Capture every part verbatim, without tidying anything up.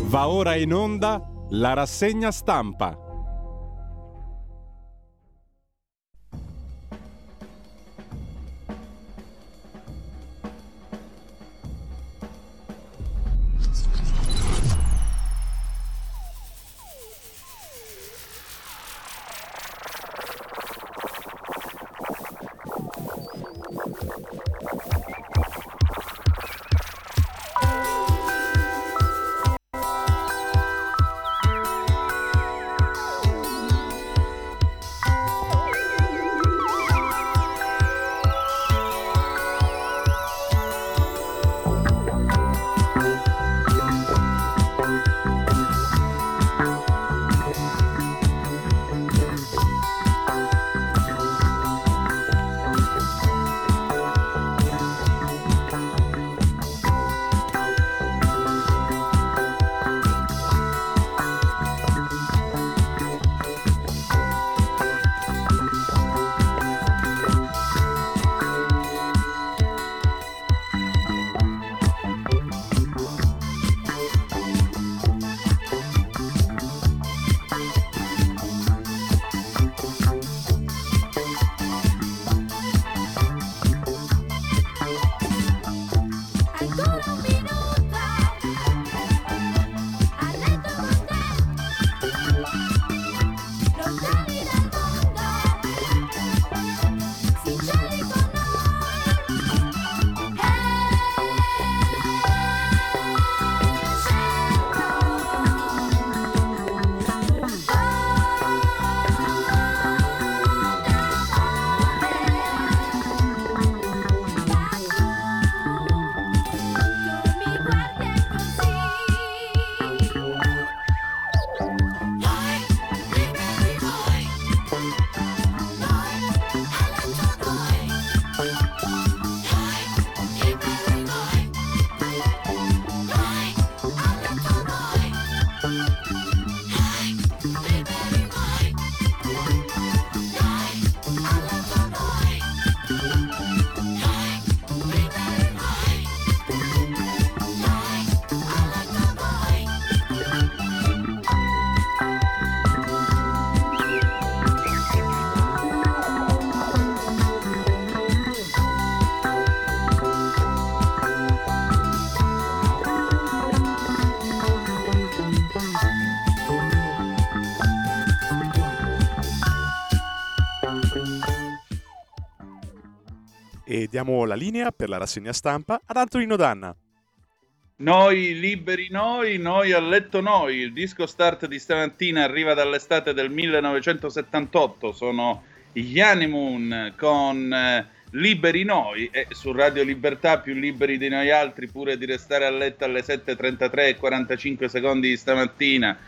Va ora in onda la rassegna stampa. E diamo la linea per la rassegna stampa ad Antonino Danna. Noi liberi noi, noi a letto noi. Il disco start di stamattina arriva dall'estate del millenovecentosettantotto. Sono gli Honeymoon con eh, Liberi noi, e su Radio Libertà più liberi di noi altri pure di restare a letto alle sette e trentatré e quarantacinque secondi di stamattina.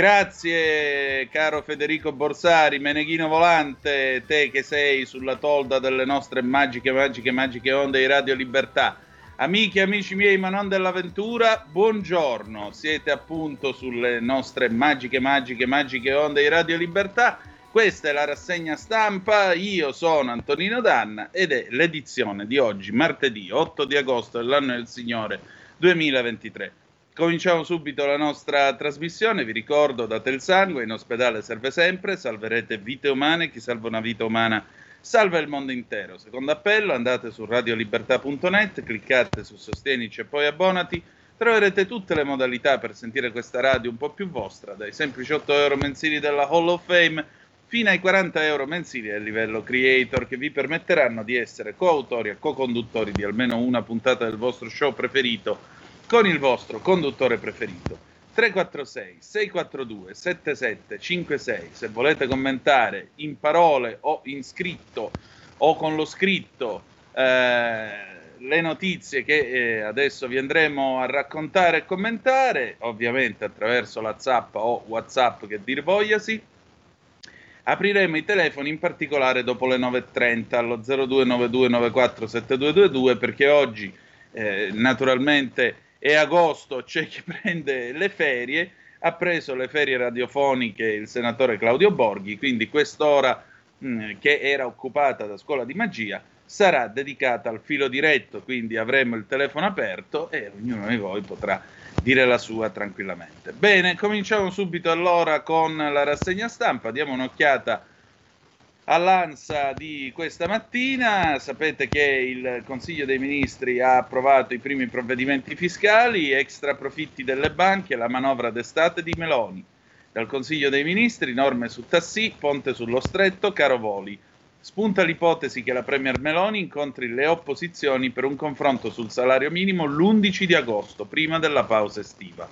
Grazie caro Federico Borsari, Meneghino Volante, te che sei sulla tolda delle nostre magiche, magiche, magiche onde di Radio Libertà. Amiche e amici miei, ma non dell'avventura, buongiorno. Siete appunto sulle nostre magiche, magiche, magiche onde di Radio Libertà. Questa è la rassegna stampa, io sono Antonino Danna ed è l'edizione di oggi, martedì otto di agosto dell'anno del Signore duemilaventitré. Cominciamo subito la nostra trasmissione, vi ricordo, date il sangue, in ospedale serve sempre, salverete vite umane, chi salva una vita umana salva il mondo intero. Secondo appello, andate su radiolibertà punto net, cliccate su Sostienici e poi abbonati, troverete tutte le modalità per sentire questa radio un po' più vostra, dai semplici otto euro mensili della Hall of Fame fino ai quaranta euro mensili a livello creator, che vi permetteranno di essere coautori e co-conduttori di almeno una puntata del vostro show preferito con il vostro conduttore preferito. Tre quattro sei sei quattro due sette sette cinque sei se volete commentare in parole o in scritto o con lo scritto eh, le notizie che eh, adesso vi andremo a raccontare e commentare, ovviamente attraverso la zappa o WhatsApp che dir vogliasi. Apriremo i telefoni in particolare dopo le nove e trenta allo zero due nove due nove quattro sette due due due, perché oggi eh, naturalmente è agosto, c'è chi prende le ferie, ha preso le ferie radiofoniche il senatore Claudio Borghi, quindi quest'ora mh, che era occupata da Scuola di Magia sarà dedicata al filo diretto, quindi avremo il telefono aperto e ognuno di voi potrà dire la sua tranquillamente. Bene, cominciamo subito allora con la rassegna stampa, diamo un'occhiata all'ANSA di questa mattina. Sapete che il Consiglio dei Ministri ha approvato i primi provvedimenti fiscali, extra profitti delle banche, la manovra d'estate di Meloni. Dal Consiglio dei Ministri, norme su tassì, ponte sullo stretto, caro voli. Spunta l'ipotesi che la Premier Meloni incontri le opposizioni per un confronto sul salario minimo l'undici di agosto, prima della pausa estiva.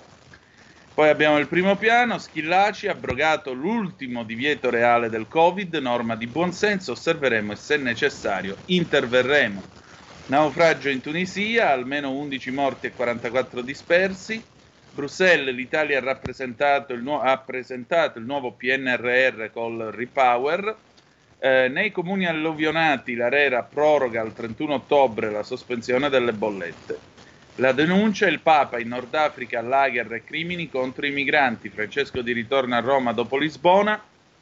Poi abbiamo il primo piano, Schillaci, abrogato l'ultimo divieto reale del Covid, norma di buonsenso, osserveremo e se necessario interverremo. Naufragio in Tunisia, almeno undici morti e quarantaquattro dispersi. Bruxelles, l'Italia ha, rappresentato il nu- ha presentato il nuovo P N R R col Repower. Eh, nei comuni alluvionati l'ARERA proroga al trentuno ottobre la sospensione delle bollette. La denuncia, il Papa in Nord Africa, lager e crimini contro i migranti. Francesco di ritorno a Roma dopo Lisbona.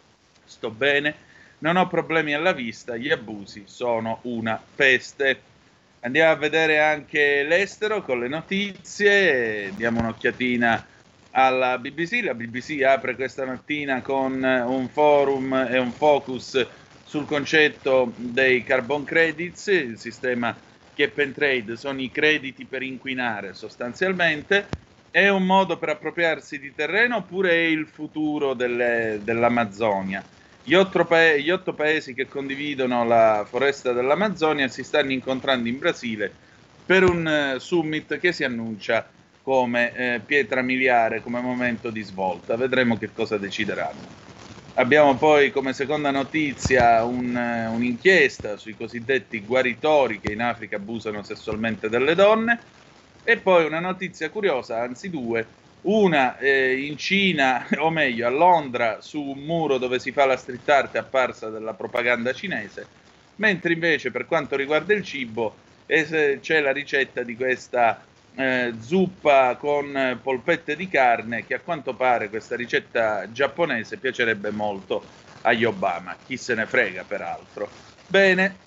Sto bene, non ho problemi alla vista, gli abusi sono una peste. Andiamo a vedere anche l'estero con le notizie, diamo un'occhiatina alla B B C. La B B C apre questa mattina con un forum e un focus sul concetto dei carbon credits, il sistema cap and trade, sono i crediti per inquinare sostanzialmente. È un modo per appropriarsi di terreno oppure è il futuro delle, dell'Amazzonia? Gli otto, pa- gli otto paesi che condividono la foresta dell'Amazzonia si stanno incontrando in Brasile per un uh, summit che si annuncia come eh, pietra miliare, come momento di svolta. Vedremo che cosa decideranno. Abbiamo poi come seconda notizia un, un'inchiesta sui cosiddetti guaritori che in Africa abusano sessualmente delle donne, e poi una notizia curiosa, anzi due, una eh, in Cina, o meglio a Londra, su un muro dove si fa la street art è apparsa della propaganda cinese, mentre invece per quanto riguarda il cibo eh, c'è la ricetta di questa Eh, zuppa con polpette di carne, che a quanto pare questa ricetta giapponese piacerebbe molto agli Obama, chi se ne frega peraltro. Bene,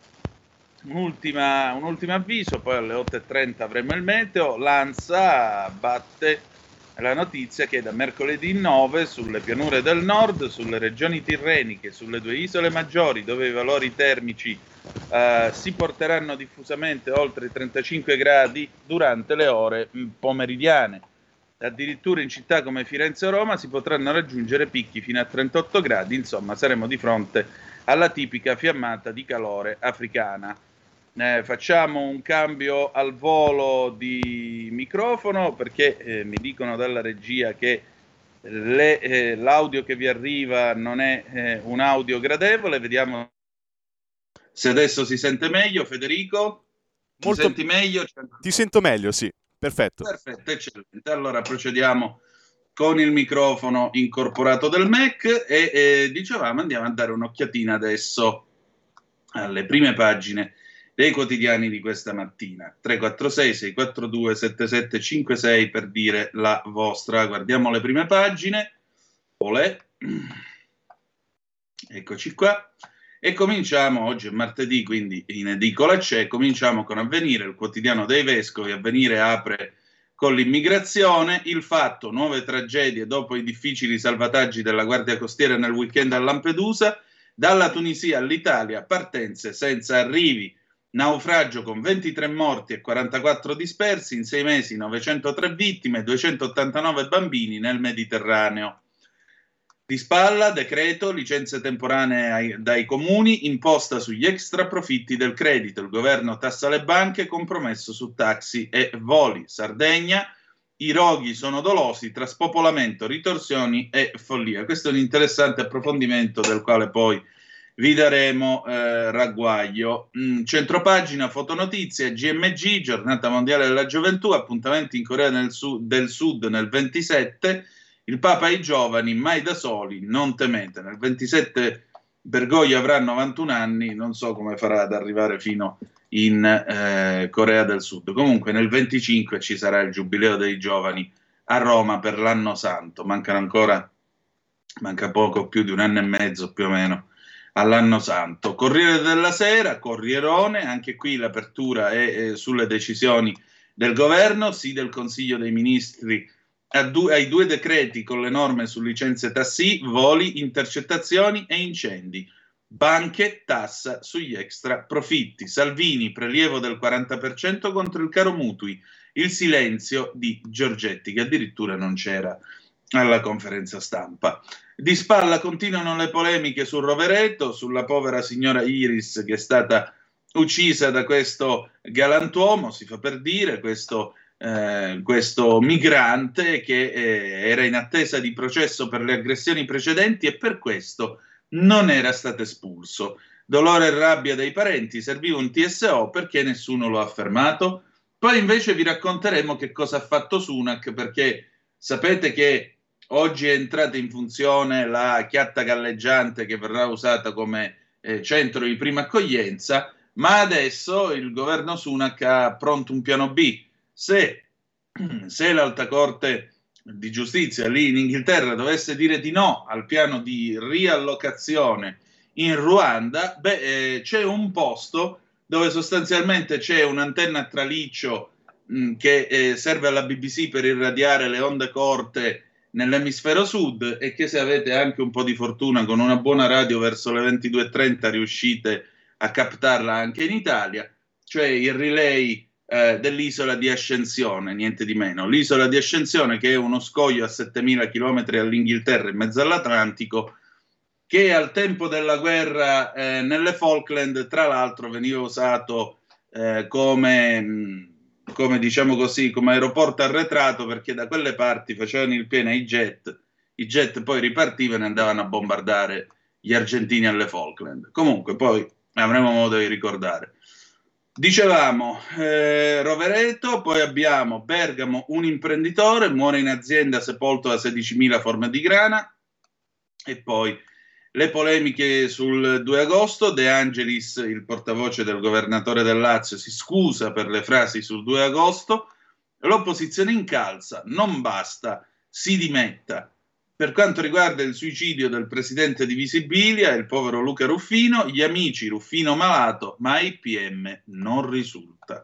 un'ultima, un ultimo avviso, poi alle otto e trenta avremo il meteo. L'ANSA batte la notizia che da mercoledì nove sulle pianure del nord, sulle regioni tirreniche, sulle due isole maggiori dove i valori termici Uh, si porteranno diffusamente oltre i trentacinque gradi durante le ore mh, pomeridiane. Addirittura in città come Firenze o Roma si potranno raggiungere picchi fino a trentotto gradi, insomma saremo di fronte alla tipica fiammata di calore africana. Eh, facciamo un cambio al volo di microfono perché eh, mi dicono dalla regia che le, eh, l'audio che vi arriva non è eh, un audio gradevole. Vediamo se adesso si sente meglio. Federico, ti Molto... senti meglio? Ti sento meglio, sì, perfetto. Perfetto, eccellente. Allora procediamo con il microfono incorporato del Mac e eh, dicevamo andiamo a dare un'occhiatina adesso alle prime pagine dei quotidiani di questa mattina. tre quattro sei sei quattro due sette sette cinque sei per dire la vostra. Guardiamo le prime pagine. Olè. Eccoci qua. E cominciamo, oggi è martedì, quindi in edicola c'è, cominciamo con Avvenire, il quotidiano dei vescovi. Avvenire apre con l'immigrazione, il Fatto, nuove tragedie dopo i difficili salvataggi della Guardia Costiera nel weekend a Lampedusa, dalla Tunisia all'Italia, partenze senza arrivi, naufragio con ventitré morti e quarantaquattro dispersi, in sei mesi novecentotré vittime, duecentottantanove bambini nel Mediterraneo. Di spalla, decreto, licenze temporanee ai, dai comuni, imposta sugli extra profitti del credito. Il governo tassa le banche, compromesso su taxi e voli. Sardegna, i roghi sono dolosi tra spopolamento, ritorsioni e follia. Questo è un interessante approfondimento del quale poi vi daremo eh, ragguaglio. Mm, centropagina, fotonotizie, G M G, giornata mondiale della gioventù, appuntamenti in Corea del Sud, del Sud nel ventisette. Il Papa ai giovani, mai da soli, non temete. Nel ventisette Bergoglio avrà novantuno anni, non so come farà ad arrivare fino in eh, Corea del Sud. Comunque nel venticinque ci sarà il Giubileo dei giovani a Roma per l'anno santo. Mancano ancora, manca poco più di un anno e mezzo più o meno all'anno santo. Corriere della Sera, Corrierone, anche qui l'apertura è, è sulle decisioni del governo, sì del Consiglio dei Ministri a du- ai due decreti con le norme su licenze tassì, voli, intercettazioni e incendi. Banche, tassa sugli extra profitti. Salvini, prelievo del quaranta per cento contro il caro mutui. Il silenzio di Giorgetti, che addirittura non c'era alla conferenza stampa. Di spalla continuano le polemiche sul Rovereto, sulla povera signora Iris che è stata uccisa da questo galantuomo, si fa per dire, questo, eh, questo migrante che eh, era in attesa di processo per le aggressioni precedenti e per questo non era stato espulso. Dolore e rabbia dei parenti, serviva un T S O perché nessuno lo ha fermato. Poi invece vi racconteremo che cosa ha fatto Sunak, perché sapete che oggi è entrata in funzione la chiatta galleggiante che verrà usata come eh, centro di prima accoglienza, ma adesso il governo Sunak ha pronto un piano B. Se, se l'Alta Corte di Giustizia lì in Inghilterra dovesse dire di no al piano di riallocazione in Ruanda, beh, eh, c'è un posto dove sostanzialmente c'è un'antenna a traliccio mh, che eh, serve alla B B C per irradiare le onde corte nell'emisfero sud e che se avete anche un po' di fortuna con una buona radio verso le ventidue e trenta riuscite a captarla anche in Italia, cioè il relay eh, dell'isola di Ascensione, niente di meno. L'isola di Ascensione, che è uno scoglio a settemila chilometri all'Inghilterra in mezzo all'Atlantico, che al tempo della guerra eh, nelle Falkland, tra l'altro, veniva usato eh, come, come, diciamo così, come aeroporto arretrato, perché da quelle parti facevano il pieno ai jet, i jet poi ripartivano e andavano a bombardare gli argentini alle Falkland. Comunque poi avremo modo di ricordare. Dicevamo eh, Rovereto, poi abbiamo Bergamo, un imprenditore muore in azienda sepolto da sedicimila forme di grana, e poi le polemiche sul due agosto. De Angelis, il portavoce del governatore del Lazio, si scusa per le frasi sul due agosto. L'opposizione incalza, non basta, si dimetta. Per quanto riguarda il suicidio del presidente di Visibilia, il povero Luca Ruffino, gli amici Ruffino malato, ma ai P M non risulta.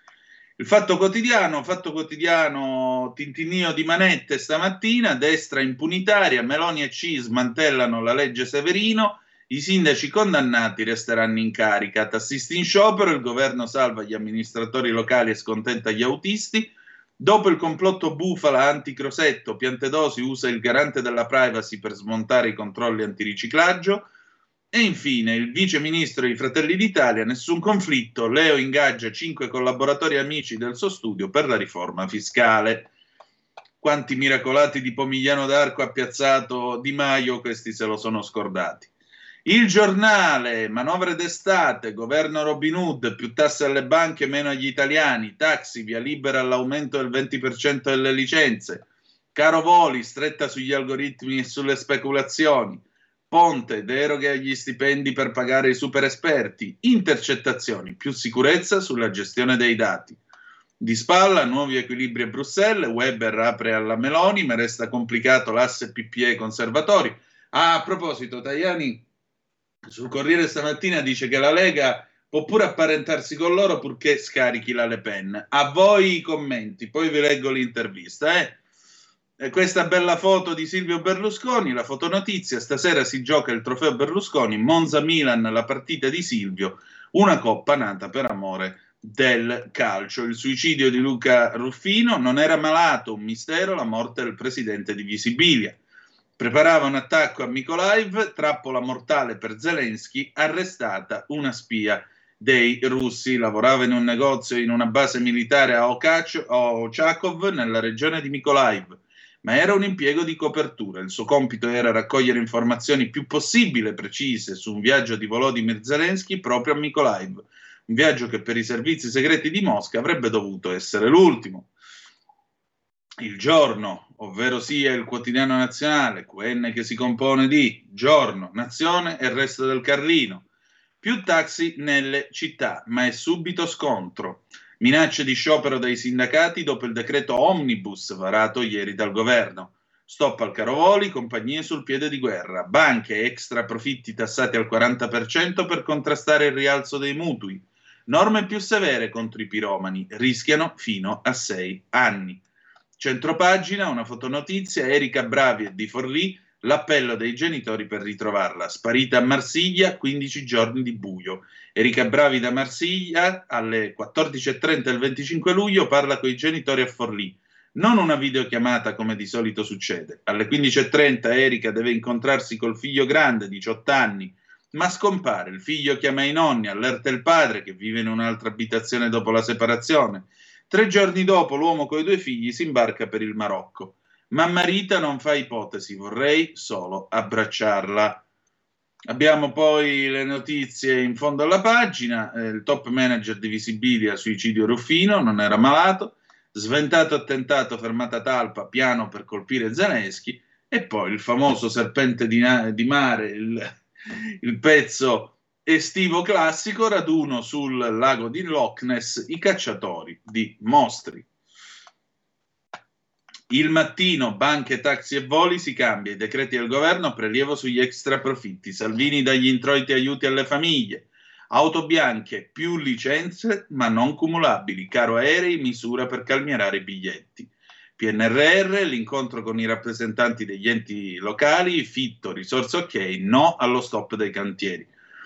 Il Fatto Quotidiano, Fatto Quotidiano, tintinnio di manette stamattina, destra impunitaria, Meloni e C smantellano la legge Severino, i sindaci condannati resteranno in carica, tassisti in sciopero, il governo salva gli amministratori locali e scontenta gli autisti. Dopo il complotto bufala anti-Crosetto, Piantedosi usa il garante della privacy per smontare i controlli antiriciclaggio. E infine il vice ministro di Fratelli d'Italia, nessun conflitto, Leo ingaggia cinque collaboratori amici del suo studio per la riforma fiscale. Quanti miracolati di Pomigliano d'Arco ha piazzato Di Maio, questi se lo sono scordati. Il Giornale, manovre d'estate, governo Robin Hood, più tasse alle banche, meno agli italiani, taxi, via libera all'aumento del venti per cento delle licenze, caro voli, stretta sugli algoritmi e sulle speculazioni, Ponte, deroghe agli stipendi per pagare i super esperti, intercettazioni, più sicurezza sulla gestione dei dati. Di spalla, nuovi equilibri a Bruxelles, Weber apre alla Meloni, ma resta complicato l'asse P P E conservatori. Ah, a proposito, Tajani sul Corriere stamattina dice che la Lega può pure apparentarsi con loro purché scarichi la Le Pen. A voi i commenti, poi vi leggo l'intervista, eh. E questa bella foto di Silvio Berlusconi, la fotonotizia, stasera si gioca il trofeo Berlusconi, Monza-Milan, la partita di Silvio, una coppa nata per amore del calcio. Il suicidio di Luca Ruffino, non era malato, un mistero, la morte del presidente di Visibilia. Preparava un attacco a Mykolaiv, trappola mortale per Zelensky, arrestata una spia dei russi, lavorava in un negozio in una base militare a Ochakov, nella regione di Mykolaiv, ma era un impiego di copertura. Il suo compito era raccogliere informazioni più possibile precise su un viaggio di Volodymyr Zelensky proprio a Mykolaiv, un viaggio che per i servizi segreti di Mosca avrebbe dovuto essere l'ultimo. Il Giorno, ovvero sia il quotidiano nazionale, Q N che si compone di Giorno, Nazione e il resto del Carlino. Più taxi nelle città, ma è subito scontro. Minacce di sciopero dai sindacati dopo il decreto omnibus varato ieri dal governo. Stop al caro voli, compagnie sul piede di guerra, banche extra profitti tassati al quaranta per cento per contrastare il rialzo dei mutui, norme più severe contro i piromani, rischiano fino a sei anni. Centropagina, una fotonotizia, Erika Bravi e Di Forlì, l'appello dei genitori per ritrovarla, sparita a Marsiglia, quindici giorni di buio. Erika Bravi da Marsiglia alle quattordici e trenta del venticinque luglio parla con i genitori a Forlì. Non una videochiamata come di solito succede. Alle quindici e trenta Erika deve incontrarsi col figlio grande, diciotto anni, ma scompare. Il figlio chiama i nonni, allerta il padre che vive in un'altra abitazione dopo la separazione. Tre giorni dopo l'uomo coi due figli si imbarca per il Marocco. Mamma Rita non fa ipotesi, vorrei solo abbracciarla. Abbiamo poi le notizie in fondo alla pagina. Eh, il top manager di Visibilia, suicidio Ruffino, non era malato. Sventato attentato, fermata Talpa, piano per colpire Zelensky, e poi il famoso serpente di, di mare, il, il pezzo estivo classico, raduno sul lago di Loch Ness, i cacciatori di mostri. Il Mattino, banche, taxi e voli, si cambia, i decreti del governo, prelievo sugli extra profitti, Salvini dagli introiti aiuti alle famiglie. Auto bianche, più licenze ma non cumulabili, caro aerei, misura per calmierare i biglietti. P N R R, l'incontro con i rappresentanti degli enti locali, Fitto, risorse ok, no allo stop dei cantieri.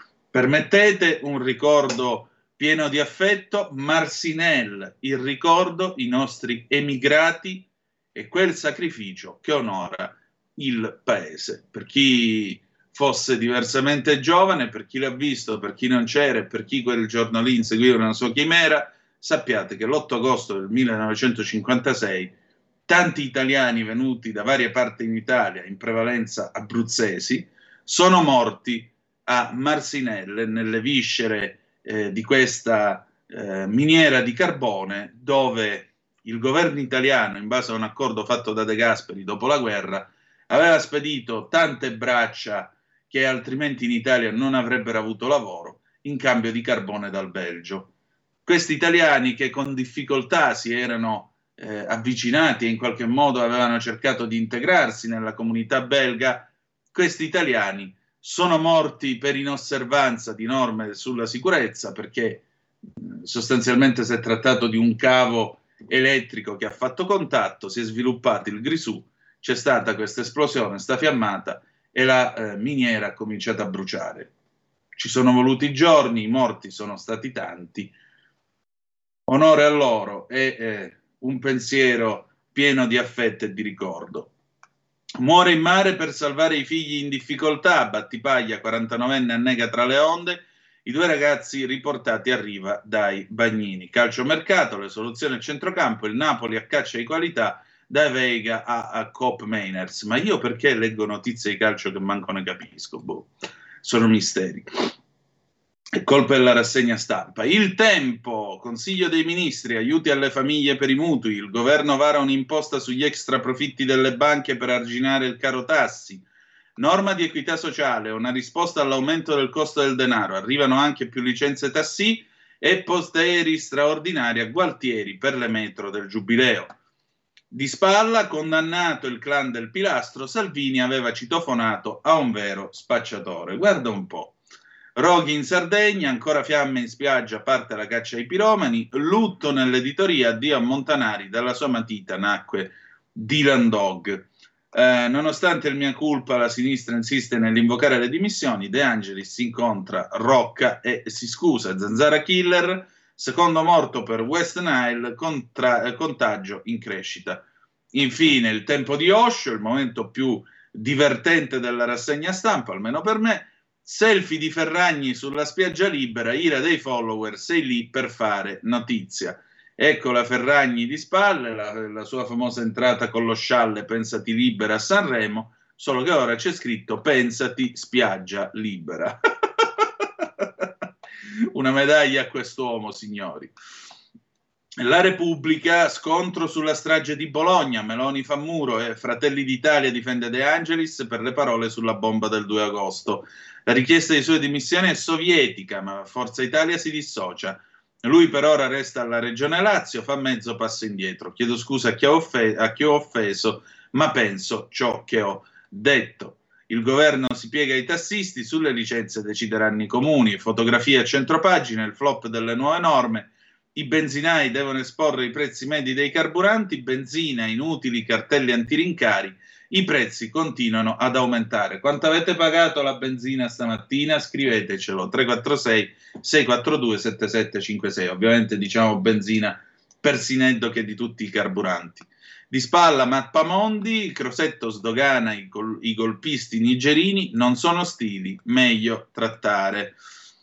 Permettete un ricordo pieno di affetto, Marcinelle, il ricordo, i nostri emigrati e quel sacrificio che onora il paese. Per chi fosse diversamente giovane, per chi l'ha visto, per chi non c'era e per chi quel giorno lì inseguiva una sua chimera, sappiate che l'otto agosto del millenovecentocinquantasei tanti italiani venuti da varie parti in Italia, in prevalenza abruzzesi, sono morti a Marcinelle, nelle viscere eh, di questa eh, miniera di carbone, dove il governo italiano, in base a un accordo fatto da De Gasperi dopo la guerra, aveva spedito tante braccia che altrimenti in Italia non avrebbero avuto lavoro, in cambio di carbone dal Belgio. Questi italiani che con difficoltà si erano eh, avvicinati e in qualche modo avevano cercato di integrarsi nella comunità belga, questi italiani sono morti per inosservanza di norme sulla sicurezza, perché sostanzialmente si è trattato di un cavo elettrico che ha fatto contatto, si è sviluppato il grisù, c'è stata questa esplosione, sta fiammata, e la eh, miniera ha cominciato a bruciare. Ci sono voluti giorni, i morti sono stati tanti. Onore a loro e eh, un pensiero pieno di affetto e di ricordo. Muore in mare per salvare i figli in difficoltà, Battipaglia, quarantanovenne, annega tra le onde, i due ragazzi riportati a riva dai bagnini. Calciomercato, le soluzioni al centrocampo, il Napoli a caccia di qualità, da Veiga a, a Cop Mainers. Ma io perché leggo notizie di calcio che manco ne capisco? Boh, sono misteri. È colpa della rassegna stampa. Il Tempo, Consiglio dei Ministri, aiuti alle famiglie per i mutui, il governo vara un'imposta sugli extra profitti delle banche per arginare il caro tassi, norma di equità sociale, una risposta all'aumento del costo del denaro, arrivano anche più licenze tassì e posteri straordinari a Gualtieri per le metro del Giubileo. Di spalla, condannato il clan del pilastro, Salvini aveva citofonato a un vero spacciatore. Guarda un po'. Roghi in Sardegna, ancora fiamme in spiaggia, parte la caccia ai piromani, lutto nell'editoria, addio a Montanari, dalla sua matita nacque Dylan Dog. Eh, nonostante il mia colpa, la sinistra insiste nell'invocare le dimissioni, De Angelis si incontra Rocca e si scusa. Zanzara killer, secondo morto per West Nile, contra- eh, contagio in crescita. Infine il tempo di Osho, il momento più divertente della rassegna stampa, almeno per me. Selfie di Ferragni sulla spiaggia libera, ira dei follower, sei lì per fare notizia. Ecco la Ferragni di spalle, la, la sua famosa entrata con lo scialle Pensati libera a Sanremo, solo che ora c'è scritto Pensati spiaggia libera. Una medaglia a quest'uomo, signori. La Repubblica, scontro sulla strage di Bologna, Meloni fa muro e Fratelli d'Italia difende De Angelis per le parole sulla bomba del due agosto. La richiesta di sue dimissioni è sovietica, ma Forza Italia si dissocia. Lui per ora resta alla Regione Lazio, fa mezzo passo indietro. Chiedo scusa a chi ho, offe- a chi ho offeso, ma penso ciò che ho detto. Il governo si piega ai tassisti, sulle licenze decideranno i comuni. Fotografie a centropagina, il flop delle nuove norme. I benzinai devono esporre i prezzi medi dei carburanti, benzina, inutili cartelli antirincari, i prezzi continuano ad aumentare. Quanto avete pagato la benzina stamattina? Scrivetecelo, tre quattro sei sei quattro due sette sette cinque sei, ovviamente diciamo benzina per Sineddo che di tutti i carburanti. Di spalla Mappamondi, il Crosetto sdogana i, gol- i golpisti nigerini, non sono stili, meglio trattare.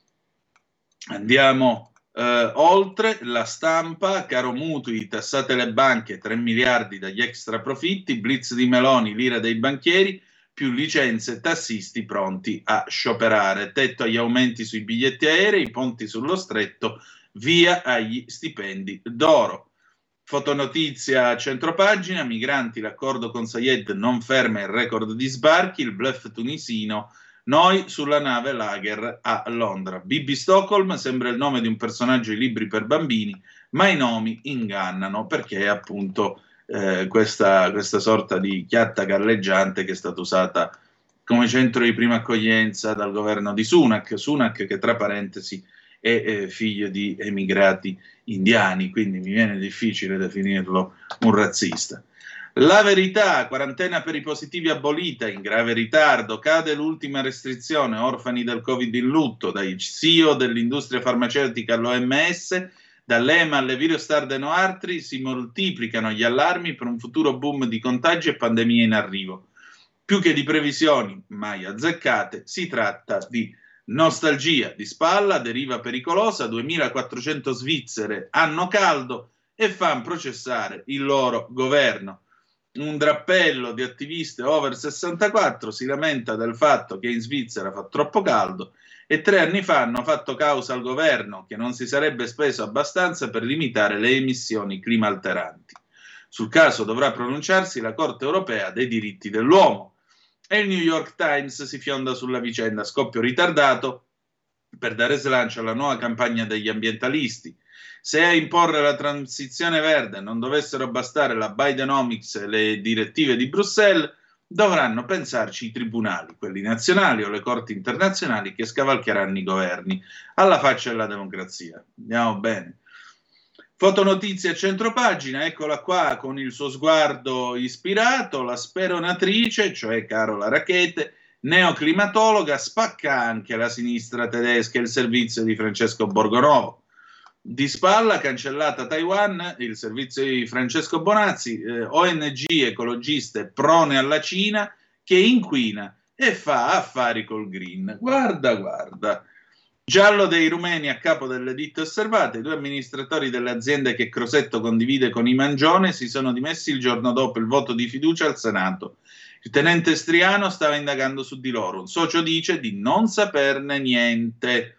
Andiamo eh, oltre, La Stampa, caro mutui, tassate le banche, tre miliardi dagli extra profitti, blitz di Meloni, l'ira dei banchieri, più licenze, tassisti pronti a scioperare, tetto agli aumenti sui biglietti aerei, ponti sullo stretto, via agli stipendi d'oro. Fotonotizia a centropagina, migranti, l'accordo con Sayed non ferma il record di sbarchi, il bluff tunisino, noi sulla nave Lager a Londra. Bibi Stockholm sembra il nome di un personaggio di libri per bambini, ma i nomi ingannano perché è appunto eh, questa, questa sorta di chiatta galleggiante che è stata usata come centro di prima accoglienza dal governo di Sunak, Sunak che tra parentesi è eh, figlio di emigrati indiani, quindi mi viene difficile definirlo un razzista. La Verità, quarantena per i positivi abolita, in grave ritardo, cade l'ultima restrizione, orfani del Covid in lutto, dai C E O dell'industria farmaceutica all'O M S, dall'E M A alle Virostar de Noartri, si moltiplicano gli allarmi per un futuro boom di contagi e pandemie in arrivo. Più che di previsioni mai azzeccate, si tratta di nostalgia. Di spalla, deriva pericolosa, duemilaquattrocento svizzere hanno caldo e fanno processare il loro governo. Un drappello di attiviste over sessantaquattro si lamenta del fatto che in Svizzera fa troppo caldo e tre anni fa hanno fatto causa al governo che non si sarebbe speso abbastanza per limitare le emissioni climalteranti. Sul caso dovrà pronunciarsi la Corte europea dei diritti dell'uomo. E il New York Times si fionda sulla vicenda, scoppio ritardato per dare slancio alla nuova campagna degli ambientalisti. Se a imporre la transizione verde non dovessero bastare la Bidenomics e le direttive di Bruxelles, dovranno pensarci i tribunali, quelli nazionali o le corti internazionali che scavalcheranno i governi, alla faccia della democrazia. Andiamo bene. Fotonotizia a centropagina, eccola qua con il suo sguardo ispirato, la speronatrice, cioè Carola Rackete, neoclimatologa, spacca anche la sinistra tedesca e il servizio di Francesco Borgonovo. Di spalla, cancellata Taiwan, il servizio di Francesco Bonazzi, eh, O N G ecologiste prone alla Cina che inquina e fa affari col green. Guarda, guarda. Giallo dei rumeni a capo delle ditte osservate, i due amministratori delle aziende che Crosetto condivide con i Mangione si sono dimessi il giorno dopo il voto di fiducia al Senato. Il tenente Striano stava indagando su di loro, un socio dice di non saperne niente.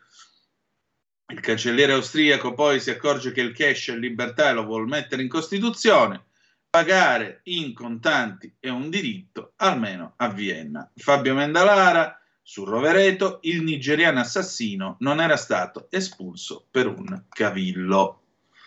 Il cancelliere austriaco poi si accorge che il cash è libertà e lo vuol mettere in Costituzione. Pagare in contanti è un diritto, almeno a Vienna. Fabio Mendalara, su Rovereto, il nigeriano assassino non era stato espulso per un cavillo.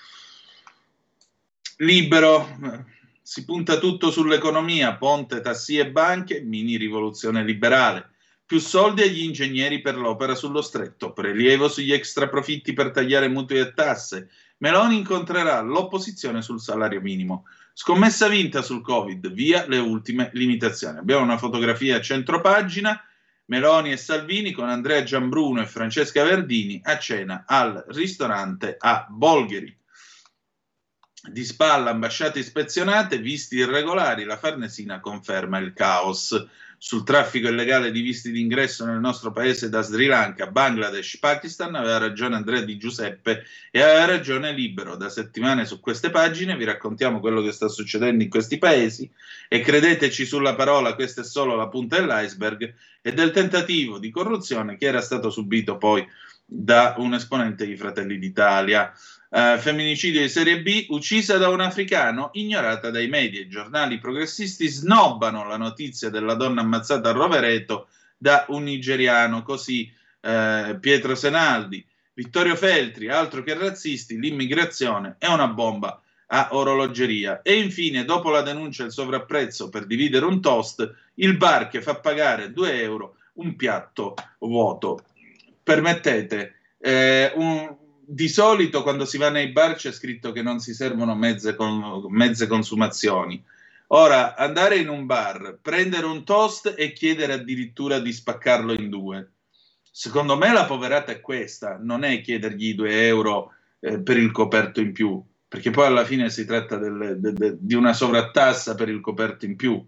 Libero, si punta tutto sull'economia, ponte, tassi e banche, mini rivoluzione liberale. Più soldi agli ingegneri per l'opera sullo stretto, prelievo sugli extraprofitti per tagliare mutui e tasse. Meloni incontrerà l'opposizione sul salario minimo. Scommessa vinta sul Covid, via le ultime limitazioni. Abbiamo una fotografia a centropagina, Meloni e Salvini con Andrea Giambruno e Francesca Verdini a cena al ristorante a Bolgheri. Di spalla, ambasciate ispezionate, visti irregolari, la Farnesina conferma il caos. Sul traffico illegale di visti d'ingresso nel nostro paese da Sri Lanka, Bangladesh, Pakistan, aveva ragione Andrea Di Giuseppe e aveva ragione Libero. Da settimane su queste pagine vi raccontiamo quello che sta succedendo in questi paesi e credeteci sulla parola, questa è solo la punta dell'iceberg e del tentativo di corruzione che era stato subito poi da un esponente di Fratelli d'Italia. Uh, femminicidio di serie B, uccisa da un africano, ignorata dai media. I giornali progressisti snobbano la notizia della donna ammazzata a Rovereto da un nigeriano, così uh, Pietro Senaldi. Vittorio Feltri, altro che razzisti, l'immigrazione è una bomba a orologeria. E infine, dopo la denuncia del sovrapprezzo per dividere un toast, il bar che fa pagare due euro un piatto vuoto. Permettete, eh, un, di solito quando si va nei bar c'è scritto che non si servono mezze, con, mezze consumazioni. Ora, andare in un bar, prendere un toast e chiedere addirittura di spaccarlo in due. Secondo me la poverata è questa, non è chiedergli due euro eh, per il coperto in più, perché poi alla fine si tratta del, de, de, di una sovrattassa per il coperto in più.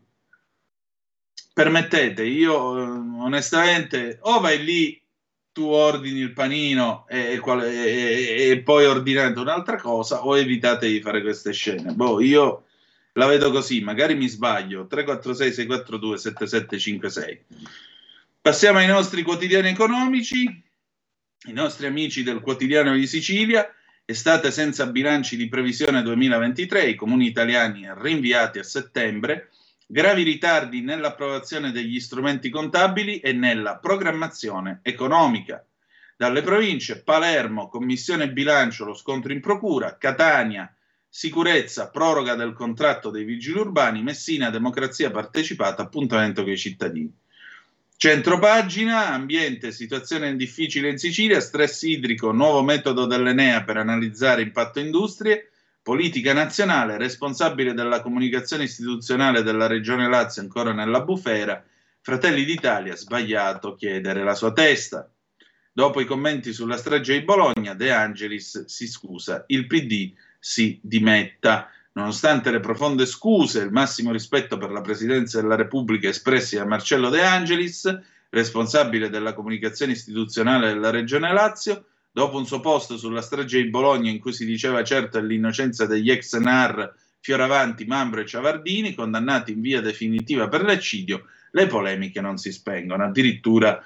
Permettete, io eh, onestamente o vai lì, tu ordini il panino e, e, e poi ordinate un'altra cosa, o evitate di fare queste scene. Boh, io la vedo così, magari mi sbaglio. Tre quattro sei sei quattro due sette sette cinque sei. Passiamo ai nostri quotidiani economici. I nostri amici del Quotidiano di Sicilia: estate senza bilanci di previsione duemilaventitré, i comuni italiani rinviati a settembre, gravi ritardi nell'approvazione degli strumenti contabili e nella programmazione economica. Dalle province: Palermo, commissione bilancio, lo scontro in procura; Catania, sicurezza, proroga del contratto dei vigili urbani; Messina, democrazia partecipata, appuntamento con i cittadini. Centropagina, ambiente, situazione difficile in Sicilia, stress idrico, nuovo metodo dell'Enea per analizzare impatto industrie; politica nazionale, responsabile della comunicazione istituzionale della Regione Lazio ancora nella bufera; Fratelli d'Italia, sbagliato chiedere la sua testa. Dopo i commenti sulla strage di Bologna, De Angelis si scusa, il P D si dimetta. Nonostante le profonde scuse e il massimo rispetto per la Presidenza della Repubblica espressi da Marcello De Angelis, responsabile della comunicazione istituzionale della Regione Lazio, dopo un suo post sulla strage di Bologna in cui si diceva certo dell'innocenza degli ex N A R Fioravanti, Mambro e Ciavardini, condannati in via definitiva per l'eccidio, le polemiche non si spengono. Addirittura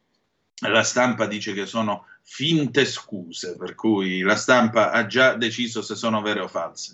la stampa dice che sono finte scuse, per cui la stampa ha già deciso se sono vere o false.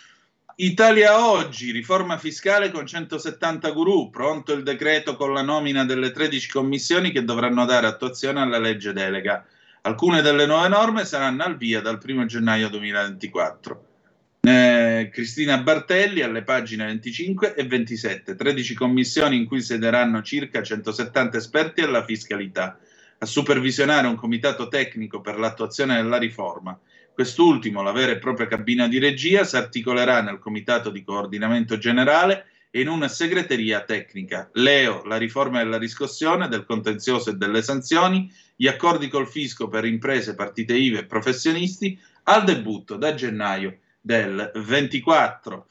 Italia Oggi, riforma fiscale con centosettanta gurù, pronto il decreto con la nomina delle tredici commissioni che dovranno dare attuazione alla legge delega. Alcune delle nuove norme saranno al via dal primo gennaio duemilaventiquattro. Eh, Cristina Bartelli alle pagine venticinque e ventisette, tredici commissioni in cui siederanno circa centosettanta esperti alla fiscalità, a supervisionare un comitato tecnico per l'attuazione della riforma. Quest'ultimo, la vera e propria cabina di regia, si articolerà nel comitato di coordinamento generale e in una segreteria tecnica. L'E O, la riforma della riscossione, del contenzioso e delle sanzioni, gli accordi col fisco per imprese, partite I V A e professionisti, al debutto da gennaio del ventiquattro.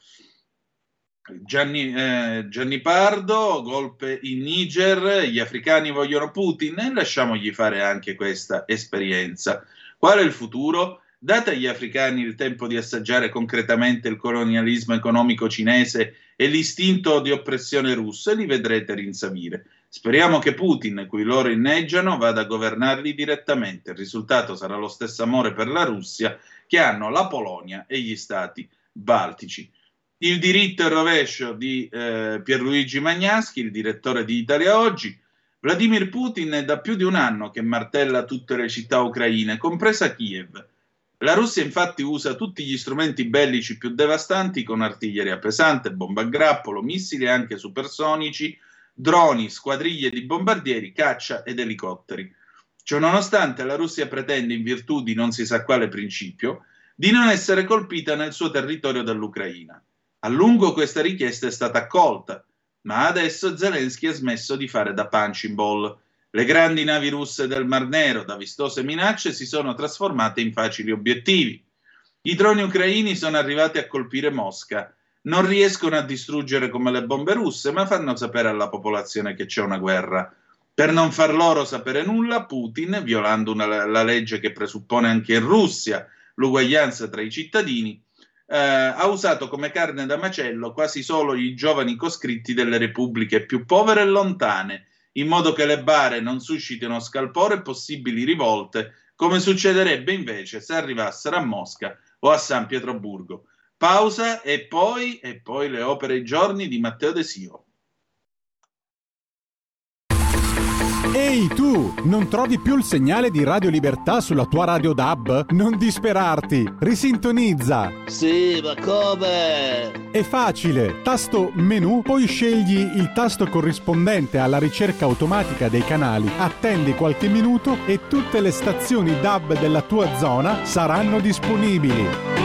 Gianni, eh, Gianni Pardo, golpe in Niger, gli africani vogliono Putin, e lasciamogli fare anche questa esperienza. Qual è il futuro? Date agli africani il tempo di assaggiare concretamente il colonialismo economico cinese e l'istinto di oppressione russo e li vedrete rinsavire. Speriamo che Putin, cui loro inneggiano, vada a governarli direttamente. Il risultato sarà lo stesso amore per la Russia che hanno la Polonia e gli stati baltici. Il diritto e il rovescio di eh, Pierluigi Magnaschi, il direttore di Italia Oggi. Vladimir Putin è da più di un anno che martella tutte le città ucraine, compresa Kiev. La Russia infatti usa tutti gli strumenti bellici più devastanti con artiglieria pesante, bomba a grappolo, missili anche supersonici, droni, squadriglie di bombardieri, caccia ed elicotteri. Ciononostante la Russia pretende, in virtù di non si sa quale principio, di non essere colpita nel suo territorio dall'Ucraina. A lungo questa richiesta è stata accolta, ma adesso Zelensky ha smesso di fare da punching ball. Le grandi navi russe del Mar Nero, da vistose minacce, si sono trasformate in facili obiettivi. I droni ucraini sono arrivati a colpire Mosca. Non riescono a distruggere come le bombe russe, ma fanno sapere alla popolazione che c'è una guerra. Per non far loro sapere nulla, Putin, violando una, la legge che presuppone anche in Russia l'uguaglianza tra i cittadini, eh, ha usato come carne da macello quasi solo i giovani coscritti delle repubbliche più povere e lontane, in modo che le bare non suscitino scalpore e possibili rivolte, come succederebbe invece se arrivassero a Mosca o a San Pietroburgo. Pausa e poi, e poi le opere e i giorni di Matteo De Sio. Ehi tu, non trovi più il segnale di Radio Libertà sulla tua radio D A B? Non disperarti, risintonizza! Sì, ma come? È facile, tasto menu, poi scegli il tasto corrispondente alla ricerca automatica dei canali, attendi qualche minuto e tutte le stazioni D A B della tua zona saranno disponibili.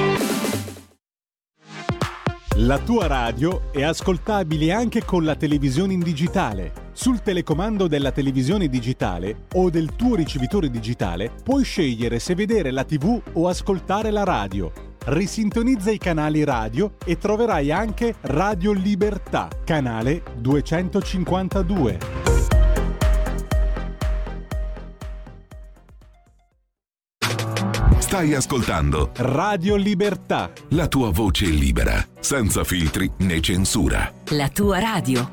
La tua radio è ascoltabile anche con la televisione in digitale. Sul telecomando della televisione digitale o del tuo ricevitore digitale puoi scegliere se vedere la tivù o ascoltare la radio. Risintonizza i canali radio e troverai anche Radio Libertà, canale duecentocinquantadue. Stai ascoltando Radio Libertà, la tua voce libera, senza filtri né censura. La tua radio.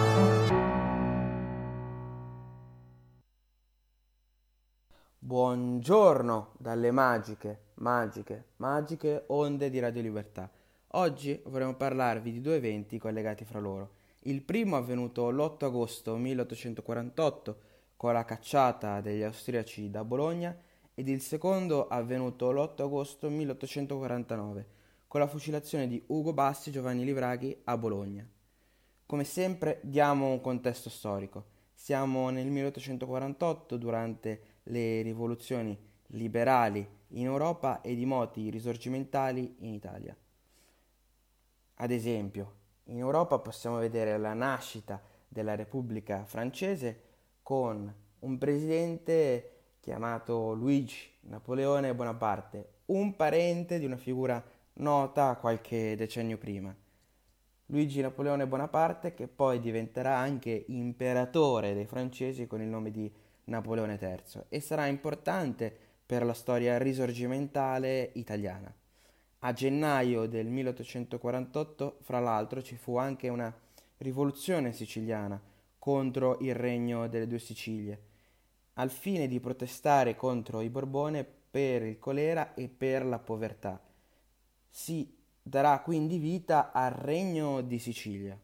Buongiorno dalle magiche, magiche, magiche onde di Radio Libertà. Oggi vorremmo parlarvi di due eventi collegati fra loro. Il primo avvenuto l'otto agosto milleottocentoquarantotto con la cacciata degli austriaci da Bologna ed il secondo avvenuto l'otto agosto milleottocentoquarantanove con la fucilazione di Ugo Bassi e Giovanni Livraghi a Bologna. Come sempre diamo un contesto storico. Siamo nel milleottocentoquarantotto durante le rivoluzioni liberali in Europa ed i moti risorgimentali in Italia. Ad esempio, in Europa possiamo vedere la nascita della Repubblica francese con un presidente chiamato Luigi Napoleone Bonaparte, un parente di una figura nota qualche decennio prima. Luigi Napoleone Bonaparte che poi diventerà anche imperatore dei francesi con il nome di Napoleone terzo e sarà importante per la storia risorgimentale italiana. A gennaio del milleottocentoquarantotto, fra l'altro, ci fu anche una rivoluzione siciliana contro il regno delle due Sicilie, al fine di protestare contro i Borbone per il colera e per la povertà. Si darà quindi vita al Regno di Sicilia.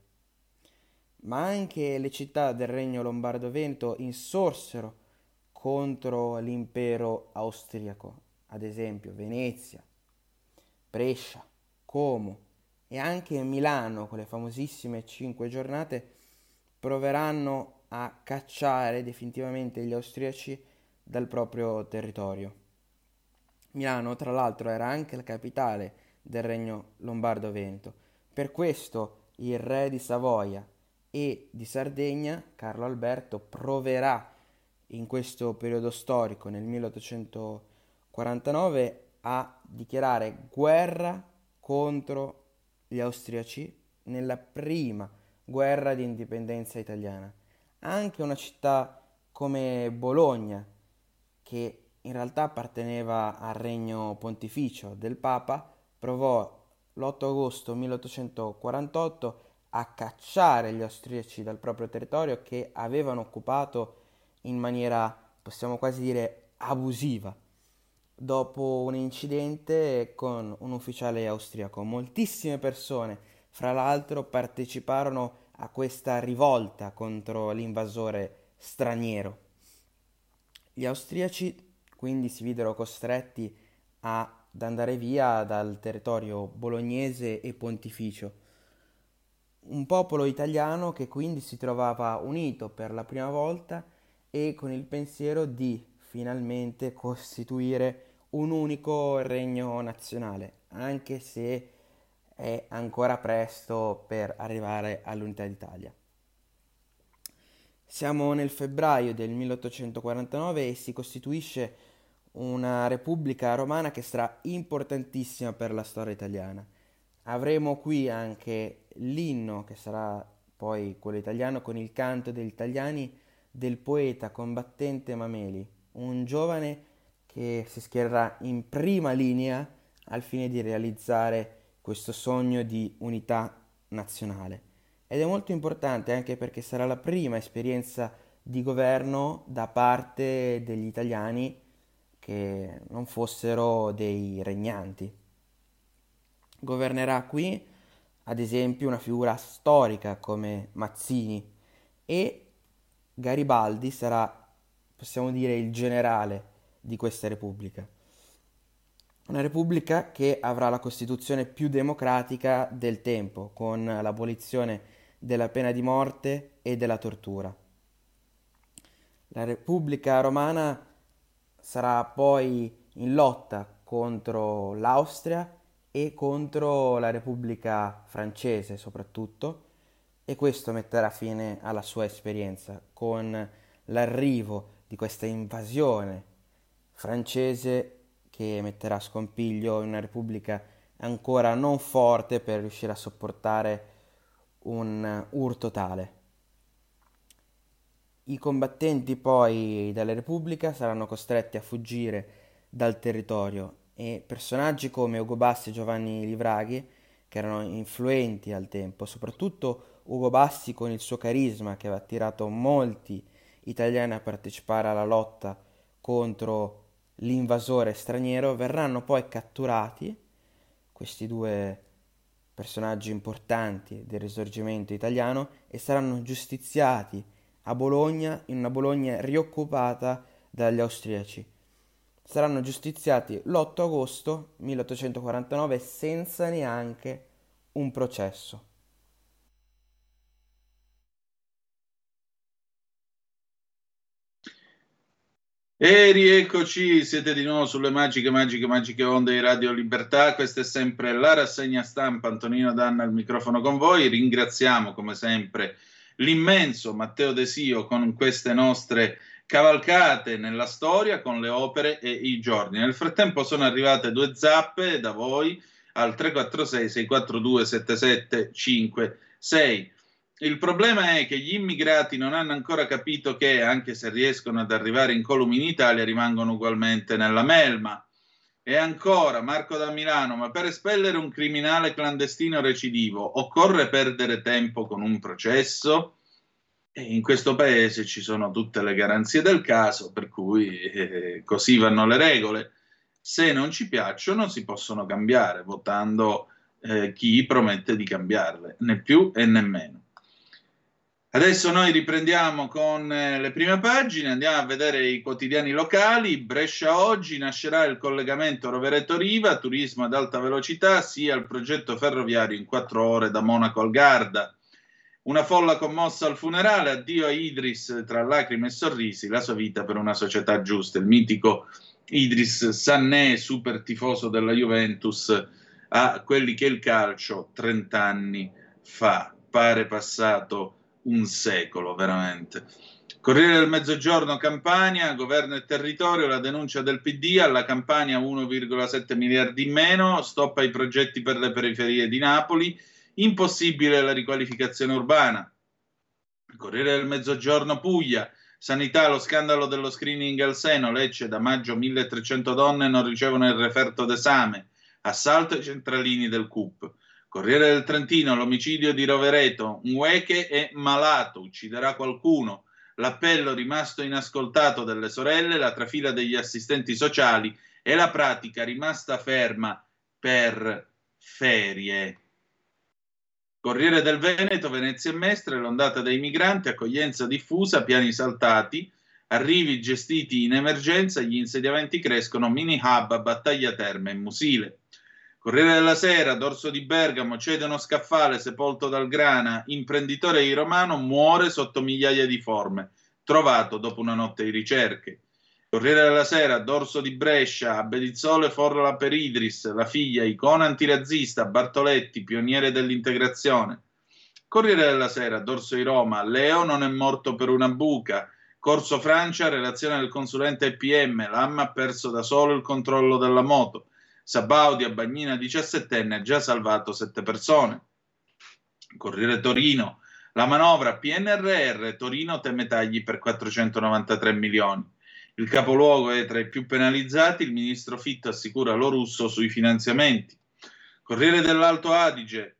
Ma anche le città del Regno Lombardo-Veneto insorsero contro l'impero austriaco, ad esempio Venezia, Brescia, Como e anche Milano, con le famosissime cinque giornate, proveranno a cacciare definitivamente gli austriaci dal proprio territorio. Milano, tra l'altro, era anche la capitale del Regno Lombardo-Veneto. Per questo il re di Savoia e di Sardegna, Carlo Alberto, proverà in questo periodo storico, nel milleottocentoquarantanove, a dichiarare guerra contro gli austriaci nella prima guerra di indipendenza italiana. Anche una città come Bologna, che in realtà apparteneva al regno pontificio del Papa, provò l'otto agosto milleottocentoquarantotto a cacciare gli austriaci dal proprio territorio che avevano occupato in maniera, possiamo quasi dire, abusiva, dopo un incidente con un ufficiale austriaco. Moltissime persone, fra l'altro, parteciparono a questa rivolta contro l'invasore straniero. Gli austriaci quindi si videro costretti ad andare via dal territorio bolognese e pontificio. Un popolo italiano che quindi si trovava unito per la prima volta e con il pensiero di finalmente costituire un unico regno nazionale, anche se è ancora presto per arrivare all'unità d'Italia. Siamo nel febbraio del milleottocentoquarantanove e si costituisce una repubblica romana che sarà importantissima per la storia italiana. Avremo qui anche l'inno, che sarà poi quello italiano, con il canto degli italiani del poeta combattente Mameli, un giovane che si schiererà in prima linea al fine di realizzare questo sogno di unità nazionale. Ed è molto importante anche perché sarà la prima esperienza di governo da parte degli italiani che non fossero dei regnanti. Governerà qui, ad esempio, una figura storica come Mazzini, e Garibaldi sarà possiamo dire il generale di questa Repubblica. Una Repubblica che avrà la Costituzione più democratica del tempo, con l'abolizione della pena di morte e della tortura. La Repubblica Romana sarà poi in lotta contro l'Austria e contro la Repubblica Francese soprattutto, e questo metterà fine alla sua esperienza con l'arrivo di questa invasione francese che metterà a scompiglio una Repubblica ancora non forte per riuscire a sopportare un urto tale. I combattenti poi della Repubblica saranno costretti a fuggire dal territorio e personaggi come Ugo Bassi e Giovanni Livraghi, che erano influenti al tempo, soprattutto Ugo Bassi con il suo carisma che aveva attirato molti italiani a partecipare alla lotta contro l'invasore straniero, verranno poi catturati, questi due personaggi importanti del risorgimento italiano, e saranno giustiziati a Bologna, in una Bologna rioccupata dagli austriaci. Saranno giustiziati l'otto agosto milleottocentoquarantanove senza neanche un processo. E rieccoci, siete di nuovo sulle magiche, magiche, magiche onde di Radio Libertà. Questa è sempre la rassegna stampa. Antonino Danna al microfono con voi. Ringraziamo come sempre l'immenso Matteo Desio con queste nostre cavalcate nella storia, con le opere e i giorni. Nel frattempo sono arrivate due zappe da voi al tre quattro sei sei quattro due sette sette cinque sei. Il problema è che gli immigrati non hanno ancora capito che, anche se riescono ad arrivare incolume in Italia, rimangono ugualmente nella melma. E ancora, Marco da Milano, ma per espellere un criminale clandestino recidivo occorre perdere tempo con un processo? E in questo paese ci sono tutte le garanzie del caso, per cui eh, così vanno le regole. Se non ci piacciono si possono cambiare, votando eh, chi promette di cambiarle, né più e né meno. Adesso noi riprendiamo con eh, le prime pagine, andiamo a vedere i quotidiani locali. Brescia oggi, nascerà il collegamento Rovereto-Riva, turismo ad alta velocità, sia il progetto ferroviario in quattro ore da Monaco al Garda. Una folla commossa al funerale, addio a Idris tra lacrime e sorrisi, la sua vita per una società giusta. Il mitico Idris Sanné, super tifoso della Juventus, a quelli che il calcio trent'anni fa, pare passato un secolo veramente. Corriere del Mezzogiorno, Campania, governo e territorio, la denuncia del P D, alla Campania uno virgola sette miliardi in meno, stop ai progetti per le periferie di Napoli, impossibile la riqualificazione urbana. Corriere del Mezzogiorno, Puglia, sanità, lo scandalo dello screening al seno, Lecce, da maggio milletrecento donne non ricevono il referto d'esame, assalto ai centralini del C U P. Corriere del Trentino, l'omicidio di Rovereto, un Ueche è malato, ucciderà qualcuno, l'appello rimasto inascoltato delle sorelle, la trafila degli assistenti sociali e la pratica rimasta ferma per ferie. Corriere del Veneto, Venezia e Mestre, l'ondata dei migranti, accoglienza diffusa, piani saltati, arrivi gestiti in emergenza, gli insediamenti crescono, mini hub a Battaglia Terme e Musile. Corriere della Sera, dorso di Bergamo, cede uno scaffale sepolto dal grana, imprenditore di Romano muore sotto migliaia di forme, trovato dopo una notte di ricerche. Corriere della Sera, dorso di Brescia, a Bedizzole forla per Idris, la figlia, icona antirazzista, Bartoletti, pioniere dell'integrazione. Corriere della Sera, dorso di Roma, Leo non è morto per una buca, Corso Francia, relazione del consulente E P M, l'Amma ha perso da solo il controllo della moto. Sabaudi a Bagnina diciassettenne ha già salvato sette persone. Corriere Torino, la manovra P N R R, Torino teme tagli per quattrocentonovantatré milioni. Il capoluogo è tra i più penalizzati, il ministro Fitto assicura lo russo sui finanziamenti. Corriere dell'Alto Adige,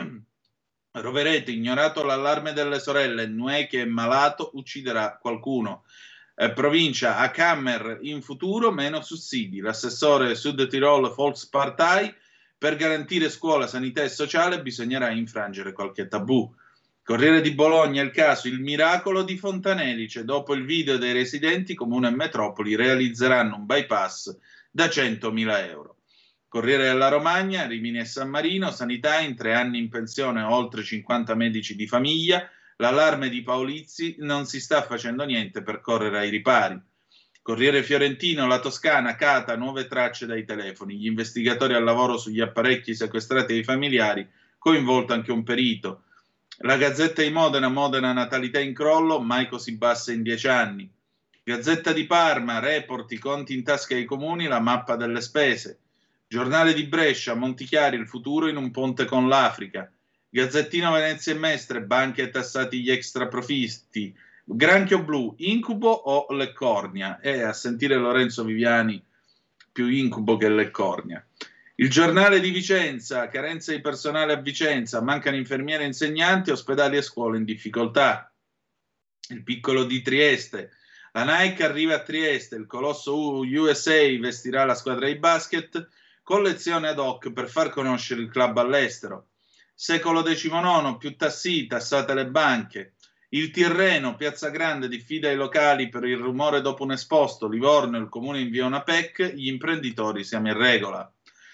Rovereto, ignorato l'allarme delle sorelle, Nueche è malato, ucciderà qualcuno. Eh, provincia, a Cammer in futuro meno sussidi, l'assessore Sud Tirol Volkspartei, per garantire scuola, sanità e sociale bisognerà infrangere qualche tabù. Corriere di Bologna, il caso, il miracolo di Fontanelice. Dopo il video dei residenti, Comune e Metropoli realizzeranno un bypass da centomila euro. Corriere della Romagna, Rimini e San Marino, sanità, in tre anni in pensione oltre cinquanta medici di famiglia. L'allarme di Paolizzi, non si sta facendo niente per correre ai ripari. Corriere Fiorentino, la Toscana, Cata, nuove tracce dai telefoni. Gli investigatori al lavoro sugli apparecchi sequestrati ai familiari, coinvolto anche un perito. La Gazzetta di Modena, Modena natalità in crollo, mai così bassa in dieci anni. Gazzetta di Parma, report, i conti in tasca ai comuni, la mappa delle spese. Giornale di Brescia, Montichiari, il futuro in un ponte con l'Africa. Gazzettino Venezia e Mestre, banche e tassati gli extraprofitti. Granchio blu, incubo o Leccornia? E a sentire Lorenzo Viviani, più incubo che Leccornia. Il Giornale di Vicenza, carenza di personale a Vicenza, mancano infermieri e insegnanti, ospedali e scuole in difficoltà. Il Piccolo di Trieste, la Nike arriva a Trieste, il colosso U S A vestirà la squadra di basket, collezione ad hoc per far conoscere il club all'estero. Secolo diciannove, più tassi, tassate le banche. Il Tirreno, Piazza Grande, diffida i locali per il rumore dopo un esposto. Livorno, il comune invia una P E C, gli imprenditori siamo in regola.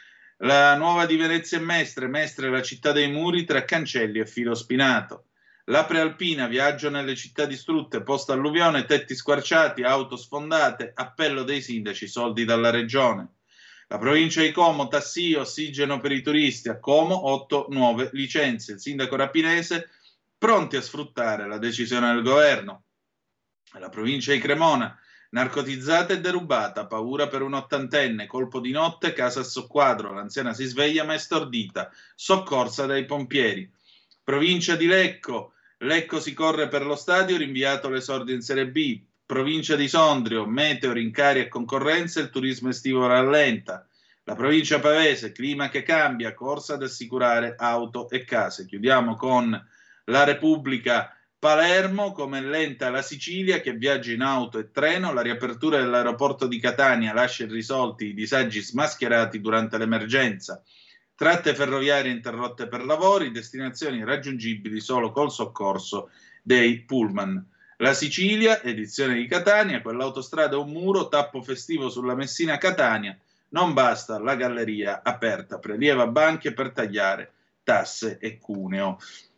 La Nuova di Venezia e Mestre, Mestre la città dei muri tra cancelli e filo spinato. La Prealpina, viaggio nelle città distrutte, post alluvione, tetti squarciati, auto sfondate, appello dei sindaci, soldi dalla regione. La provincia di Como, tassi, ossigeno per i turisti, a Como otto nuove licenze. Il sindaco rapinese, pronti a sfruttare la decisione del governo. La provincia di Cremona, narcotizzata e derubata, paura per un ottantenne, colpo di notte, casa a soqquadro, l'anziana si sveglia ma è stordita, soccorsa dai pompieri. Provincia di Lecco, Lecco si corre per lo stadio, rinviato l'esordio in Serie B. Provincia di Sondrio, meteo, rincari e concorrenza, il turismo estivo rallenta. La provincia pavese, clima che cambia, corsa ad assicurare auto e case. Chiudiamo con la Repubblica. Palermo, come lenta la Sicilia che viaggia in auto e treno, la riapertura dell'aeroporto di Catania lascia irrisolti i disagi smascherati durante l'emergenza, tratte ferroviarie interrotte per lavori, destinazioni raggiungibili solo col soccorso dei pullman. La Sicilia, edizione di Catania, quell'autostrada è un muro, tappo festivo sulla Messina-Catania, non basta la galleria aperta, prelieva banche per tagliare tasse e cuneo.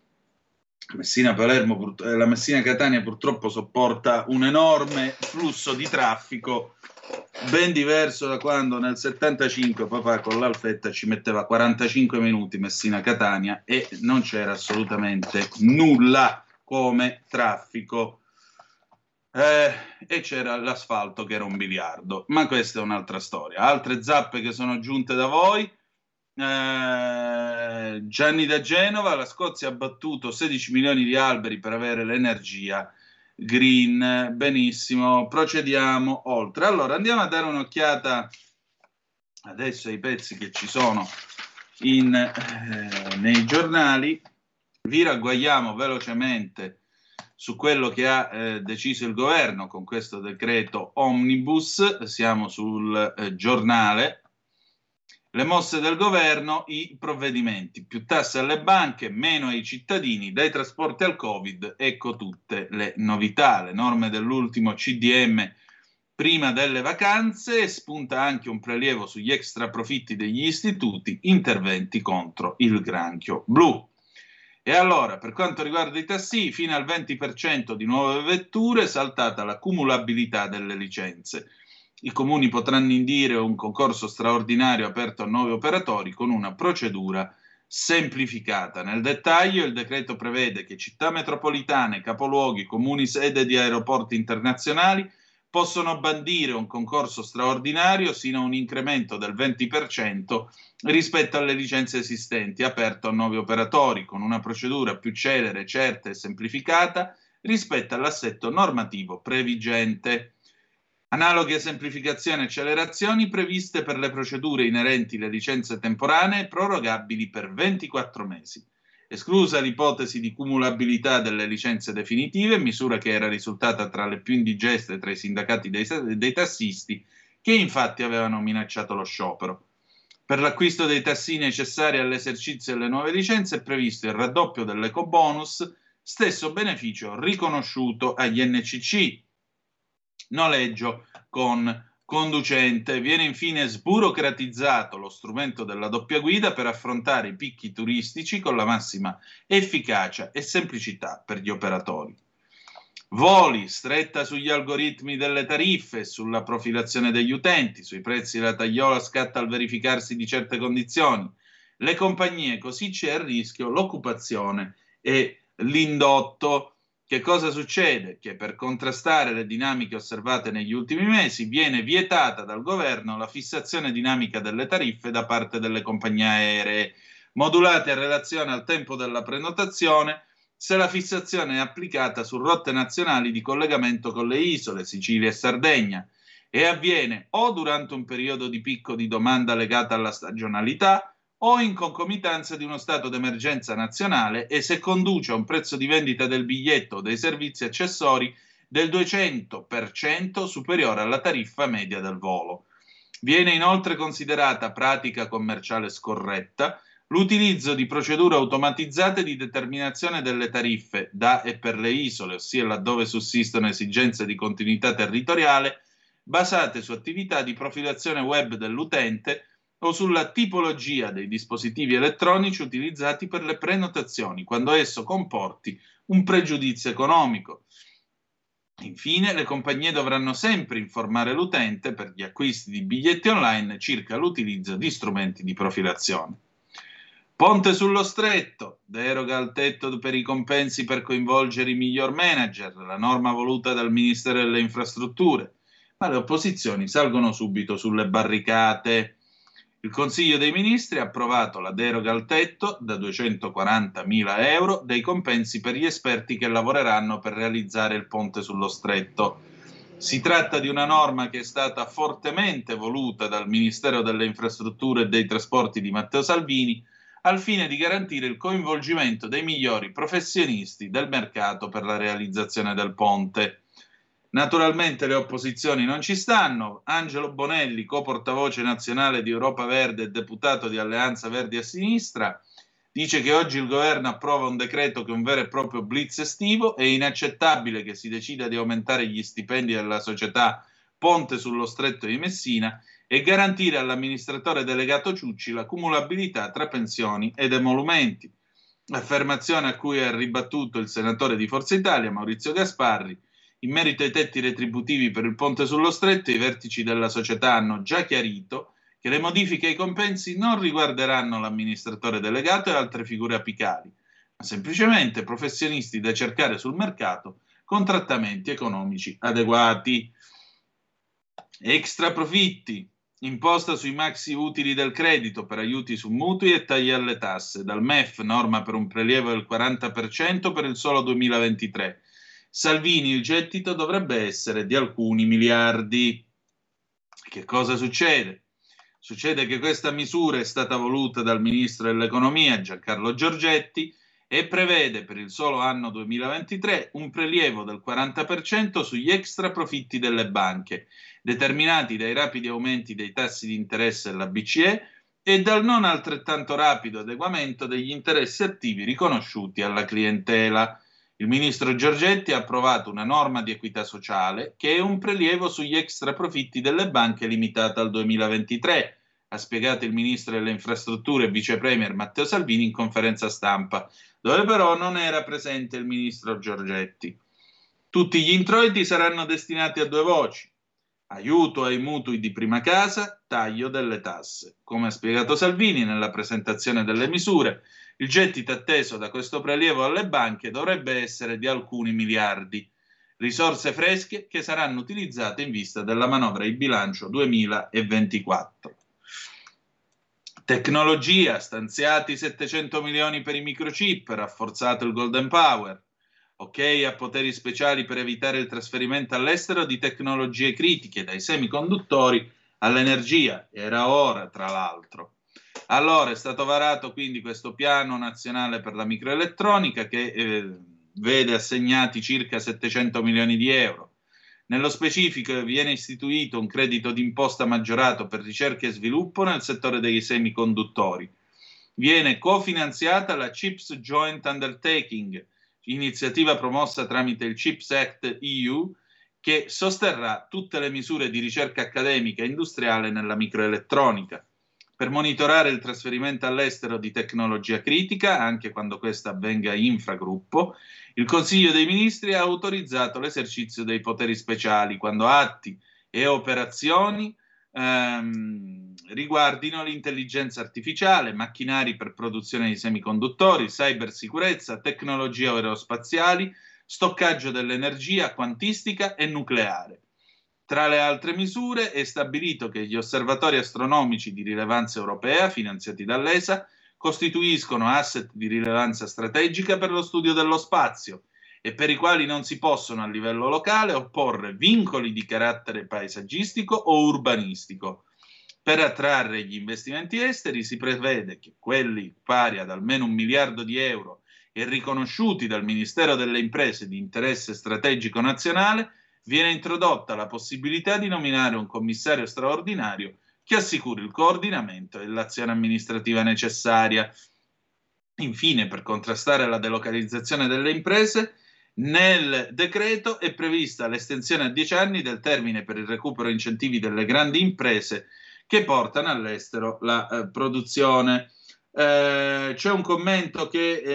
Messina Palermo, la Messina Catania purtroppo sopporta un enorme flusso di traffico, ben diverso da quando nel settantacinque papà con l'Alfetta ci metteva quarantacinque minuti Messina Catania e non c'era assolutamente nulla come traffico. Eh, e c'era l'asfalto che era un biliardo, ma questa è un'altra storia. Altre zappe che sono giunte da voi. Eh, Gianni da Genova, la Scozia ha battuto sedici milioni di alberi per avere l'energia green. Benissimo, procediamo oltre. Allora andiamo a dare un'occhiata adesso ai pezzi che ci sono in, eh, nei giornali. Vi ragguagliamo velocemente su quello che ha eh, deciso il governo con questo decreto omnibus. Siamo sul eh, giornale. Le mosse del governo, i provvedimenti, più tasse alle banche, meno ai cittadini, dai trasporti al Covid, ecco tutte le novità, le norme dell'ultimo C D M prima delle vacanze, spunta anche un prelievo sugli extra profitti degli istituti, interventi contro il granchio blu. E allora, per quanto riguarda i tassi, fino al venti per cento di nuove vetture, saltata la cumulabilità delle licenze. I comuni potranno indire un concorso straordinario aperto a nuovi operatori con una procedura semplificata. Nel dettaglio, il decreto prevede che città metropolitane, capoluoghi, comuni sede di aeroporti internazionali possono bandire un concorso straordinario sino a un incremento del venti per cento rispetto alle licenze esistenti, aperto a nuovi operatori, con una procedura più celere, certa e semplificata rispetto all'assetto normativo previgente. Analoghe semplificazioni e accelerazioni previste per le procedure inerenti alle licenze temporanee prorogabili per ventiquattro mesi. Esclusa l'ipotesi di cumulabilità delle licenze definitive, misura che era risultata tra le più indigeste tra i sindacati dei, dei tassisti, che infatti avevano minacciato lo sciopero. Per l'acquisto dei tassi necessari all'esercizio delle nuove licenze è previsto il raddoppio dell'ecobonus stesso beneficio riconosciuto agli N C C. Noleggio con conducente. Viene infine sburocratizzato lo strumento della doppia guida per affrontare i picchi turistici con la massima efficacia e semplicità per gli operatori. Voli, stretta sugli algoritmi delle tariffe e sulla profilazione degli utenti, sui prezzi la tagliola scatta al verificarsi di certe condizioni. Le compagnie, così c'è a rischio l'occupazione e l'indotto. Che cosa succede? Che per contrastare le dinamiche osservate negli ultimi mesi viene vietata dal governo la fissazione dinamica delle tariffe da parte delle compagnie aeree, modulate in relazione al tempo della prenotazione, se la fissazione è applicata su rotte nazionali di collegamento con le isole, Sicilia e Sardegna, e avviene o durante un periodo di picco di domanda legata alla stagionalità, o in concomitanza di uno stato d'emergenza nazionale e se conduce a un prezzo di vendita del biglietto o dei servizi accessori del duecento per cento superiore alla tariffa media del volo. Viene inoltre considerata pratica commerciale scorretta l'utilizzo di procedure automatizzate di determinazione delle tariffe da e per le isole, ossia laddove sussistono esigenze di continuità territoriale, basate su attività di profilazione web dell'utente o sulla tipologia dei dispositivi elettronici utilizzati per le prenotazioni, quando esso comporti un pregiudizio economico. Infine, le compagnie dovranno sempre informare l'utente per gli acquisti di biglietti online circa l'utilizzo di strumenti di profilazione. Ponte sullo Stretto, deroga al tetto per i compensi per coinvolgere i miglior manager, la norma voluta dal Ministero delle Infrastrutture, ma le opposizioni salgono subito sulle barricate. Il Consiglio dei Ministri ha approvato la deroga al tetto da duecentoquarantamila euro dei compensi per gli esperti che lavoreranno per realizzare il ponte sullo Stretto. Si tratta di una norma che è stata fortemente voluta dal Ministero delle Infrastrutture e dei Trasporti di Matteo Salvini al fine di garantire il coinvolgimento dei migliori professionisti del mercato per la realizzazione del ponte. Naturalmente le opposizioni non ci stanno. Angelo Bonelli, co-portavoce nazionale di Europa Verde e deputato di Alleanza Verdi a Sinistra, dice che oggi il governo approva un decreto che è un vero e proprio blitz estivo. È inaccettabile che si decida di aumentare gli stipendi della società Ponte sullo Stretto di Messina e garantire all'amministratore delegato Ciucci la cumulabilità tra pensioni ed emolumenti. Affermazione a cui ha ribattuto il senatore di Forza Italia, Maurizio Gasparri. In merito ai tetti retributivi per il ponte sullo Stretto, i vertici della società hanno già chiarito che le modifiche ai compensi non riguarderanno l'amministratore delegato e altre figure apicali, ma semplicemente professionisti da cercare sul mercato con trattamenti economici adeguati. Extra profitti. Imposta sui maxi utili del credito per aiuti su mutui e tagli alle tasse. Dal M E F norma per un prelievo del quaranta per cento per il solo duemilaventitré. Salvini, il gettito dovrebbe essere di alcuni miliardi. Che cosa succede? Succede che questa misura è stata voluta dal ministro dell'economia Giancarlo Giorgetti e prevede per il solo anno duemilaventitré un prelievo del quaranta per cento sugli extra profitti delle banche, determinati dai rapidi aumenti dei tassi di interesse della B C E e dal non altrettanto rapido adeguamento degli interessi attivi riconosciuti alla clientela. Il ministro Giorgetti ha approvato una norma di equità sociale che è un prelievo sugli extra profitti delle banche limitata al duemilaventitré, ha spiegato il ministro delle infrastrutture e vice premier Matteo Salvini in conferenza stampa, dove però non era presente il ministro Giorgetti. Tutti gli introiti saranno destinati a due voci: aiuto ai mutui di prima casa, taglio delle tasse. Come ha spiegato Salvini nella presentazione delle misure, il gettito atteso da questo prelievo alle banche dovrebbe essere di alcuni miliardi, risorse fresche che saranno utilizzate in vista della manovra di bilancio duemilaventiquattro. Tecnologia, stanziati settecento milioni per i microchip, rafforzato il Golden Power. Ok a poteri speciali per evitare il trasferimento all'estero di tecnologie critiche, dai semiconduttori all'energia. Era ora, tra l'altro. Allora è stato varato quindi questo piano nazionale per la microelettronica che eh, vede assegnati circa settecento milioni di euro. Nello specifico viene istituito un credito d'imposta maggiorato per ricerca e sviluppo nel settore dei semiconduttori. Viene cofinanziata la CHIPS Joint Undertaking, iniziativa promossa tramite il CHIPS Act E U, che sosterrà tutte le misure di ricerca accademica e industriale nella microelettronica, per monitorare il trasferimento all'estero di tecnologia critica, anche quando questa avvenga infragruppo. Il Consiglio dei Ministri ha autorizzato l'esercizio dei poteri speciali quando atti e operazioni ehm, riguardino l'intelligenza artificiale, macchinari per produzione di semiconduttori, cybersicurezza, tecnologie aerospaziali, stoccaggio dell'energia, quantistica e nucleare. Tra le altre misure è stabilito che gli osservatori astronomici di rilevanza europea, finanziati dall'E S A, costituiscono asset di rilevanza strategica per lo studio dello spazio e per i quali non si possono a livello locale opporre vincoli di carattere paesaggistico o urbanistico. Per attrarre gli investimenti esteri si prevede che quelli pari ad almeno un miliardo di euro e riconosciuti dal Ministero delle Imprese di interesse strategico nazionale, viene introdotta la possibilità di nominare un commissario straordinario che assicuri il coordinamento e l'azione amministrativa necessaria. Infine, per contrastare la delocalizzazione delle imprese, nel decreto è prevista l'estensione a dieci anni del termine per il recupero incentivi delle grandi imprese che portano all'estero la eh, produzione. Eh, c'è un commento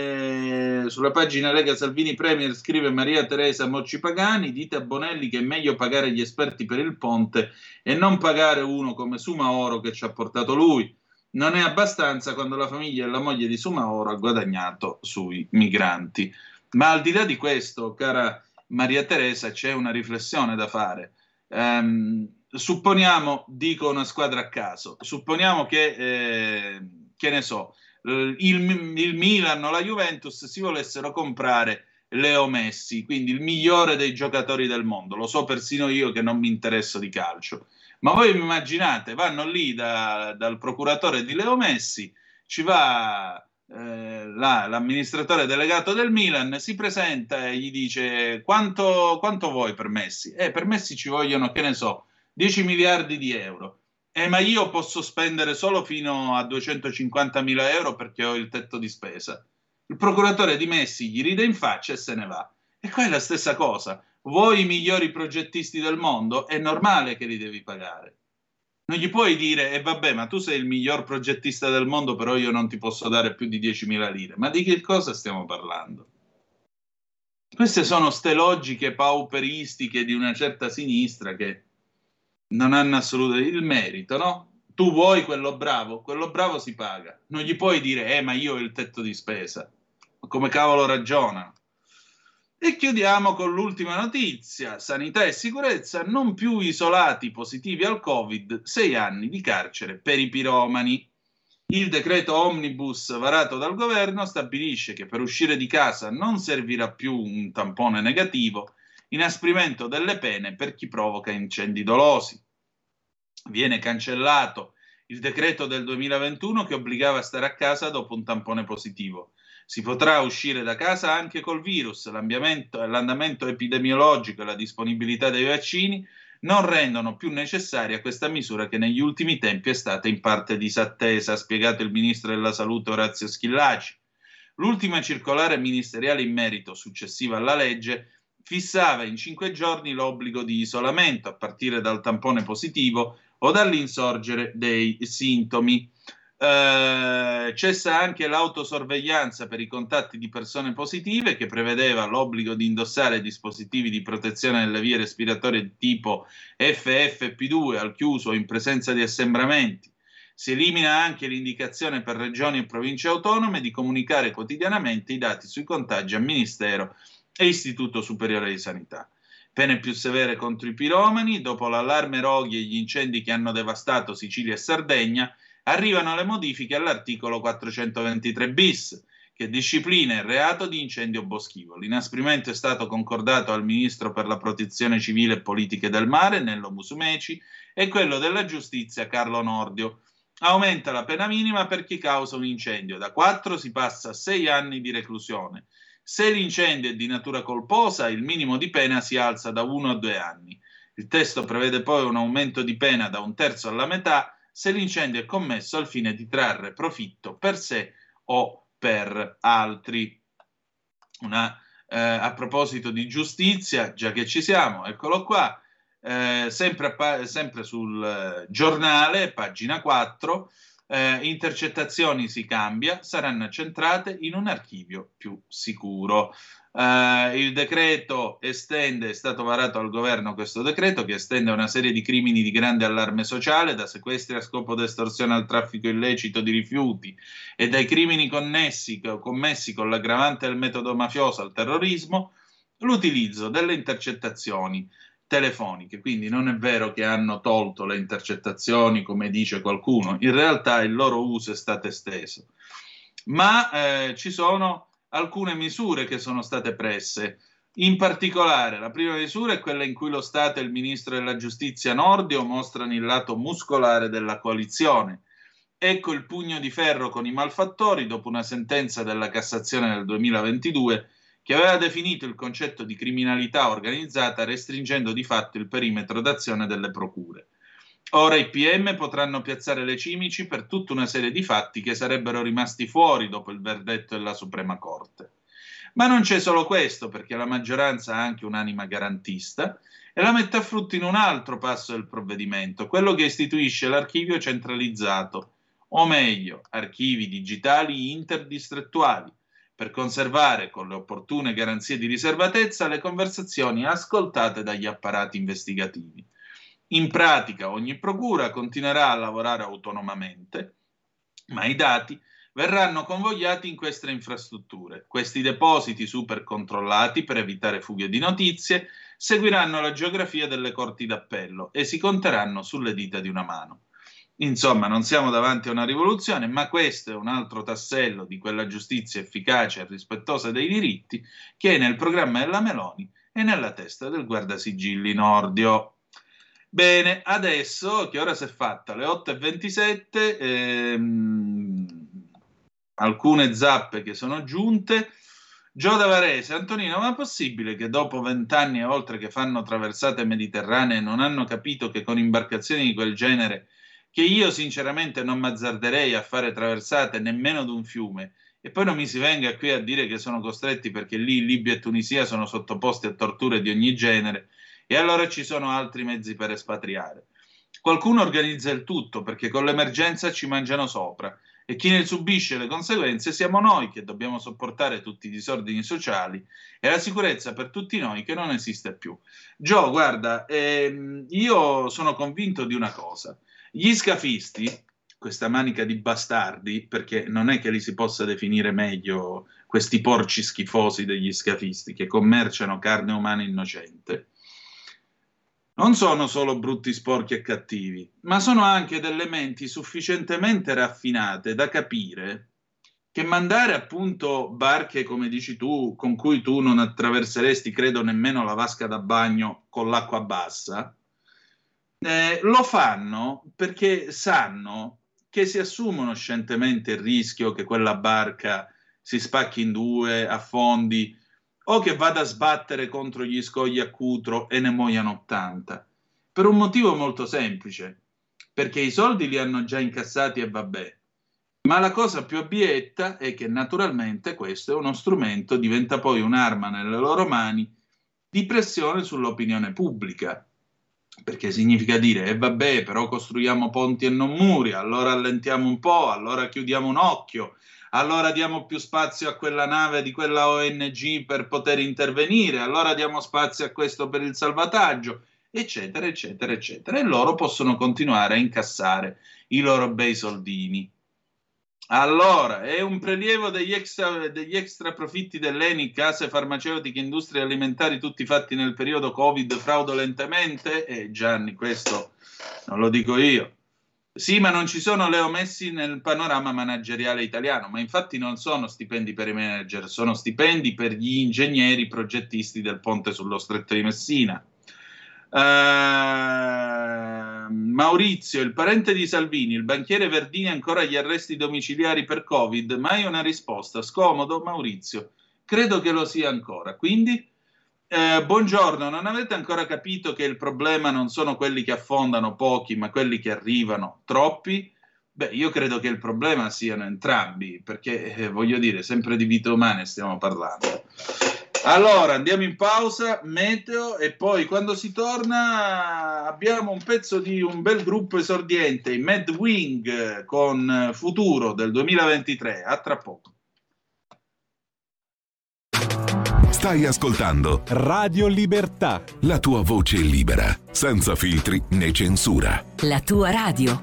che eh, sulla pagina Lega Salvini Premier scrive Maria Teresa Mocci Pagani: dite a Bonelli che è meglio pagare gli esperti per il ponte e non pagare uno come Sumaoro che ci ha portato lui. Non è abbastanza quando la famiglia e la moglie di Sumaoro ha guadagnato sui migranti. Ma al di là di questo, cara Maria Teresa, c'è una riflessione da fare. Um, supponiamo, dico una squadra a caso, supponiamo che, eh, che ne so, il, il Milan o la Juventus si volessero comprare Leo Messi, quindi il migliore dei giocatori del mondo. Lo so persino io che non mi interesso di calcio. Ma voi mi immaginate, vanno lì da, dal procuratore di Leo Messi, ci va eh, là, l'amministratore delegato del Milan, si presenta e gli dice quanto, quanto vuoi per Messi? Eh, per Messi ci vogliono, che ne so, dieci miliardi di euro. Eh, ma io posso spendere solo fino a duecentocinquantamila euro perché ho il tetto di spesa. Il procuratore di Messi gli ride in faccia e se ne va. E qua è la stessa cosa. Voi i migliori progettisti del mondo, è normale che li devi pagare. Non gli puoi dire, e eh vabbè, ma tu sei il miglior progettista del mondo, però io non ti posso dare più di diecimila lire. Ma di che cosa stiamo parlando? Queste sono ste logiche pauperistiche di una certa sinistra che non hanno assolutamente il merito, no? Tu vuoi quello bravo, quello bravo si paga. Non gli puoi dire, eh, ma io ho il tetto di spesa. Ma come cavolo ragionano? E chiudiamo con l'ultima notizia. Sanità e sicurezza, non più isolati positivi al Covid, sei anni di carcere per i piromani. Il decreto omnibus varato dal governo stabilisce che per uscire di casa non servirà più un tampone negativo, inasprimento delle pene per chi provoca incendi dolosi. Viene cancellato il decreto del duemilaventuno che obbligava a stare a casa dopo un tampone positivo. Si potrà uscire da casa anche col virus. L'andamento, l'andamento epidemiologico e la disponibilità dei vaccini non rendono più necessaria questa misura che negli ultimi tempi è stata in parte disattesa, ha spiegato il ministro della Salute Orazio Schillaci. L'ultima circolare ministeriale in merito, successiva alla legge, fissava in cinque giorni l'obbligo di isolamento a partire dal tampone positivo o dall'insorgere dei sintomi. Eh, cessa anche l'autosorveglianza per i contatti di persone positive, che prevedeva l'obbligo di indossare dispositivi di protezione delle vie respiratorie di tipo F F P due al chiuso o in presenza di assembramenti. Si elimina anche l'indicazione per regioni e province autonome di comunicare quotidianamente i dati sui contagi a Ministero e Istituto Superiore di Sanità. Pene più severe contro i piromani. Dopo l'allarme roghi e gli incendi che hanno devastato Sicilia e Sardegna, arrivano le modifiche all'articolo quattrocentoventitré bis, che disciplina il reato di incendio boschivo. L'inasprimento è stato concordato al Ministro per la Protezione Civile e Politiche del Mare, Nello Musumeci, e quello della Giustizia, Carlo Nordio. Aumenta la pena minima per chi causa un incendio. Da quattro si passa a sei anni di reclusione. Se l'incendio è di natura colposa, il minimo di pena si alza da uno a due anni. Il testo prevede poi un aumento di pena da un terzo alla metà se l'incendio è commesso al fine di trarre profitto per sé o per altri. Una eh, a proposito di giustizia, già che ci siamo, eccolo qua, eh, sempre, sempre sul eh, giornale, pagina quattro, eh, intercettazioni si cambia, saranno accentrate in un archivio più sicuro. Uh, il decreto estende, è stato varato al governo questo decreto che estende una serie di crimini di grande allarme sociale, da sequestri a scopo di estorsione al traffico illecito di rifiuti e dai crimini connessi, commessi con l'aggravante del metodo mafioso al terrorismo, l'utilizzo delle intercettazioni telefoniche. Quindi non è vero che hanno tolto le intercettazioni, come dice qualcuno, in realtà il loro uso è stato esteso. Ma eh, ci sono alcune misure che sono state prese. In particolare, la prima misura è quella in cui lo Stato e il Ministro della Giustizia Nordio mostrano il lato muscolare della coalizione. Ecco il pugno di ferro con i malfattori dopo una sentenza della Cassazione del duemilaventidue che aveva definito il concetto di criminalità organizzata restringendo di fatto il perimetro d'azione delle procure. Ora i P M potranno piazzare le cimici per tutta una serie di fatti che sarebbero rimasti fuori dopo il verdetto della Suprema Corte. Ma non c'è solo questo, perché la maggioranza ha anche un'anima garantista e la mette a frutto in un altro passo del provvedimento, quello che istituisce l'archivio centralizzato, o meglio, archivi digitali interdistrettuali, per conservare con le opportune garanzie di riservatezza le conversazioni ascoltate dagli apparati investigativi. In pratica ogni procura continuerà a lavorare autonomamente, ma i dati verranno convogliati in queste infrastrutture. Questi depositi super controllati per evitare fughe di notizie seguiranno la geografia delle corti d'appello e si conteranno sulle dita di una mano. Insomma, non siamo davanti a una rivoluzione, ma questo è un altro tassello di quella giustizia efficace e rispettosa dei diritti che è nel programma della Meloni e nella testa del guardasigilli Nordio. Bene, adesso che ora si è fatta le otto e ventisette, ehm, alcune zappe che sono giunte. Gio da Varese, Antonino, ma è possibile che dopo vent'anni e oltre che fanno traversate mediterranee non hanno capito che con imbarcazioni di quel genere, che io sinceramente non m'azzarderei a fare traversate nemmeno d'un fiume, e poi non mi si venga qui a dire che sono costretti perché lì Libia e Tunisia sono sottoposti a torture di ogni genere, e allora ci sono altri mezzi per espatriare. Qualcuno organizza il tutto perché con l'emergenza ci mangiano sopra e chi ne subisce le conseguenze siamo noi che dobbiamo sopportare tutti i disordini sociali e la sicurezza per tutti noi che non esiste più. Gio, guarda, ehm, io sono convinto di una cosa. Gli scafisti, questa manica di bastardi, perché non è che li si possa definire meglio questi porci schifosi degli scafisti che commerciano carne umana innocente, non sono solo brutti, sporchi e cattivi, ma sono anche delle menti sufficientemente raffinate da capire che mandare appunto barche, come dici tu, con cui tu non attraverseresti, credo, nemmeno la vasca da bagno con l'acqua bassa, eh, lo fanno perché sanno che si assumono scientemente il rischio che quella barca si spacchi in due, affondi, o che vada a sbattere contro gli scogli a Cutro e ne muoiano ottanta. Per un motivo molto semplice, perché i soldi li hanno già incassati e vabbè. Ma la cosa più abietta è che naturalmente questo è uno strumento, diventa poi un'arma nelle loro mani di pressione sull'opinione pubblica. Perché significa dire, e eh vabbè, però costruiamo ponti e non muri, allora allentiamo un po', allora chiudiamo un occhio, allora diamo più spazio a quella nave di quella O N G per poter intervenire, allora diamo spazio a questo per il salvataggio, eccetera, eccetera, eccetera. E loro possono continuare a incassare i loro bei soldini. Allora, è un prelievo degli extra, degli extra profitti dell'Eni, case farmaceutiche, industrie alimentari, tutti fatti nel periodo Covid fraudolentemente? Eh Gianni, questo non lo dico io. Sì, ma non ci sono Leo Messi nel panorama manageriale italiano, ma infatti non sono stipendi per i manager, sono stipendi per gli ingegneri progettisti del ponte sullo Stretto di Messina. Uh, Maurizio, il parente di Salvini, il banchiere Verdini ancora agli arresti domiciliari per Covid, mai una risposta. Scomodo, Maurizio. Credo che lo sia ancora. Quindi, eh, buongiorno, non avete ancora capito che il problema non sono quelli che affondano, pochi, ma quelli che arrivano, troppi? Beh, io credo che il problema siano entrambi, perché, eh, voglio dire, sempre di vite umane stiamo parlando. Allora andiamo in pausa, meteo, e poi quando si torna abbiamo un pezzo di un bel gruppo esordiente, i Mad Wing, con Futuro del duemilaventitré. A tra poco. Stai ascoltando Radio Libertà, la tua voce libera, senza filtri né censura. La tua radio.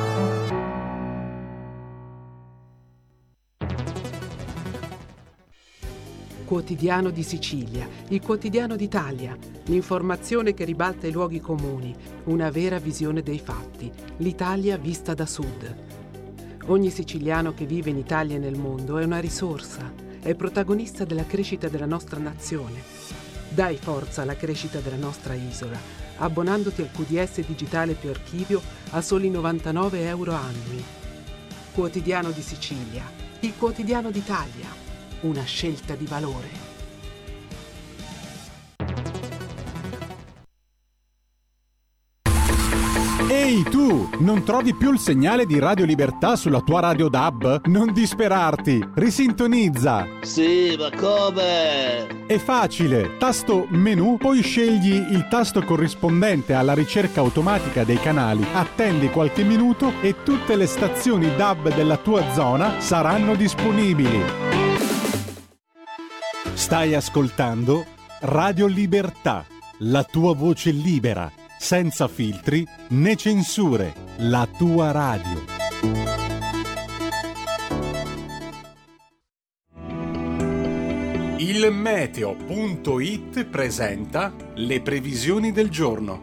Quotidiano di Sicilia, il quotidiano d'Italia, l'informazione che ribalta i luoghi comuni, una vera visione dei fatti, l'Italia vista da sud. Ogni siciliano che vive in Italia e nel mondo è una risorsa, è protagonista della crescita della nostra nazione. Dai forza alla crescita della nostra isola, abbonandoti al Q D S digitale più archivio a soli novantanove euro annui. Quotidiano di Sicilia, il quotidiano d'Italia. Una scelta di valore. Ehi tu, non trovi più il segnale di Radio Libertà sulla tua radio D A B? Non disperarti, risintonizza. Sì, ma come? È facile, tasto menu, poi scegli il tasto corrispondente alla ricerca automatica dei canali, attendi qualche minuto e tutte le stazioni D A B della tua zona saranno disponibili. Stai ascoltando Radio Libertà, la tua voce libera, senza filtri né censure, la tua radio. Il meteo punto it presenta le previsioni del giorno.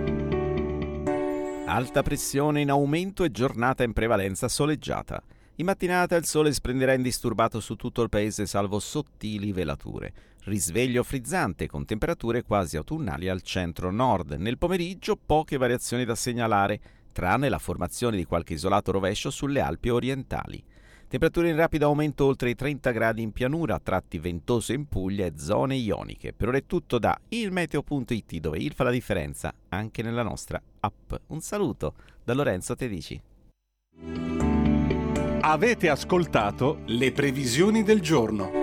Alta pressione in aumento e giornata in prevalenza soleggiata. In mattinata il sole splenderà indisturbato su tutto il paese salvo sottili velature. Risveglio frizzante con temperature quasi autunnali al centro-nord. Nel pomeriggio poche variazioni da segnalare, tranne la formazione di qualche isolato rovescio sulle Alpi orientali. Temperature in rapido aumento oltre i trenta gradi in pianura, tratti ventose in Puglia e zone ioniche. Per ora è tutto da il meteo punto it, dove il fa la differenza anche nella nostra app. Un saluto da Lorenzo Tedici. Avete ascoltato le previsioni del giorno.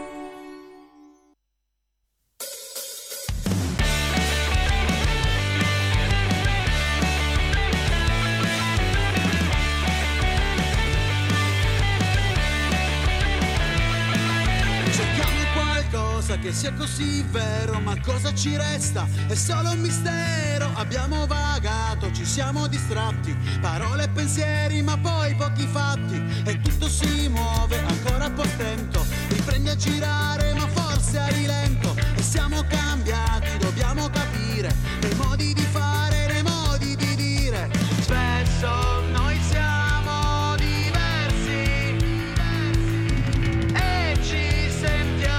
Che sia così vero, ma cosa ci resta? È solo un mistero. Abbiamo vagato, ci siamo distratti, parole e pensieri ma poi pochi fatti, e tutto si muove ancora a portento, riprende a girare ma forse a rilento, e siamo cambiati, dobbiamo capire nei modi di fare, nei modi di dire. Spesso noi siamo diversi e ci sentiamo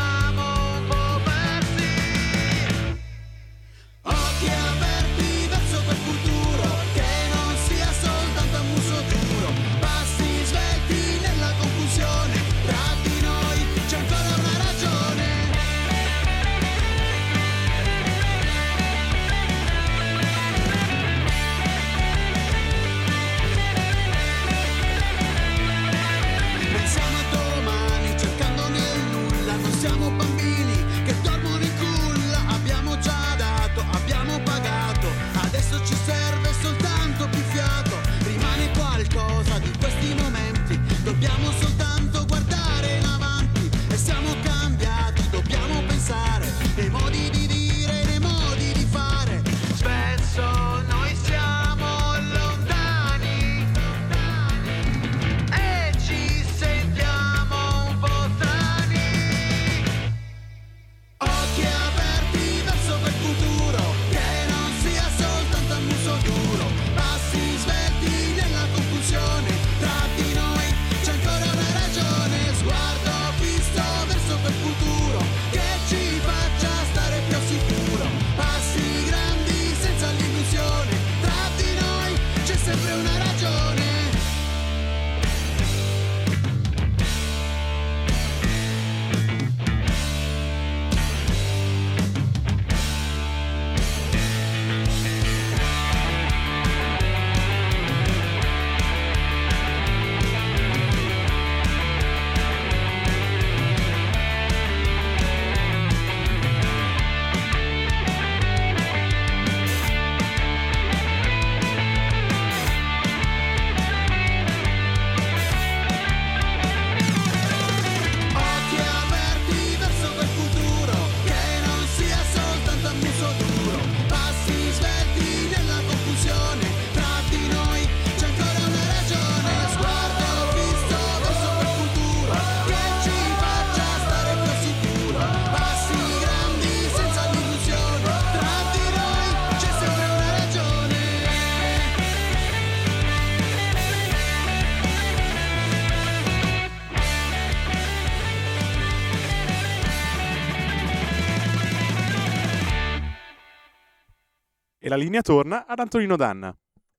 E la linea torna ad Antonino Danna.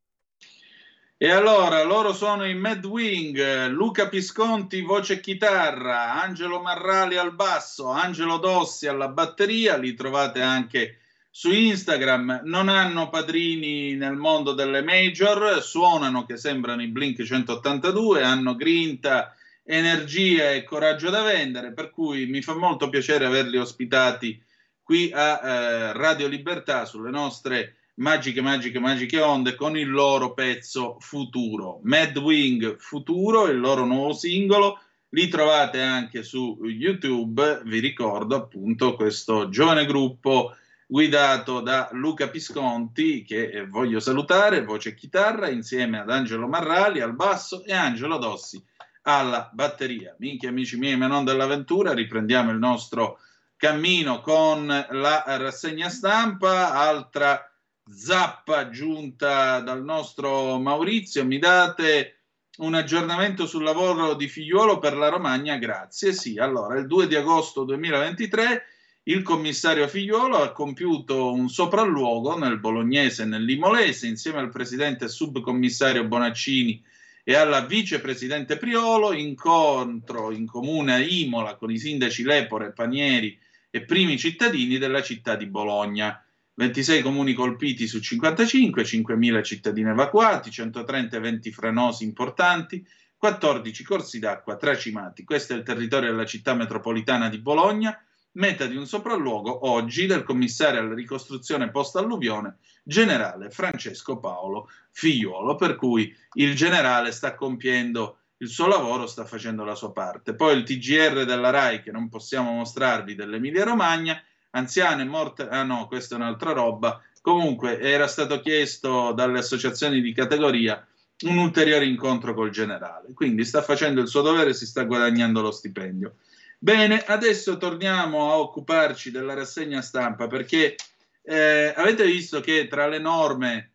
E allora, loro sono i Mad Wing, Luca Pisconti voce e chitarra, Angelo Marrali al basso, Angelo Dossi alla batteria, li trovate anche su Instagram. Non hanno padrini nel mondo delle major, suonano che sembrano i Blink centottantadue, hanno grinta, energia e coraggio da vendere, per cui mi fa molto piacere averli ospitati qui a eh, Radio Libertà sulle nostre magiche, magiche, magiche onde con il loro pezzo Futuro. Mad Wing Futuro, il loro nuovo singolo, li trovate anche su YouTube. Vi ricordo appunto questo giovane gruppo guidato da Luca Pisconti, che voglio salutare, voce e chitarra, insieme ad Angelo Marrali al basso e Angelo Dossi alla batteria. Minchia, amici miei, ma non dell'avventura, riprendiamo il nostro cammino con la rassegna stampa. Altra zappa giunta dal nostro Maurizio: mi date un aggiornamento sul lavoro di Figliuolo per la Romagna? Grazie. Sì, allora il due di agosto duemilaventitré il commissario Figliuolo ha compiuto un sopralluogo nel Bolognese e nell'Imolese insieme al presidente subcommissario Bonaccini e alla vicepresidente Priolo, incontro in comune a Imola con i sindaci Lepore, Panieri e primi cittadini della città di Bologna. ventisei comuni colpiti su cinquantacinque, cinquemila cittadini evacuati, centotrenta eventi franosi importanti, quattordici corsi d'acqua tracimati. Questo è il territorio della città metropolitana di Bologna, meta di un sopralluogo oggi del commissario alla ricostruzione post-alluvione generale Francesco Paolo Figliuolo, per cui il generale sta compiendo il suo lavoro, sta facendo la sua parte. Poi il T G R della RAI, che non possiamo mostrarvi, dell'Emilia Romagna, anziane morte, ah no, questa è un'altra roba. Comunque era stato chiesto dalle associazioni di categoria un ulteriore incontro col generale, quindi sta facendo il suo dovere, si sta guadagnando lo stipendio. Bene, adesso torniamo a occuparci della rassegna stampa, perché eh, avete visto che tra le norme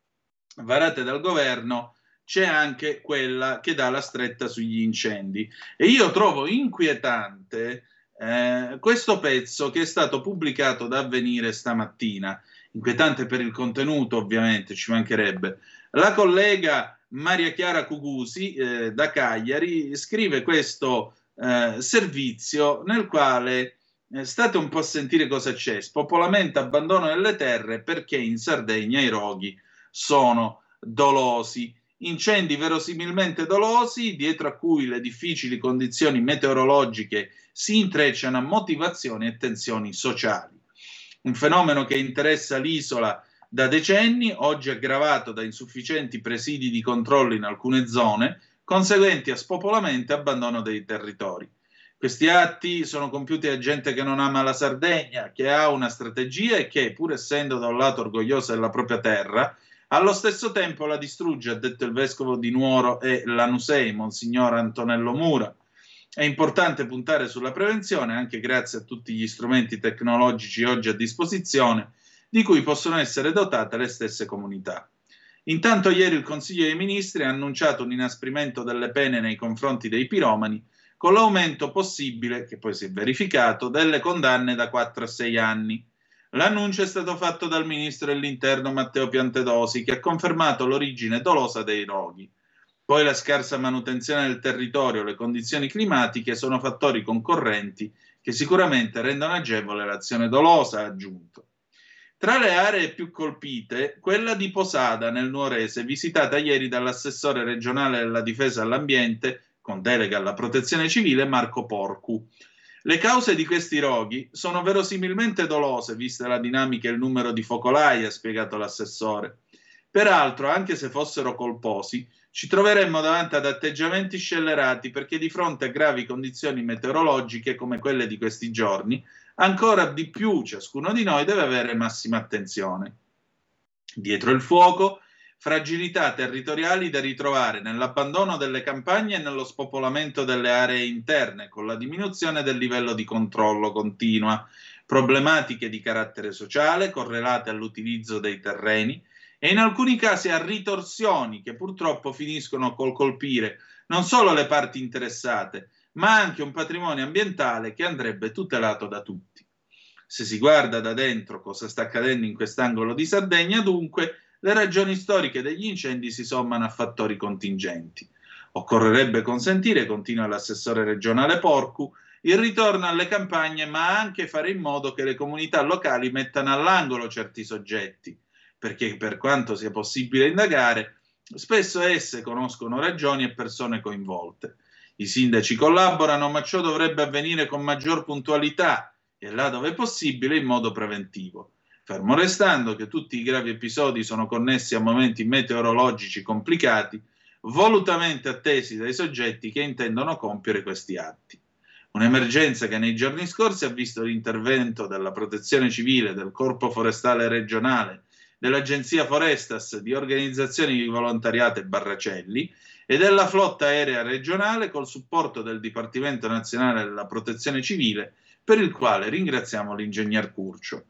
varate dal governo c'è anche quella che dà la stretta sugli incendi, e io trovo inquietante eh, questo pezzo che è stato pubblicato da Avvenire stamattina. Inquietante per il contenuto, ovviamente, ci mancherebbe. La collega Maria Chiara Cugusi eh, da Cagliari scrive questo eh, servizio nel quale eh, state un po' a sentire cosa c'è: spopolamento, abbandono delle terre perché in Sardegna i roghi sono dolosi. Incendi verosimilmente dolosi, dietro a cui le difficili condizioni meteorologiche si intrecciano a motivazioni e tensioni sociali. Un fenomeno che interessa l'isola da decenni, oggi aggravato da insufficienti presidi di controllo in alcune zone, conseguenti a spopolamento e abbandono dei territori. Questi atti sono compiuti da gente che non ama la Sardegna, che ha una strategia e che, pur essendo da un lato orgogliosa della propria terra, allo stesso tempo la distrugge, ha detto il vescovo di Nuoro e Lanusei, Monsignor Antonello Mura. È importante puntare sulla prevenzione, anche grazie a tutti gli strumenti tecnologici oggi a disposizione, di cui possono essere dotate le stesse comunità. Intanto ieri il Consiglio dei Ministri ha annunciato un inasprimento delle pene nei confronti dei piromani, con l'aumento possibile, che poi si è verificato, delle condanne da quattro a sei anni. L'annuncio è stato fatto dal ministro dell'Interno Matteo Piantedosi, che ha confermato l'origine dolosa dei roghi. Poi la scarsa manutenzione del territorio, le condizioni climatiche sono fattori concorrenti che sicuramente rendono agevole l'azione dolosa, ha aggiunto. Tra le aree più colpite, quella di Posada nel Nuorese, visitata ieri dall'assessore regionale della difesa all'ambiente, con delega alla protezione civile, Marco Porcu. Le cause di questi roghi sono verosimilmente dolose, vista la dinamica e il numero di focolai, ha spiegato l'assessore. Peraltro, anche se fossero colposi, ci troveremmo davanti ad atteggiamenti scellerati, perché di fronte a gravi condizioni meteorologiche come quelle di questi giorni, ancora di più ciascuno di noi deve avere massima attenzione. Dietro il fuoco, fragilità territoriali da ritrovare nell'abbandono delle campagne e nello spopolamento delle aree interne, con la diminuzione del livello di controllo continua, problematiche di carattere sociale correlate all'utilizzo dei terreni e in alcuni casi a ritorsioni che purtroppo finiscono col colpire non solo le parti interessate, ma anche un patrimonio ambientale che andrebbe tutelato da tutti. Se si guarda da dentro cosa sta accadendo in quest'angolo di Sardegna, dunque, le ragioni storiche degli incendi si sommano a fattori contingenti. Occorrerebbe consentire, continua l'assessore regionale Porcu, il ritorno alle campagne, ma anche fare in modo che le comunità locali mettano all'angolo certi soggetti, perché per quanto sia possibile indagare, spesso esse conoscono ragioni e persone coinvolte. I sindaci collaborano, ma ciò dovrebbe avvenire con maggior puntualità e là dove è possibile in modo preventivo. Fermo restando che tutti i gravi episodi sono connessi a momenti meteorologici complicati, volutamente attesi dai soggetti che intendono compiere questi atti. Un'emergenza che nei giorni scorsi ha visto l'intervento della Protezione Civile, del Corpo Forestale Regionale, dell'Agenzia Forestas, di organizzazioni di volontariato e barracelli e della Flotta Aerea Regionale col supporto del Dipartimento Nazionale della Protezione Civile, per il quale ringraziamo l'ingegner Curcio.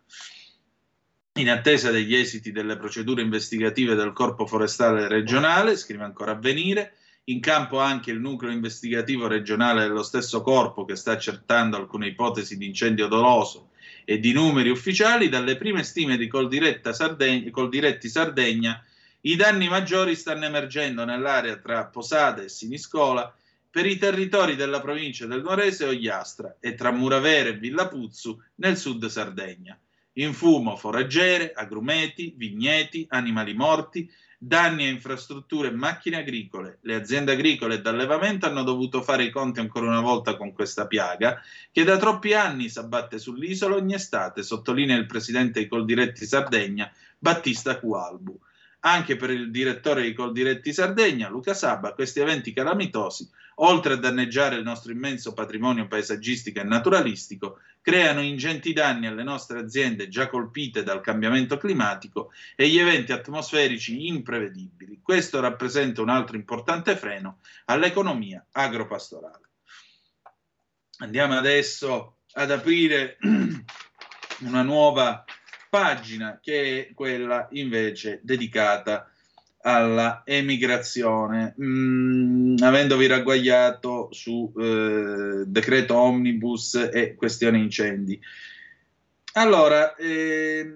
In attesa degli esiti delle procedure investigative del Corpo Forestale Regionale, scrive ancora Avvenire, in campo anche il nucleo investigativo regionale dello stesso corpo che sta accertando alcune ipotesi di incendio doloso e di numeri ufficiali, dalle prime stime di Coldiretta Sardegna, Coldiretti Sardegna, i danni maggiori stanno emergendo nell'area tra Posada e Siniscola, per i territori della provincia del Nuorese e Ogliastra e tra Muravere e Villapuzzu nel sud Sardegna. In fumo foraggiere, agrumeti, vigneti, animali morti, danni a infrastrutture e macchine agricole. Le aziende agricole e d'allevamento hanno dovuto fare i conti ancora una volta con questa piaga che da troppi anni si abbatte sull'isola ogni estate, sottolinea il presidente di Coldiretti Sardegna, Battista Cualbu. Anche per il direttore di Coldiretti Sardegna, Luca Saba, questi eventi calamitosi, oltre a danneggiare il nostro immenso patrimonio paesaggistico e naturalistico, creano ingenti danni alle nostre aziende già colpite dal cambiamento climatico e gli eventi atmosferici imprevedibili. Questo rappresenta un altro importante freno all'economia agropastorale. Andiamo adesso ad aprire una nuova pagina che è quella invece dedicata alla emigrazione, mm, avendovi ragguagliato su eh, decreto omnibus e questione incendi. Allora, eh,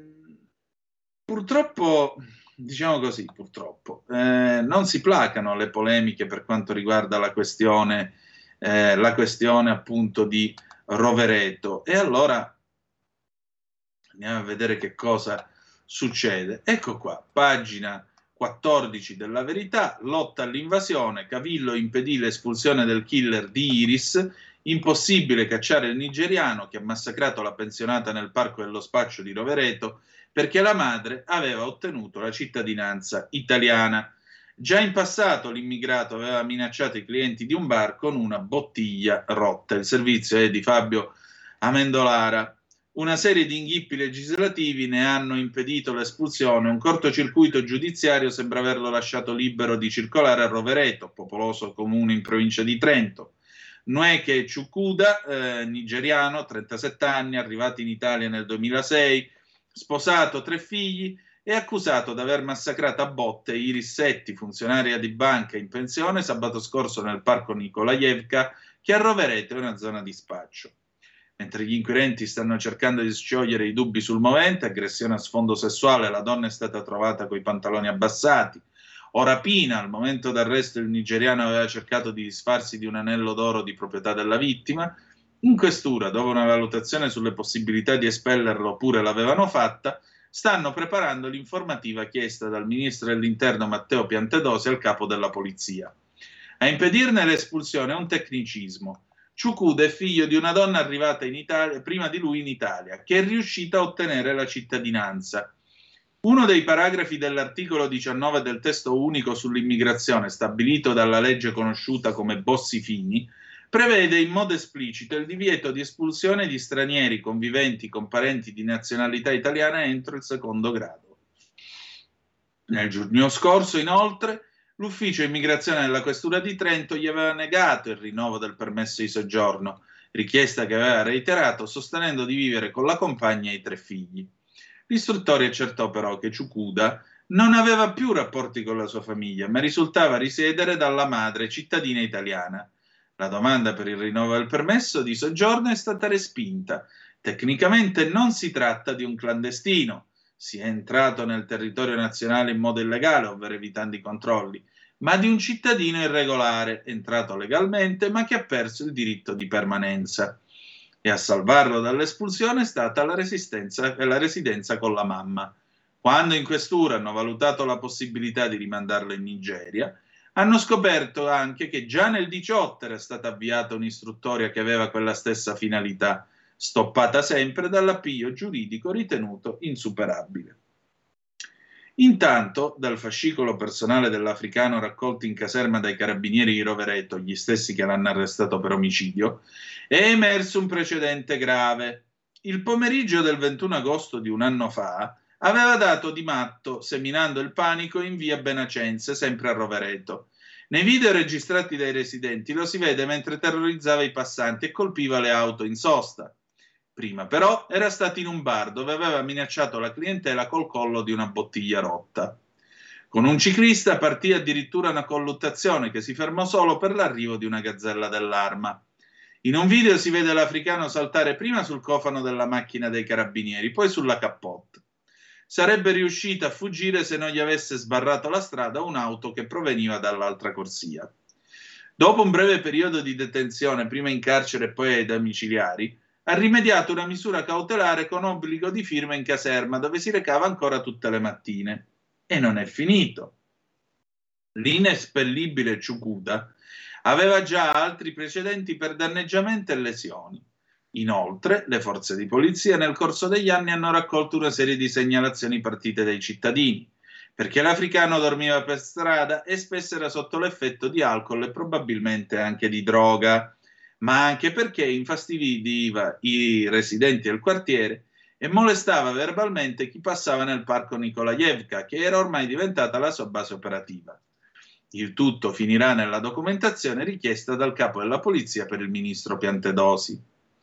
purtroppo, diciamo così, purtroppo, eh, non si placano le polemiche per quanto riguarda la questione, eh, la questione appunto di Rovereto. E allora andiamo a vedere che cosa succede. Ecco qua, pagina quattordici della Verità, lotta all'invasione, Cavillo impedì l'espulsione del killer di Iris, impossibile cacciare il nigeriano che ha massacrato la pensionata nel parco dello spaccio di Rovereto perché la madre aveva ottenuto la cittadinanza italiana. Già in passato l'immigrato aveva minacciato i clienti di un bar con una bottiglia rotta. Il servizio è di Fabio Amendolara. Una serie di inghippi legislativi ne hanno impedito l'espulsione. Un cortocircuito giudiziario sembra averlo lasciato libero di circolare a Rovereto, popoloso comune in provincia di Trento. Nweke Chukwuda, eh, nigeriano, trentasette anni, arrivato in Italia nel duemilasei, sposato, tre figli, è accusato di aver massacrato a botte Iris Setti, funzionaria di banca in pensione, sabato scorso nel parco Nikolajevka, che a Rovereto è una zona di spaccio. Mentre gli inquirenti stanno cercando di sciogliere i dubbi sul movente, aggressione a sfondo sessuale, la donna è stata trovata coi pantaloni abbassati. O rapina, al momento d'arresto il nigeriano aveva cercato di disfarsi di un anello d'oro di proprietà della vittima. In questura, dopo una valutazione sulle possibilità di espellerlo oppure l'avevano fatta, stanno preparando l'informativa chiesta dal ministro dell'Interno Matteo Piantedosi al capo della polizia. A impedirne l'espulsione è un tecnicismo. Chukwuda è figlio di una donna arrivata in Italia, prima di lui in Italia, che è riuscita a ottenere la cittadinanza. Uno dei paragrafi dell'articolo diciannove del testo unico sull'immigrazione, stabilito dalla legge conosciuta come Bossi-Fini, prevede in modo esplicito il divieto di espulsione di stranieri conviventi con parenti di nazionalità italiana entro il secondo grado. Nel giugno scorso, inoltre, l'ufficio immigrazione della questura di Trento gli aveva negato il rinnovo del permesso di soggiorno, richiesta che aveva reiterato sostenendo di vivere con la compagna e i tre figli. L'istruttore accertò però che Chukwuda non aveva più rapporti con la sua famiglia, ma risultava risiedere dalla madre cittadina italiana. La domanda per il rinnovo del permesso di soggiorno è stata respinta. Tecnicamente non si tratta di un clandestino, si è entrato nel territorio nazionale in modo illegale, ovvero evitando i controlli, ma di un cittadino irregolare, entrato legalmente ma che ha perso il diritto di permanenza. E a salvarlo dall'espulsione è stata la, resistenza, la residenza con la mamma. Quando in questura hanno valutato la possibilità di rimandarlo in Nigeria, hanno scoperto anche che già nel diciotto era stata avviata un'istruttoria che aveva quella stessa finalità, stoppata sempre dall'appiglio giuridico ritenuto insuperabile. Intanto, dal fascicolo personale dell'africano raccolto in caserma dai carabinieri di Rovereto, gli stessi che l'hanno arrestato per omicidio, è emerso un precedente grave. Il pomeriggio del ventuno agosto di un anno fa aveva dato di matto, seminando il panico in via Benacenze, sempre a Rovereto. Nei video registrati dai residenti lo si vede mentre terrorizzava i passanti e colpiva le auto in sosta. Prima però era stato in un bar dove aveva minacciato la clientela col collo di una bottiglia rotta. Con un ciclista partì addirittura una colluttazione che si fermò solo per l'arrivo di una gazzella dell'arma. In un video si vede l'africano saltare prima sul cofano della macchina dei carabinieri, poi sulla cappotta. Sarebbe riuscito a fuggire se non gli avesse sbarrato la strada un'auto che proveniva dall'altra corsia. Dopo un breve periodo di detenzione, prima in carcere e poi ai domiciliari, ha rimediato una misura cautelare con obbligo di firma in caserma, dove si recava ancora tutte le mattine. E non è finito. L'inespellibile Ciucuda aveva già altri precedenti per danneggiamento e lesioni. Inoltre, le forze di polizia nel corso degli anni hanno raccolto una serie di segnalazioni partite dai cittadini, perché l'africano dormiva per strada e spesso era sotto l'effetto di alcol e probabilmente anche di droga, ma anche perché infastidiva i residenti del quartiere e molestava verbalmente chi passava nel parco Nikolajevka, che era ormai diventata la sua base operativa. Il tutto finirà nella documentazione richiesta dal capo della polizia per il ministro Piantedosi.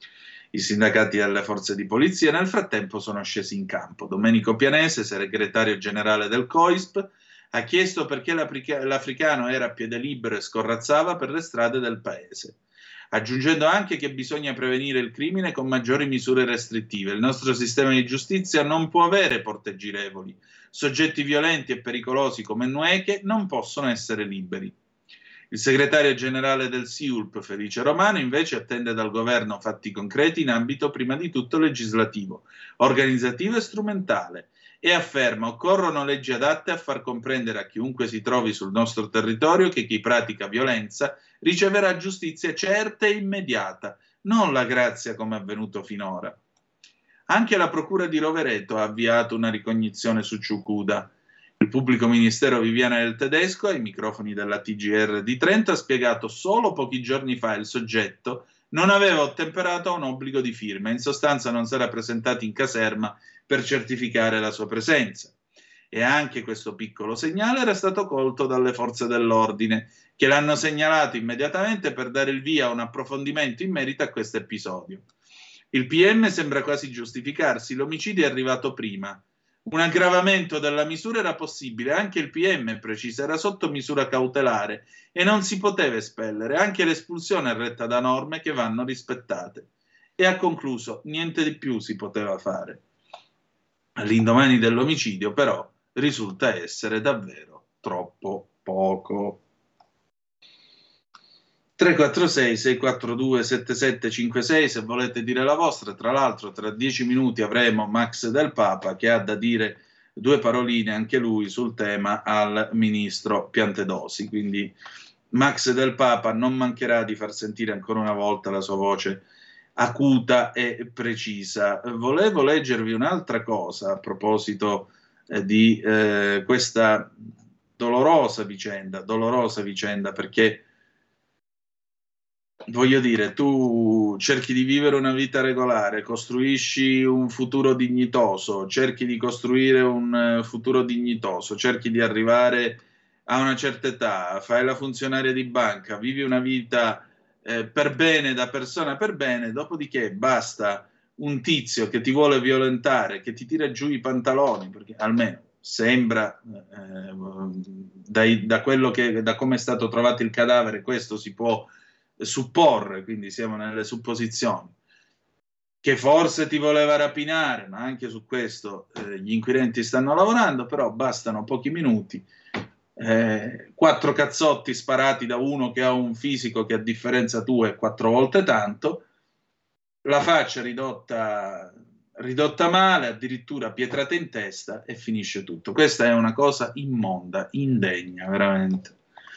I sindacati delle forze di polizia nel frattempo sono scesi in campo. Domenico Pianese, segretario generale del COISP, ha chiesto perché l'africano era a piede libero e scorrazzava per le strade del paese, aggiungendo anche che bisogna prevenire il crimine con maggiori misure restrittive. Il nostro sistema di giustizia non può avere porte girevoli. Soggetti violenti e pericolosi come Nueke non possono essere liberi. Il segretario generale del S I U L P, Felice Romano, invece attende dal governo fatti concreti in ambito prima di tutto legislativo, organizzativo e strumentale, e afferma occorrono leggi adatte a far comprendere a chiunque si trovi sul nostro territorio che chi pratica violenza riceverà giustizia certa e immediata, non la grazia come è avvenuto finora. Anche la procura di Rovereto ha avviato una ricognizione su Ciucuda. Il pubblico ministero Viviana del Tedesco, ai microfoni della T G R di Trento, ha spiegato solo pochi giorni fa il soggetto non aveva ottemperato a un obbligo di firma, in sostanza non si era presentato in caserma per certificare la sua presenza. E anche questo piccolo segnale era stato colto dalle forze dell'ordine, che l'hanno segnalato immediatamente per dare il via a un approfondimento in merito a questo episodio. Il P M sembra quasi giustificarsi, l'omicidio è arrivato prima. Un aggravamento della misura era possibile, anche il P M precisa era sotto misura cautelare e non si poteva espellere, anche l'espulsione è retta da norme che vanno rispettate. E ha concluso, niente di più si poteva fare. All'indomani dell'omicidio, però, risulta essere davvero troppo poco. tre quattro sei sei quattro due sette sette cinque sei se volete dire la vostra. Tra l'altro tra dieci minuti avremo Max Del Papa che ha da dire due paroline anche lui sul tema al ministro Piantedosi, quindi Max Del Papa non mancherà di far sentire ancora una volta la sua voce acuta e precisa. Volevo leggervi un'altra cosa a proposito eh, di eh, questa dolorosa vicenda, dolorosa vicenda perché voglio dire, tu cerchi di vivere una vita regolare, costruisci un futuro dignitoso, cerchi di costruire un futuro dignitoso, cerchi di arrivare a una certa età, fai la funzionaria di banca, vivi una vita eh, per bene, da persona per bene, dopodiché basta un tizio che ti vuole violentare, che ti tira giù i pantaloni, perché almeno sembra, eh, dai, da quello che, da come è stato trovato il cadavere, questo si può supporre, quindi siamo nelle supposizioni. che forse ti voleva rapinare, ma anche su questo eh, gli inquirenti stanno lavorando, però bastano pochi minuti, eh, quattro cazzotti sparati da uno che ha un fisico che a differenza tua è quattro volte tanto, la faccia ridotta, ridotta male, addirittura pietrata in testa e finisce tutto. Questa è una cosa immonda, indegna, veramente.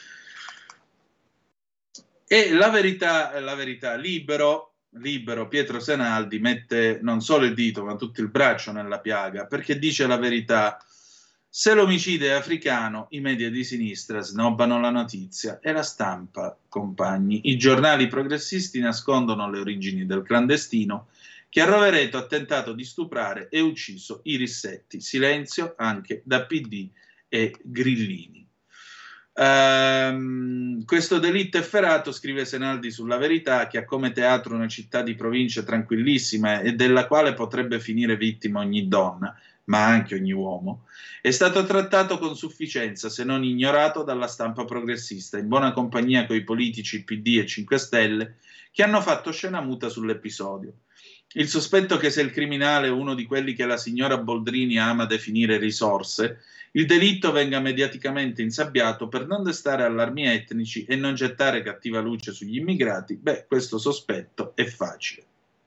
E la verità, la verità, libero, libero Pietro Senaldi mette non solo il dito ma tutto il braccio nella piaga, perché dice la verità: se l'omicidio è africano, i media di sinistra snobbano la notizia e la stampa, compagni. I giornali progressisti nascondono le origini del clandestino che a Rovereto ha tentato di stuprare e ucciso i Rissetti. Silenzio anche da P D e Grillini. Um, questo delitto efferato, scrive Senaldi sulla Verità, che ha come teatro una città di provincia tranquillissima e della quale potrebbe finire vittima ogni donna, ma anche ogni uomo, è stato trattato con sufficienza, se non ignorato, dalla stampa progressista, in buona compagnia coi politici P D e cinque Stelle che hanno fatto scena muta sull'episodio. Il sospetto che se il criminale è uno di quelli che la signora Boldrini ama definire risorse, il delitto venga mediaticamente insabbiato per non destare allarmi etnici e non gettare cattiva luce sugli immigrati, beh, questo sospetto è facile.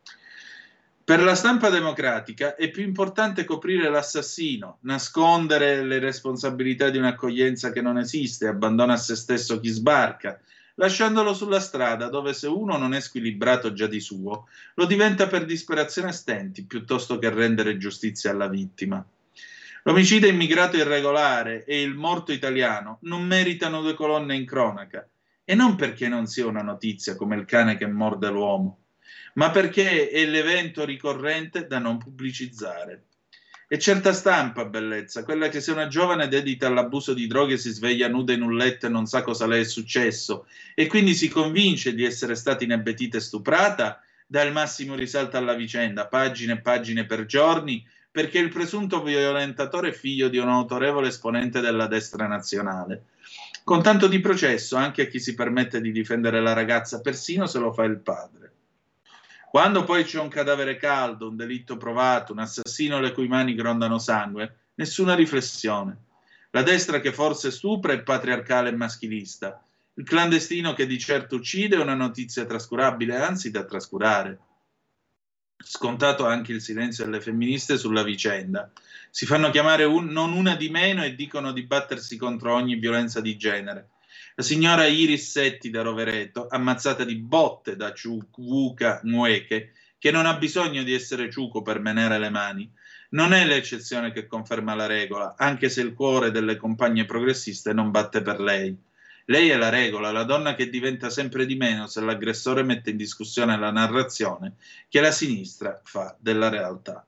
Per la stampa democratica è più importante coprire l'assassino, nascondere le responsabilità di un'accoglienza che non esiste, abbandona a se stesso chi sbarca, lasciandolo sulla strada dove se uno non è squilibrato già di suo, lo diventa per disperazione a stenti, piuttosto che rendere giustizia alla vittima. L'omicidio immigrato irregolare e il morto italiano non meritano due colonne in cronaca, e non perché non sia una notizia come il cane che morde l'uomo, ma perché è l'evento ricorrente da non pubblicizzare. E certa stampa, bellezza, quella che se una giovane dedita all'abuso di droghe si sveglia nuda in un letto e non sa cosa le è successo, e quindi si convince di essere stata inebetita e stuprata, dà il massimo risalto alla vicenda, pagine e pagine per giorni, perché il presunto violentatore è figlio di un autorevole esponente della destra nazionale. Con tanto di processo anche a chi si permette di difendere la ragazza, persino se lo fa il padre. Quando poi c'è un cadavere caldo, un delitto provato, un assassino le cui mani grondano sangue, nessuna riflessione. La destra che forse stupra è patriarcale e maschilista. Il clandestino che di certo uccide è una notizia trascurabile, anzi da trascurare. Scontato anche il silenzio delle femministe sulla vicenda. Si fanno chiamare un, non una di meno e dicono di battersi contro ogni violenza di genere. La signora Iris Setti da Rovereto, ammazzata di botte da Ciucuca Mueche, che non ha bisogno di essere ciuco per menare le mani, non è l'eccezione che conferma la regola, anche se il cuore delle compagne progressiste non batte per lei. Lei è la regola, la donna che diventa sempre di meno se l'aggressore mette in discussione la narrazione che la sinistra fa della realtà.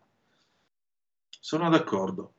Sono d'accordo.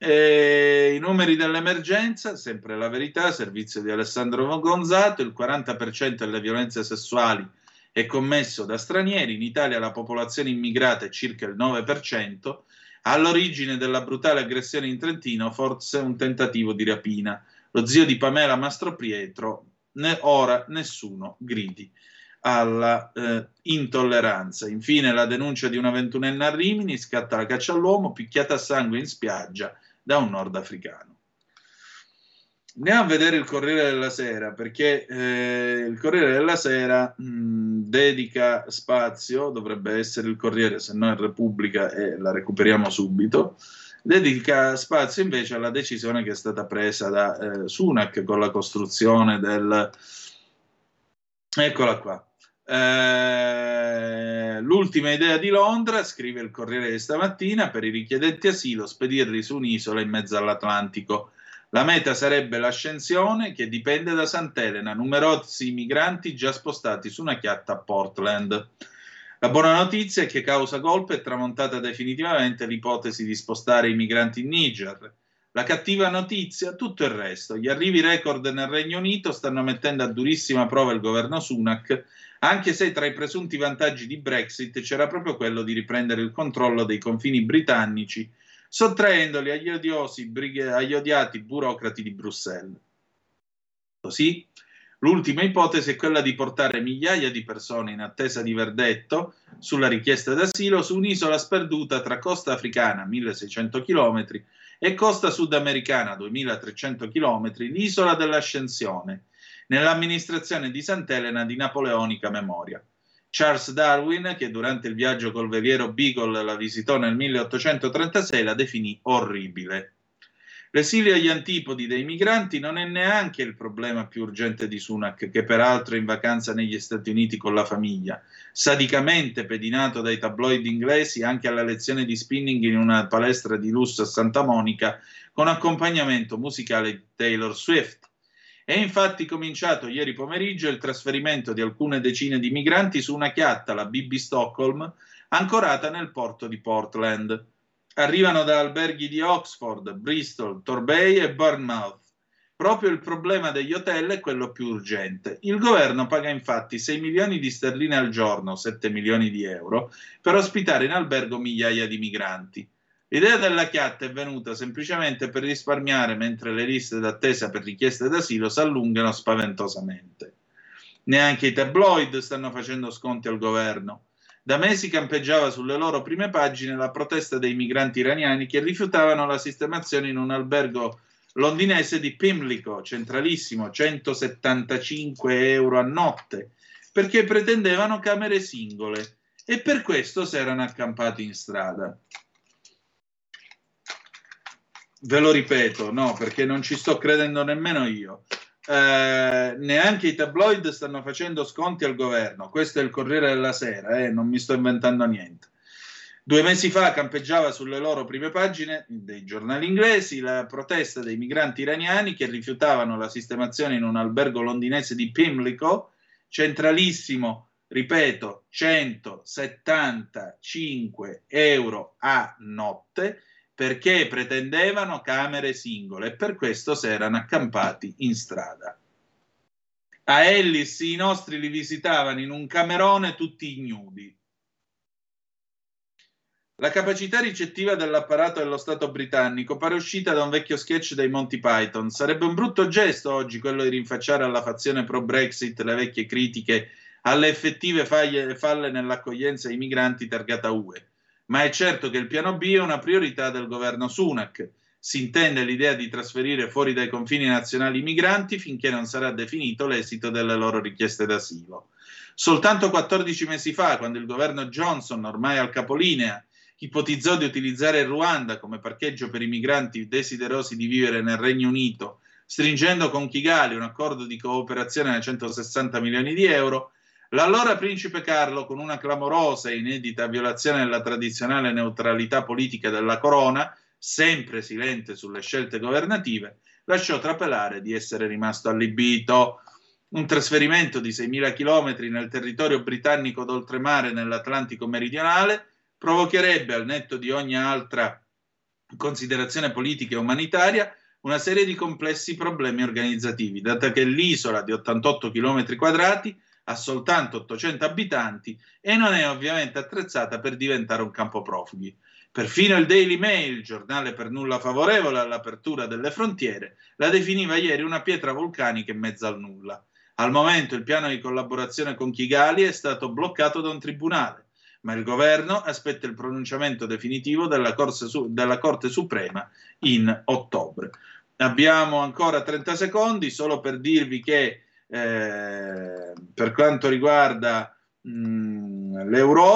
E i numeri dell'emergenza, sempre La Verità, servizio di Alessandro Gonzato, il quaranta per cento delle violenze sessuali è commesso da stranieri, in Italia la popolazione immigrata è circa il nove per cento, all'origine della brutale aggressione in Trentino forse un tentativo di rapina. Lo zio di Pamela Mastropietro, né ora nessuno gridi alla eh, intolleranza. Infine la denuncia di una ventunenne a Rimini, scatta la caccia all'uomo, picchiata a sangue in spiaggia da un nordafricano. Andiamo a vedere il Corriere della Sera, perché eh, il Corriere della Sera mh, dedica spazio, dovrebbe essere il Corriere, se no è Repubblica e la recuperiamo subito, dedica spazio invece alla decisione che è stata presa da eh, Sunak con la costruzione del... Eccola qua. Eh, l'ultima idea di Londra, scrive il Corriere di stamattina, per i richiedenti asilo spedirli su un'isola in mezzo all'Atlantico. La meta sarebbe l'ascensione, che dipende da Sant'Elena, numerosi migranti già spostati su una chiatta a Portland. La buona notizia è che causa golpe è tramontata definitivamente l'ipotesi di spostare i migranti in Niger. La cattiva notizia, tutto il resto. Gli arrivi record nel Regno Unito stanno mettendo a durissima prova il governo Sunak, anche se tra i presunti vantaggi di Brexit c'era proprio quello di riprendere il controllo dei confini britannici, sottraendoli agli odiosi, agli odiati burocrati di Bruxelles. Così, L'ultima ipotesi è quella di portare migliaia di persone in attesa di verdetto sulla richiesta d'asilo su un'isola sperduta tra costa africana, milleseicento chilometri, e costa sudamericana, duemilatrecento chilometri, l'isola dell'Ascensione, nell'amministrazione di Sant'Elena di napoleonica memoria. Charles Darwin, che durante il viaggio col veliero Beagle la visitò nel milleottocentotrentasei, la definì orribile. L'esilio agli antipodi dei migranti non è neanche il problema più urgente di Sunak, che peraltro è in vacanza negli Stati Uniti con la famiglia, sadicamente pedinato dai tabloid inglesi anche alla lezione di spinning in una palestra di lusso a Santa Monica con accompagnamento musicale di Taylor Swift. È infatti cominciato ieri pomeriggio il trasferimento di alcune decine di migranti su una chiatta, la B B Stockholm, ancorata nel porto di Portland. Arrivano da alberghi di Oxford, Bristol, Torbay e Bournemouth. Proprio il problema degli hotel è quello più urgente. Il governo paga infatti sei milioni di sterline al giorno, sette milioni di euro, per ospitare in albergo migliaia di migranti. L'idea della chiatta è venuta semplicemente per risparmiare mentre le liste d'attesa per richieste d'asilo si allungano spaventosamente. Neanche i tabloid stanno facendo sconti al governo. Da mesi campeggiava sulle loro prime pagine la protesta dei migranti iraniani che rifiutavano la sistemazione in un albergo londinese di Pimlico, centralissimo, centosettantacinque euro a notte, perché pretendevano camere singole e per questo si erano accampati in strada. Ve lo ripeto, no, perché non ci sto credendo nemmeno io. Eh, neanche i tabloid stanno facendo sconti al governo. Questo è il Corriere della Sera, eh, non mi sto inventando niente. Due mesi fa campeggiava sulle loro prime pagine dei giornali inglesi la protesta dei migranti iraniani che rifiutavano la sistemazione in un albergo londinese di Pimlico, centralissimo, ripeto, centosettantacinque euro a notte, perché pretendevano camere singole e per questo si erano accampati in strada. A Ellis i nostri li visitavano in un camerone tutti ignudi. La capacità ricettiva dell'apparato dello Stato britannico pare uscita da un vecchio sketch dei Monty Python. Sarebbe un brutto gesto oggi quello di rinfacciare alla fazione pro-Brexit le vecchie critiche alle effettive falle nell'accoglienza ai migranti targata U E. Ma è certo che il piano B è una priorità del governo Sunak. Si intende l'idea di trasferire fuori dai confini nazionali i migranti finché non sarà definito l'esito delle loro richieste d'asilo. Soltanto quattordici mesi fa, quando il governo Johnson, ormai al capolinea, ipotizzò di utilizzare il Ruanda come parcheggio per i migranti desiderosi di vivere nel Regno Unito, stringendo con Kigali un accordo di cooperazione da centosessanta milioni di euro, l'allora principe Carlo, con una clamorosa e inedita violazione della tradizionale neutralità politica della corona, sempre silente sulle scelte governative, lasciò trapelare di essere rimasto allibito. Un trasferimento di seimila chilometri nel territorio britannico d'oltremare nell'Atlantico meridionale provocherebbe, al netto di ogni altra considerazione politica e umanitaria, una serie di complessi problemi organizzativi, dato che l'isola di ottantotto chilometri quadrati ha soltanto ottocento abitanti e non è ovviamente attrezzata per diventare un campo profughi. Perfino il Daily Mail, giornale per nulla favorevole all'apertura delle frontiere, la definiva ieri una pietra vulcanica in mezzo al nulla. Al momento il piano di collaborazione con Kigali è stato bloccato da un tribunale, ma il governo aspetta il pronunciamento definitivo della Corte, su- della Corte Suprema in ottobre. Abbiamo ancora trenta secondi solo per dirvi che Eh, per quanto riguarda mh,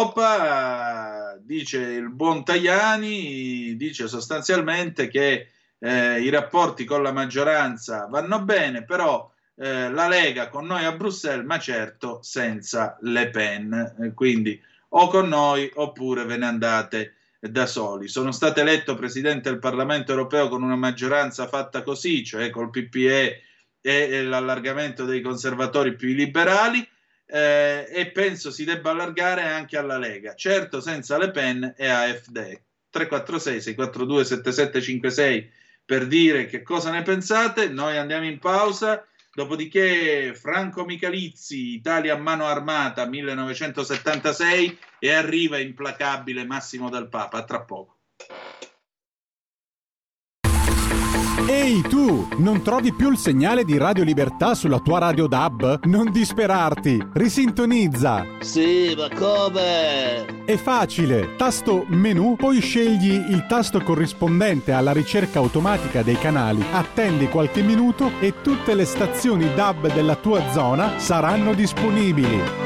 l'Europa, dice il buon Tajani, dice sostanzialmente che eh, i rapporti con la maggioranza vanno bene, però eh, la Lega con noi a Bruxelles, ma certo senza Le Pen, eh, quindi o con noi oppure ve ne andate da soli. Sono stato eletto Presidente del Parlamento Europeo con una maggioranza fatta così, cioè col P P E e l'allargamento dei conservatori più liberali, eh, e penso si debba allargare anche alla Lega, certo senza Le Pen e A F D. tre quattro sei sei quattro due sette sette cinque sei per dire che cosa ne pensate. Noi andiamo in pausa, dopodiché Franco Michalizzi, Italia a mano armata millenovecentosettantasei, e arriva implacabile Massimo Dal Papa. A tra poco. Ehi tu, non trovi più il segnale di Radio Libertà sulla tua radio D A B? Non disperarti, risintonizza! Sì, ma come? È facile, tasto menu, poi scegli il tasto corrispondente alla ricerca automatica dei canali, attendi qualche minuto e tutte le stazioni D A B della tua zona saranno disponibili.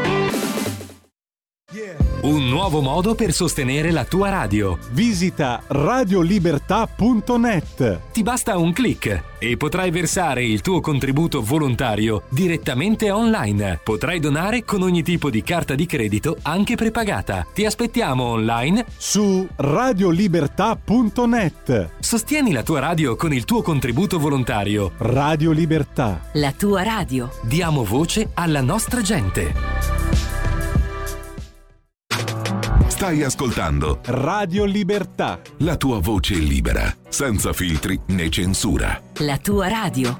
Un nuovo modo per sostenere la tua radio. Visita radiolibertà punto net. Ti basta un click e potrai versare il tuo contributo volontario direttamente online. Potrai donare con ogni tipo di carta di credito, anche prepagata. Ti aspettiamo online su radiolibertà punto net. Sostieni la tua radio con il tuo contributo volontario. Radio Libertà. La tua radio. Diamo voce alla nostra gente. Stai ascoltando Radio Libertà. La tua voce libera, senza filtri né censura. La tua radio.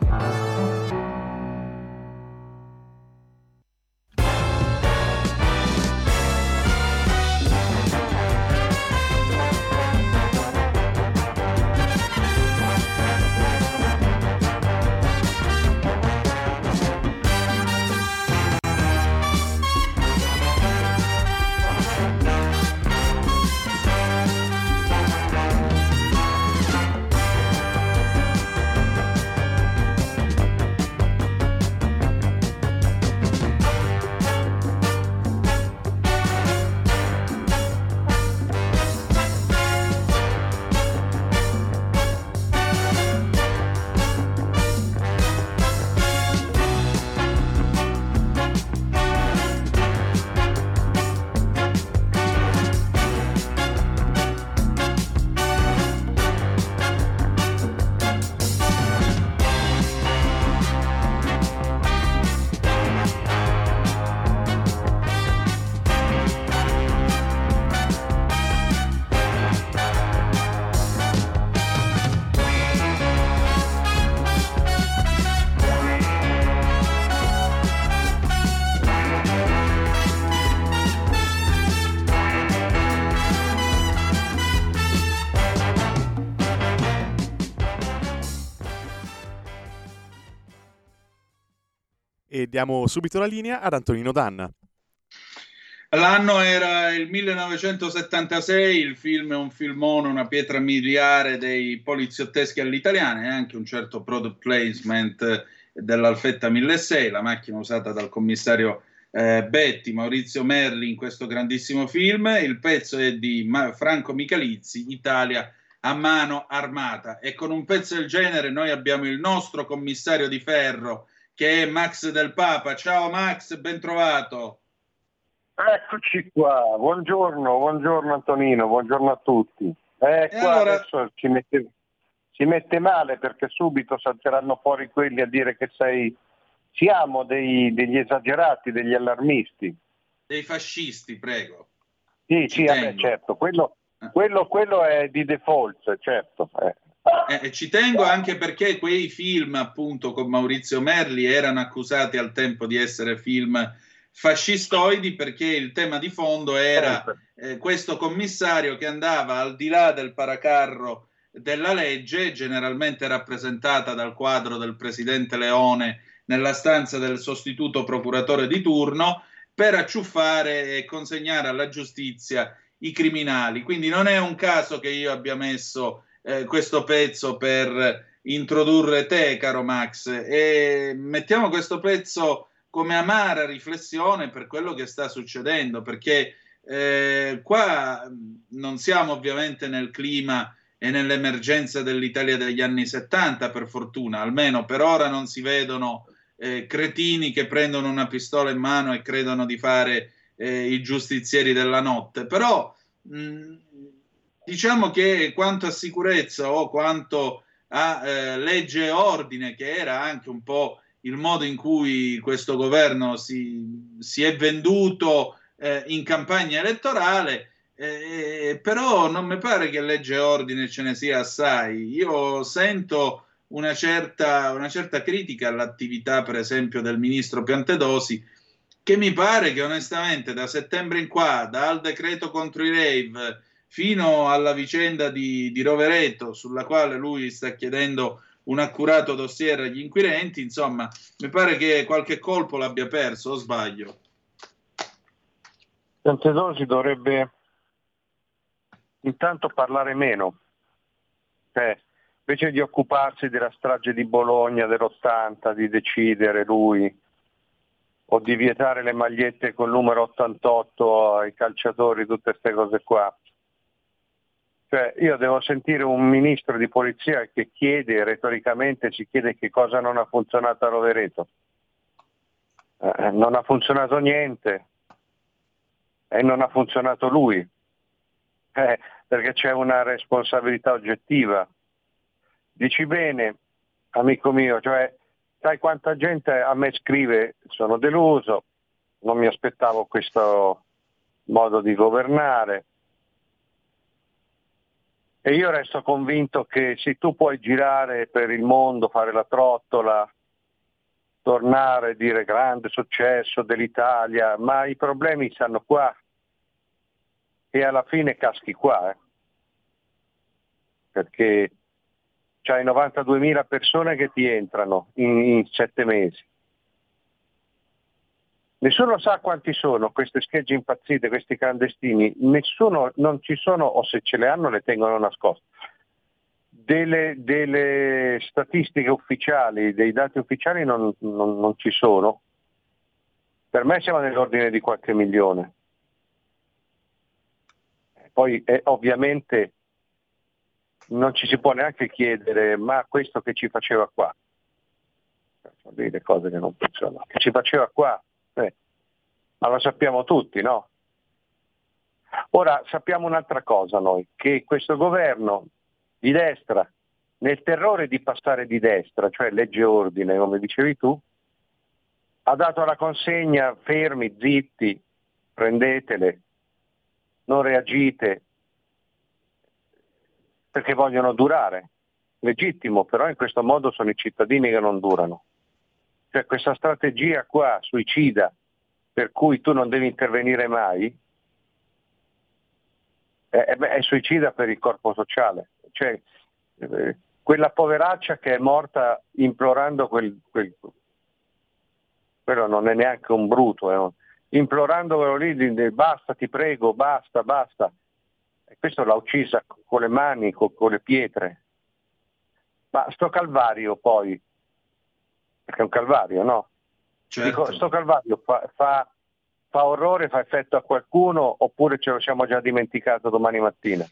E diamo subito la linea ad Antonino Danna. L'anno era il millenovecentosettantasei, il film è un filmone, una pietra miliare dei poliziotteschi all'italiana e anche un certo product placement dell'Alfetta milleseicento, la macchina usata dal commissario eh, Betti, Maurizio Merli in questo grandissimo film. Il pezzo è di Ma- Franco Michalizzi, Italia a mano armata, e con un pezzo del genere noi abbiamo il nostro commissario di ferro, che è Max Del Papa. Ciao Max, ben trovato. Eccoci qua, buongiorno, buongiorno Antonino, buongiorno a tutti. Eh, qua allora... adesso si mette, si mette male perché subito salteranno fuori quelli a dire che sei, siamo dei, degli esagerati, degli allarmisti. Dei fascisti, prego. Sì, Ci sì, vabbè, certo, quello, quello, quello è di default, certo. Eh. Eh, ci tengo anche perché quei film appunto con Maurizio Merli erano accusati al tempo di essere film fascistoidi, perché il tema di fondo era eh, questo commissario che andava al di là del paracarro della legge, generalmente rappresentata dal quadro del presidente Leone nella stanza del sostituto procuratore di turno, per acciuffare e consegnare alla giustizia i criminali. Quindi non è un caso che io abbia messo Eh, questo pezzo per introdurre te, caro Max, e mettiamo questo pezzo come amara riflessione per quello che sta succedendo, perché eh, qua non siamo ovviamente nel clima e nell'emergenza dell'Italia degli anni settanta, per fortuna, almeno per ora non si vedono eh, cretini che prendono una pistola in mano e credono di fare eh, i giustizieri della notte, però mh, diciamo che quanto a sicurezza o quanto a eh, legge e ordine, che era anche un po' il modo in cui questo governo si, si è venduto eh, in campagna elettorale, eh, però non mi pare che legge e ordine ce ne sia assai. Io sento una certa, una certa critica all'attività, per esempio, del ministro Piantedosi, che mi pare che onestamente da settembre in qua, dal decreto contro i rave fino alla vicenda di, di Rovereto, sulla quale lui sta chiedendo un accurato dossier agli inquirenti, insomma, mi pare che qualche colpo l'abbia perso, o sbaglio? Piantedosi dovrebbe intanto parlare meno, cioè, invece di occuparsi della strage di Bologna dell'ottanta, di decidere lui, o di vietare le magliette col numero ottantotto ai calciatori, tutte queste cose qua. Cioè, io devo sentire un ministro di polizia che chiede, retoricamente si chiede che cosa non ha funzionato a Rovereto. Eh, non ha funzionato niente e non ha funzionato lui, eh, perché c'è una responsabilità oggettiva. Dici bene, amico mio, cioè, sai quanta gente a me scrive, sono deluso, non mi aspettavo questo modo di governare. E io resto convinto che se tu puoi girare per il mondo, fare la trottola, tornare e dire grande successo dell'Italia, ma i problemi stanno qua e alla fine caschi qua, eh. Perché c'hai novantaduemila persone che ti entrano in, in sette mesi. Nessuno sa quanti sono queste schegge impazzite, questi clandestini, nessuno, non ci sono, o se ce le hanno le tengono nascoste. Delle, delle statistiche ufficiali, dei dati ufficiali non, non, non ci sono. Per me siamo nell'ordine di qualche milione. Poi eh, ovviamente non ci si può neanche chiedere, ma questo che ci faceva qua? Sono delle cose che non funzionano. Che ci faceva qua? Eh, ma lo sappiamo tutti, no? Ora sappiamo un'altra cosa noi, che questo governo di destra, nel terrore di passare di destra, cioè legge e ordine, come dicevi tu, ha dato la consegna, fermi, zitti, prendetele, non reagite, perché vogliono durare. Legittimo, però in questo modo sono i cittadini che non durano. Cioè questa strategia qua, suicida, per cui tu non devi intervenire mai, è, è suicida per il corpo sociale. Cioè, eh, quella poveraccia che è morta implorando quel, quel quello non è neanche un bruto, eh, implorando quello lì, di, di, basta, ti prego, basta, basta. E questo l'ha uccisa con le mani, con, con le pietre. Ma sto calvario poi, perché è un calvario, no? Certo. Dico, sto calvario fa, fa, fa orrore, fa effetto a qualcuno, oppure ce lo siamo già dimenticato domani mattina?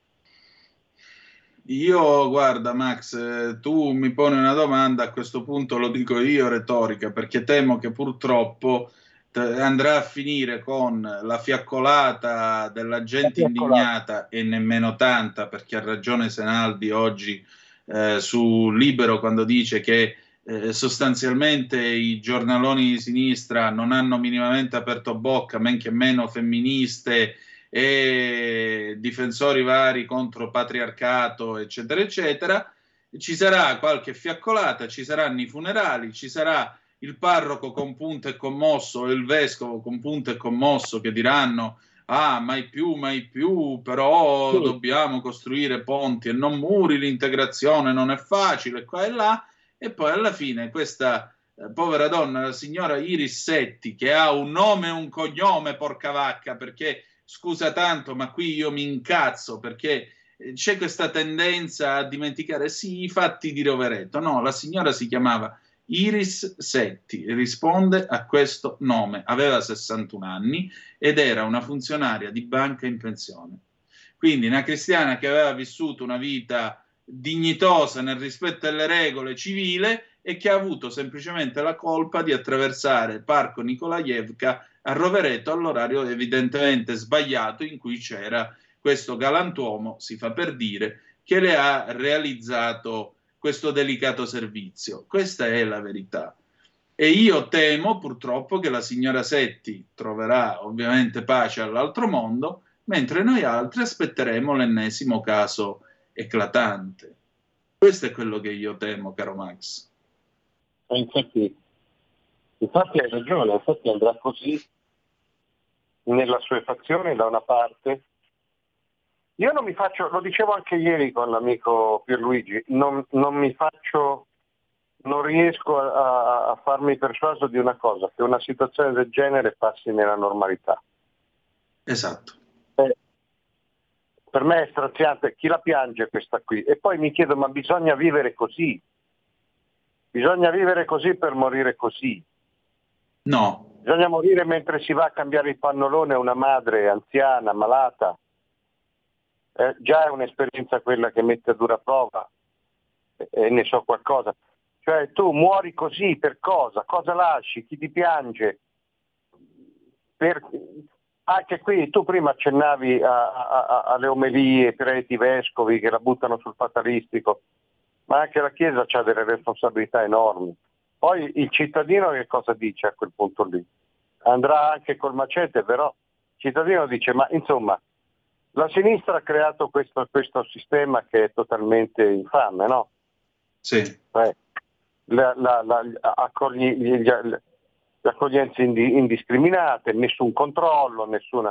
Io, guarda Max, eh, tu mi poni una domanda, a questo punto lo dico io, retorica, perché temo che purtroppo t- andrà a finire con la fiaccolata della gente indignata, e nemmeno tanta, perché ha ragione Senaldi oggi eh, su Libero quando dice che eh, sostanzialmente i giornaloni di sinistra non hanno minimamente aperto bocca, men che meno femministe e difensori vari contro patriarcato, eccetera, eccetera. Ci sarà qualche fiaccolata, ci saranno i funerali, ci sarà il parroco compunto e commosso e il vescovo compunto e commosso che diranno: ah, mai più, mai più, però sì, dobbiamo costruire ponti e non muri, l'integrazione non è facile, qua e là. E poi alla fine questa eh, povera donna, la signora Iris Setti, che ha un nome e un cognome, porca vacca, perché scusa tanto, ma qui io mi incazzo, perché c'è questa tendenza a dimenticare sì i fatti di Rovereto. No, la signora si chiamava Iris Setti, risponde a questo nome, aveva sessantuno anni ed era una funzionaria di banca in pensione. Quindi una cristiana che aveva vissuto una vita dignitosa nel rispetto delle regole civile e che ha avuto semplicemente la colpa di attraversare il Parco Nikolajevka a Rovereto all'orario evidentemente sbagliato in cui c'era questo galantuomo, si fa per dire, che le ha realizzato questo delicato servizio. Questa è la verità. E io temo purtroppo che la signora Setti troverà ovviamente pace all'altro mondo, mentre noi altri aspetteremo l'ennesimo caso eclatante. Questo è quello che io temo, caro Max. Infatti, infatti hai ragione, infatti andrà così nella sua fazione da una parte io non mi faccio, lo dicevo anche ieri con l'amico Pierluigi, non, non mi faccio, non riesco a, a farmi persuaso di una cosa, che una situazione del genere passi nella normalità. Esatto. Eh, per me è straziante, chi la piange questa qui? E poi mi chiedo, ma bisogna vivere così? Bisogna vivere così per morire così? No. Bisogna morire mentre si va a cambiare il pannolone a una madre anziana, malata? Eh, già è un'esperienza quella che mette a dura prova, e, e ne so qualcosa. Cioè tu muori così per cosa? Cosa lasci? Chi ti piange? Per... Anche qui tu prima accennavi a, a, a, alle omelie, preti, vescovi che la buttano sul fatalistico, ma anche la Chiesa ha delle responsabilità enormi. Poi il cittadino che cosa dice a quel punto lì? Andrà anche col macete, però il cittadino dice, ma insomma, la sinistra ha creato questo, questo sistema che è totalmente infame, no? Sì. Eh, la, la, la, accogli, gli, gli, le accoglienze indi, indiscriminate, nessun controllo, nessuna...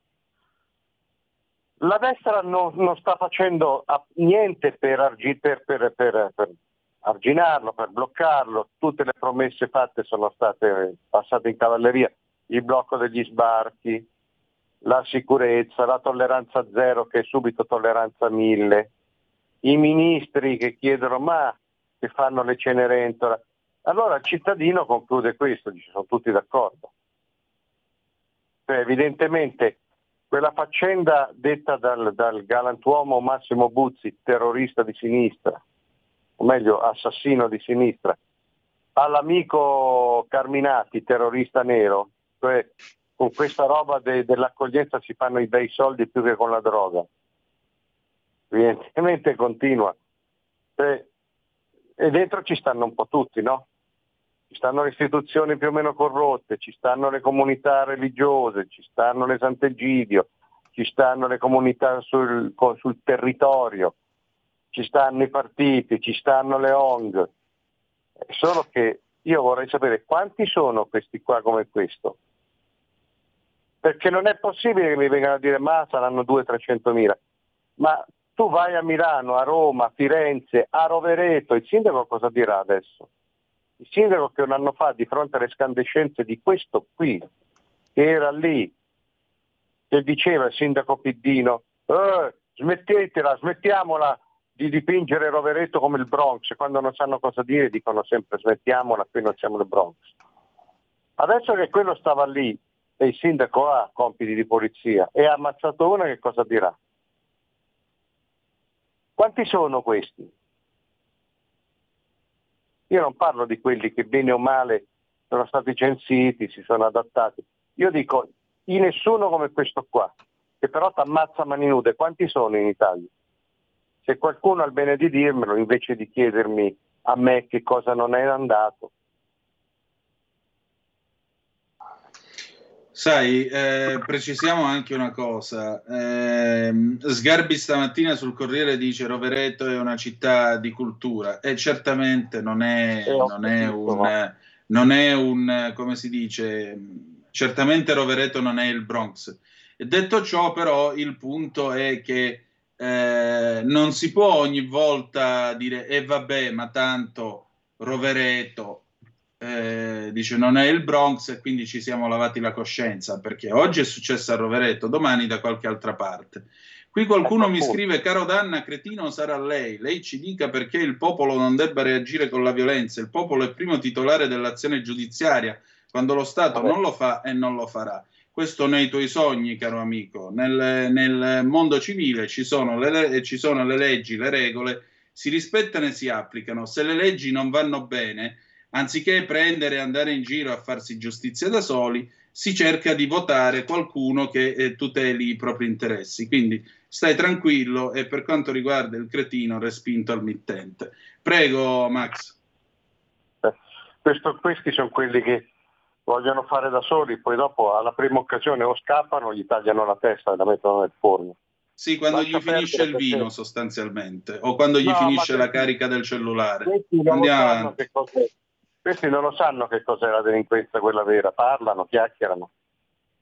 La destra non, non sta facendo niente per, argi, per, per, per, per arginarlo, per bloccarlo. Tutte le promesse fatte sono state passate in cavalleria. Il blocco degli sbarchi, la sicurezza, la tolleranza zero che è subito tolleranza mille, i ministri che chiedono ma che fanno le Cenerentola. Allora il cittadino conclude questo, dice sono tutti d'accordo. Cioè, evidentemente quella faccenda detta dal, dal galantuomo Massimo Buzzi, terrorista di sinistra, o meglio assassino di sinistra, all'amico Carminati, terrorista nero, cioè con questa roba de, dell'accoglienza si fanno i bei soldi più che con la droga. Evidentemente continua. Cioè, e dentro ci stanno un po' tutti, no? Ci stanno le istituzioni più o meno corrotte, ci stanno le comunità religiose, ci stanno le Sant'Egidio, ci stanno le comunità sul, sul territorio, ci stanno i partiti, ci stanno le O N G. Solo che io vorrei sapere quanti sono questi qua come questo. Perché non è possibile che mi vengano a dire ma saranno duecento trecentomila. Ma tu vai a Milano, a Roma, a Firenze, a Rovereto, il sindaco cosa dirà adesso? Il sindaco che un anno fa, di fronte alle scandescenze di questo qui, che era lì, che diceva il sindaco Piddino, eh, smettetela, smettiamola di dipingere Rovereto come il Bronx, quando non sanno cosa dire dicono sempre smettiamola, qui non siamo nel Bronx. Adesso che quello stava lì e il sindaco ha compiti di polizia e ha ammazzato una, che cosa dirà? Quanti sono questi? Io non parlo di quelli che bene o male sono stati censiti, si sono adattati. Io dico, in nessuno come questo qua, che però ti ammazza a mani nude. Quanti sono in Italia? Se qualcuno ha il bene di dirmelo, invece di chiedermi a me che cosa non è andato. Sai, eh, precisiamo anche una cosa. Eh, Sgarbi stamattina sul Corriere dice Rovereto è una città di cultura e certamente non è, non è un, non è un, come si dice, certamente Rovereto non è il Bronx. E detto ciò, però, il punto è che eh, non si può ogni volta dire e eh, vabbè, ma tanto Rovereto Eh, dice non è il Bronx e quindi ci siamo lavati la coscienza, perché oggi è successo a Rovereto, domani da qualche altra parte. Qui qualcuno mi scrive: caro Danna, cretino sarà lei, lei ci dica perché il popolo non debba reagire con la violenza, il popolo è primo titolare dell'azione giudiziaria quando lo Stato non lo fa e non lo farà. Questo nei tuoi sogni, caro amico. Nel, nel mondo civile ci sono, le, ci sono le leggi, le regole, si rispettano e si applicano. Se le leggi non vanno bene, anziché prendere e andare in giro a farsi giustizia da soli, si cerca di votare qualcuno che eh, tuteli i propri interessi. Quindi stai tranquillo e per quanto riguarda il cretino respinto al mittente. Prego, Max. Eh, questo, questi sono quelli che vogliono fare da soli, poi dopo alla prima occasione o scappano, gli tagliano la testa e la mettono nel forno. Sì, quando Lascia gli finisce il vino perché... sostanzialmente, o quando gli no, finisce la questi, carica del cellulare. Questi non, Andiamo sanno avanti. che cos'è. Questi non lo sanno che cos'è la delinquenza quella vera, parlano, chiacchierano.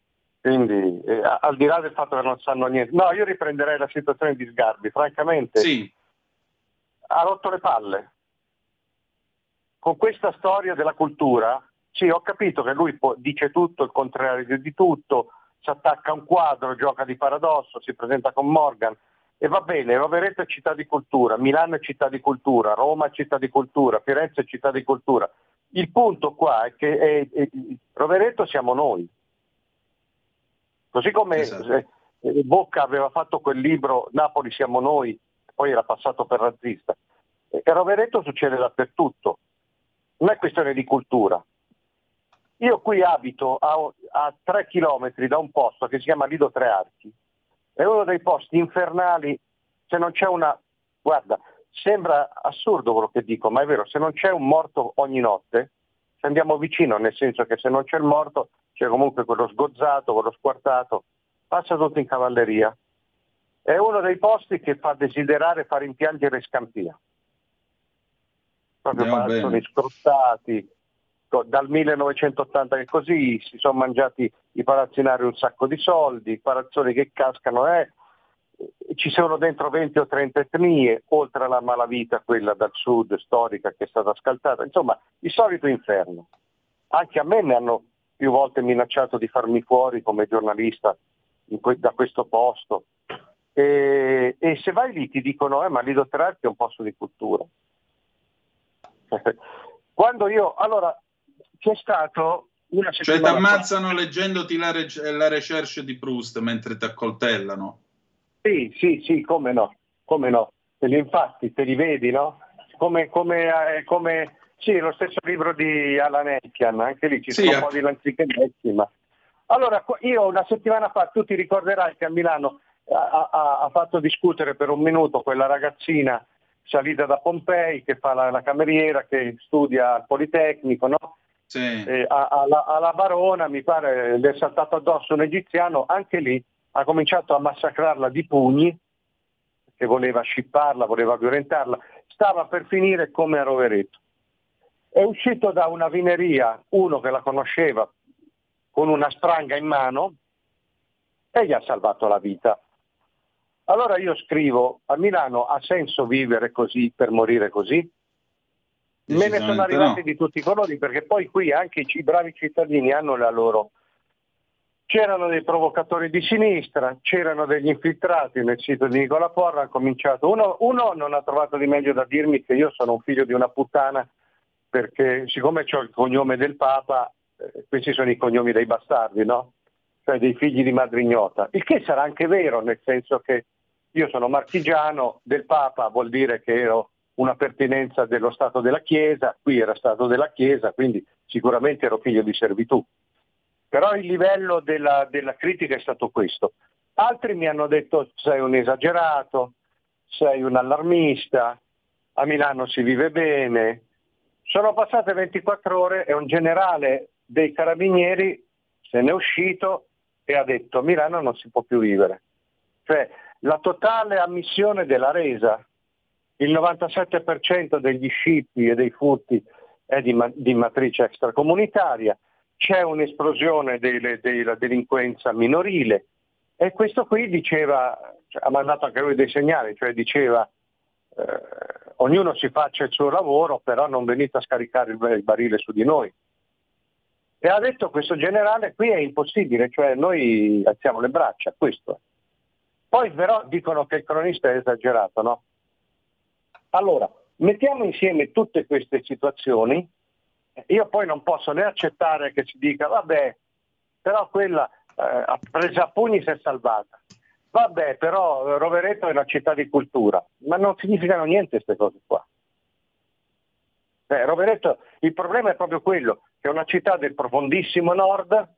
Quindi, eh, al di là del fatto che non sanno niente, no, io riprenderei la situazione di Sgarbi, francamente. Sì. Ha rotto le palle. Con questa storia della cultura, sì, ho capito che lui può, dice tutto, il contrario di tutto, si attacca a un quadro, gioca di paradosso, si presenta con Morgan, e va bene, Rovereto è città di cultura, Milano è città di cultura, Roma è città di cultura, Firenze è città di cultura. Il punto qua è che è, è, Rovereto siamo noi. Così come esatto. eh, Bocca aveva fatto quel libro Napoli siamo noi, poi era passato per razzista. E a Rovereto succede dappertutto. Non è questione di cultura. Io qui abito a, a tre chilometri da un posto che si chiama Lido Tre Archi. È uno dei posti infernali, se non c'è una... Guarda, sembra assurdo quello che dico, ma è vero, se non c'è un morto ogni notte, ci andiamo vicino, nel senso che se non c'è il morto, c'è comunque quello sgozzato, quello squartato, passa tutto in cavalleria. È uno dei posti che fa desiderare, fa rimpiangere Scampia. Proprio palazzoni scrottati, dal millenovecentottanta che così si sono mangiati i palazzinari un sacco di soldi, palazzoni che cascano, eh. Ci sono dentro venti o trenta etnie, oltre alla malavita, quella dal sud storica che è stata scaltata, insomma il solito inferno. Anche a me mi hanno più volte minacciato di farmi fuori come giornalista in que- da questo posto, e, e se vai lì ti dicono eh, ma Lido Tre Archi è un posto di cultura. Quando io, allora c'è stato una settimana, cioè ti ammazzano leggendoti la, re- la recherche di Proust mentre ti accoltellano. Sì, sì, sì, come no, come no. Te li, infatti te li vedi, no? Come, come, eh, come sì, lo stesso libro di Alan Eichian, anche lì ci sì, sono un po' di lanzichenezzi, ma... Allora, io una settimana fa, tu ti ricorderai che a Milano ha, ha, ha fatto discutere per un minuto quella ragazzina salita da Pompei, che fa la, la cameriera, che studia al Politecnico, no? Sì. Eh, alla, alla Barona, mi pare, le è saltato addosso un egiziano, anche lì ha cominciato a massacrarla di pugni, che voleva scipparla, voleva violentarla, stava per finire come a Rovereto. È uscito da una vineria uno che la conosceva con una spranga in mano e gli ha salvato la vita. Allora io scrivo, a Milano ha senso vivere così per morire così? Me ne sono arrivati no. di tutti i colori, perché poi qui anche i bravi cittadini hanno la loro... C'erano dei provocatori di sinistra, c'erano degli infiltrati nel sito di Nicola Porra, ha cominciato. Uno, uno non ha trovato di meglio da dirmi che io sono un figlio di una puttana, perché siccome ho il cognome del Papa, eh, questi sono i cognomi dei bastardi, no? Cioè dei figli di madre ignota. Il che sarà anche vero, nel senso che io sono marchigiano, del Papa vuol dire che ero una pertinenza dello Stato della Chiesa, qui era Stato della Chiesa, quindi sicuramente ero figlio di servitù. Però il livello della, della critica è stato questo. Altri mi hanno detto sei un esagerato, sei un allarmista, a Milano si vive bene. Sono passate ventiquattro ore e un generale dei carabinieri se n'è uscito e ha detto a Milano non si può più vivere. Cioè la totale ammissione della resa, il novantasette per cento degli scippi e dei furti è di, ma- di matrice extracomunitaria, c'è un'esplosione delle, della delinquenza minorile e questo qui diceva, cioè, ha mandato anche lui dei segnali, cioè diceva eh, ognuno si faccia il suo lavoro, però non venite a scaricare il, il barile su di noi. E ha detto questo generale, qui è impossibile, cioè noi alziamo le braccia, questo. Poi però dicono che il cronista è esagerato, no? Allora, mettiamo insieme tutte queste situazioni. Io poi non posso né accettare che si dica vabbè, però quella eh, ha preso a pugni si è salvata. Vabbè, però Rovereto è una città di cultura, ma non significano niente queste cose qua. Eh, Rovereto, il problema è proprio quello, che è una città del profondissimo nord,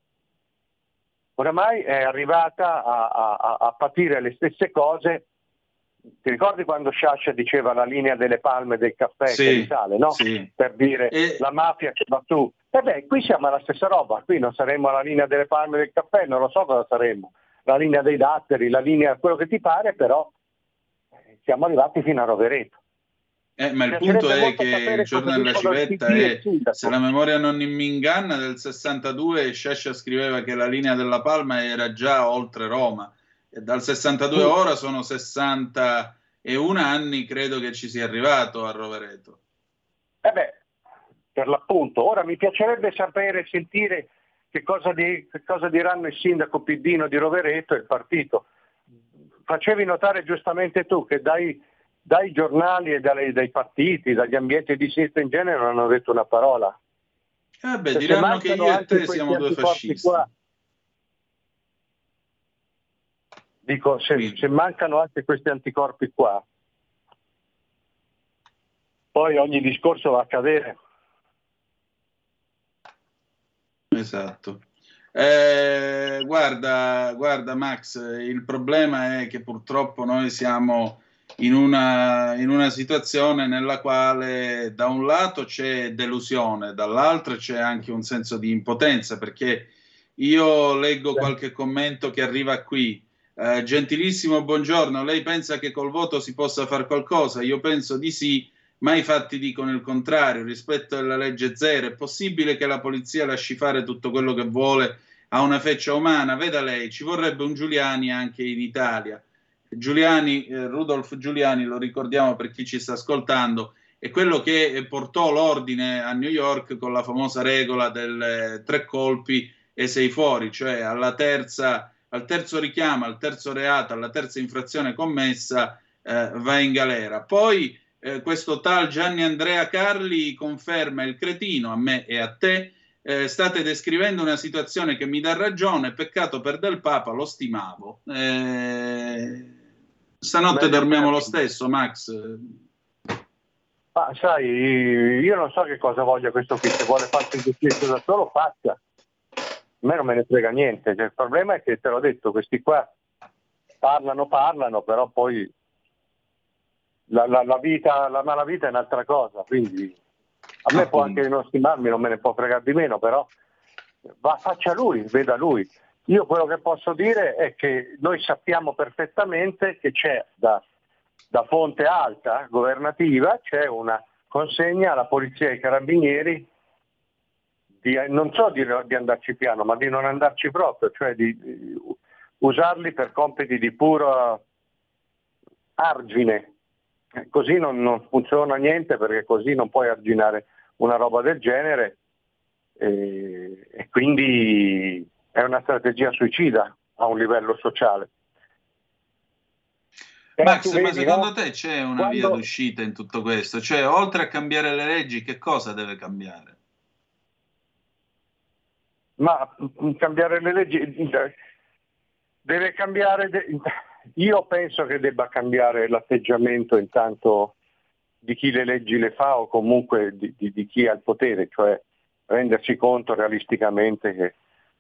oramai è arrivata a, a, a patire le stesse cose. Ti ricordi quando Sciascia diceva la linea delle palme del caffè sì, che risale, no? Sì. Per dire e... la mafia che va su. E beh, qui siamo alla stessa roba, qui non saremmo alla linea delle palme del caffè, non lo so cosa saremmo, la linea dei datteri, la linea, quello che ti pare, però siamo arrivati fino a Rovereto. Eh, ma il punto è che il giorno della civetta è, se la memoria non mi inganna, del sessantadue Sciascia scriveva che la linea della Palma era già oltre Roma, e dal sessantadue a ora sono sessantaun anni, credo che ci sia arrivato a Rovereto. Eh beh, per l'appunto. Ora mi piacerebbe sapere e sentire che cosa, di, che cosa diranno il sindaco Piddino di Rovereto e il partito. Facevi notare giustamente tu che dai, dai giornali e dai, dai partiti, dagli ambienti di sinistra in genere non hanno detto una parola. Eh beh, diranno che io e te siamo due fascisti. Qua, dico, se, se mancano anche questi anticorpi qua, poi ogni discorso va a cadere. Esatto. Eh, guarda, guarda Max, il problema è che purtroppo noi siamo in una, in una situazione nella quale da un lato c'è delusione, dall'altro c'è anche un senso di impotenza, perché io leggo qualche commento che arriva qui. Eh, gentilissimo, buongiorno, lei pensa che col voto si possa fare qualcosa? Io penso di sì, ma i fatti dicono il contrario. Rispetto alla legge zero, è possibile che la polizia lasci fare tutto quello che vuole a una feccia umana? Veda lei, ci vorrebbe un Giuliani anche in Italia. Giuliani, eh, Rudolf Giuliani, lo ricordiamo per chi ci sta ascoltando, è quello che portò l'ordine a New York con la famosa regola del eh, tre colpi e sei fuori, cioè alla terza, al terzo richiamo, al terzo reato, alla terza infrazione commessa, eh, va in galera. Poi eh, questo tal Gianni Andrea Carli conferma il cretino, a me e a te. Eh, state descrivendo una situazione che mi dà ragione, peccato per Del Papa, lo stimavo. Eh, stanotte Beh, dormiamo lo stesso, Max. Ah, sai, io non so che cosa voglia questo qui, se vuole farsi il giustizio da solo, faccia. A me non me ne frega niente, cioè, il problema è che, te l'ho detto, questi qua parlano, parlano, però poi la, la, la vita, la malavita è un'altra cosa, quindi a me può anche non stimarmi, non me ne può fregare di meno, però va, faccia lui, veda lui. Io quello che posso dire è che noi sappiamo perfettamente che c'è da, da fonte alta, governativa, c'è una consegna alla polizia e ai carabinieri di, non so di, di andarci piano, ma di non andarci proprio, cioè di, di usarli per compiti di puro argine. Così non, non funziona niente, perché così non puoi arginare una roba del genere e, e quindi è una strategia suicida a un livello sociale. Però Max, vedi, ma secondo no? te c'è una Quando... via d'uscita in tutto questo? Cioè, oltre a cambiare le leggi, che cosa deve cambiare? Ma cambiare le leggi deve cambiare. De... Io penso che debba cambiare l'atteggiamento intanto di chi le leggi le fa, o comunque di, di, di chi ha il potere, cioè rendersi conto realisticamente che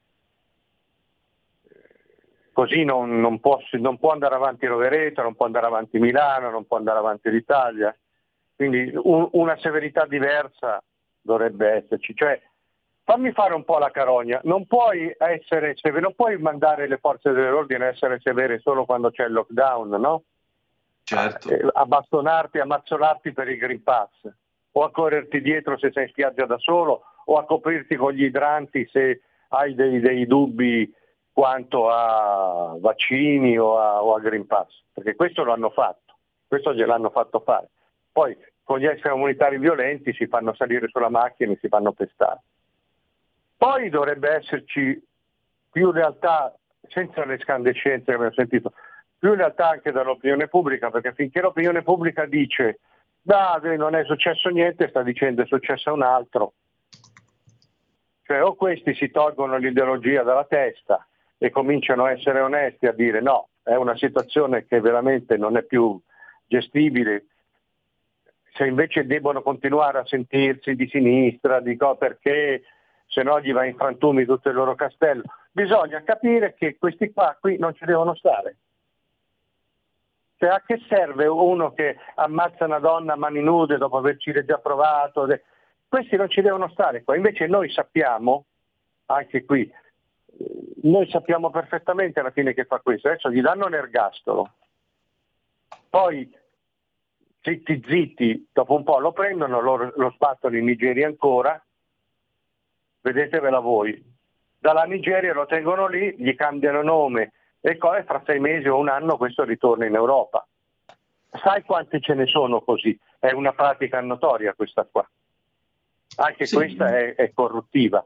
così non, non, può, non può andare avanti Rovereto, non può andare avanti Milano, non può andare avanti l'Italia. Quindi un, una severità diversa dovrebbe esserci. Cioè, fammi fare un po' la carogna, non puoi essere severo, non puoi mandare le forze dell'ordine a essere severe solo quando c'è il lockdown, no? Certo. A, a bastonarti, a mazzolarti per il Green Pass, o a correrti dietro se sei in spiaggia da solo, o a coprirti con gli idranti se hai dei, dei dubbi quanto a vaccini o a, o a Green Pass, perché questo lo hanno fatto, questo gliel'hanno fatto fare. Poi con gli extracomunitari violenti si fanno salire sulla macchina e si fanno pestare. Poi dovrebbe esserci più realtà, senza le scandescenze che abbiamo sentito, più realtà anche dall'opinione pubblica, perché finché l'opinione pubblica dice no, non è successo niente, sta dicendo è successo un altro. Cioè o questi si tolgono l'ideologia dalla testa e cominciano a essere onesti a dire no, è una situazione che veramente non è più gestibile, se invece debbono continuare a sentirsi di sinistra, dico perché se no gli va in frantumi tutto il loro castello. Bisogna capire che questi qua qui non ci devono stare. Cioè, a che serve uno che ammazza una donna a mani nude dopo averci già provato? Questi non ci devono stare qua. Invece noi sappiamo, anche qui, noi sappiamo perfettamente alla fine che fa questo. Adesso gli danno l'ergastolo. Poi zitti zitti, dopo un po' lo prendono, lo, lo sbattono in Nigeria ancora, vedetevela voi. Dalla Nigeria lo tengono lì, gli cambiano nome e poi fra sei mesi o un anno questo ritorna in Europa. Sai quante ce ne sono così? È una pratica notoria questa qua. Anche sì. Questa è, è corruttiva.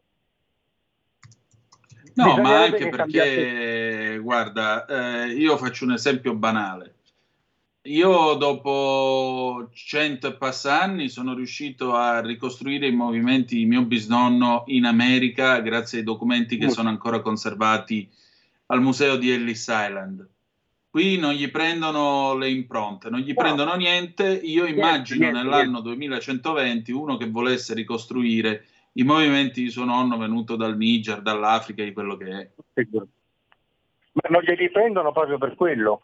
No, ma anche perché, guarda, eh, io faccio un esempio banale. Io dopo cento e passa anni sono riuscito a ricostruire i movimenti di mio bisnonno in America grazie ai documenti che sono ancora conservati al museo di Ellis Island. Qui non gli prendono le impronte, non gli no. prendono niente. Io immagino niente, niente, nell'anno niente. duemilacentoventi uno che volesse ricostruire i movimenti di suo nonno venuto dal Niger, dall'Africa, di quello che è. Ma non glieli prendono proprio per quello.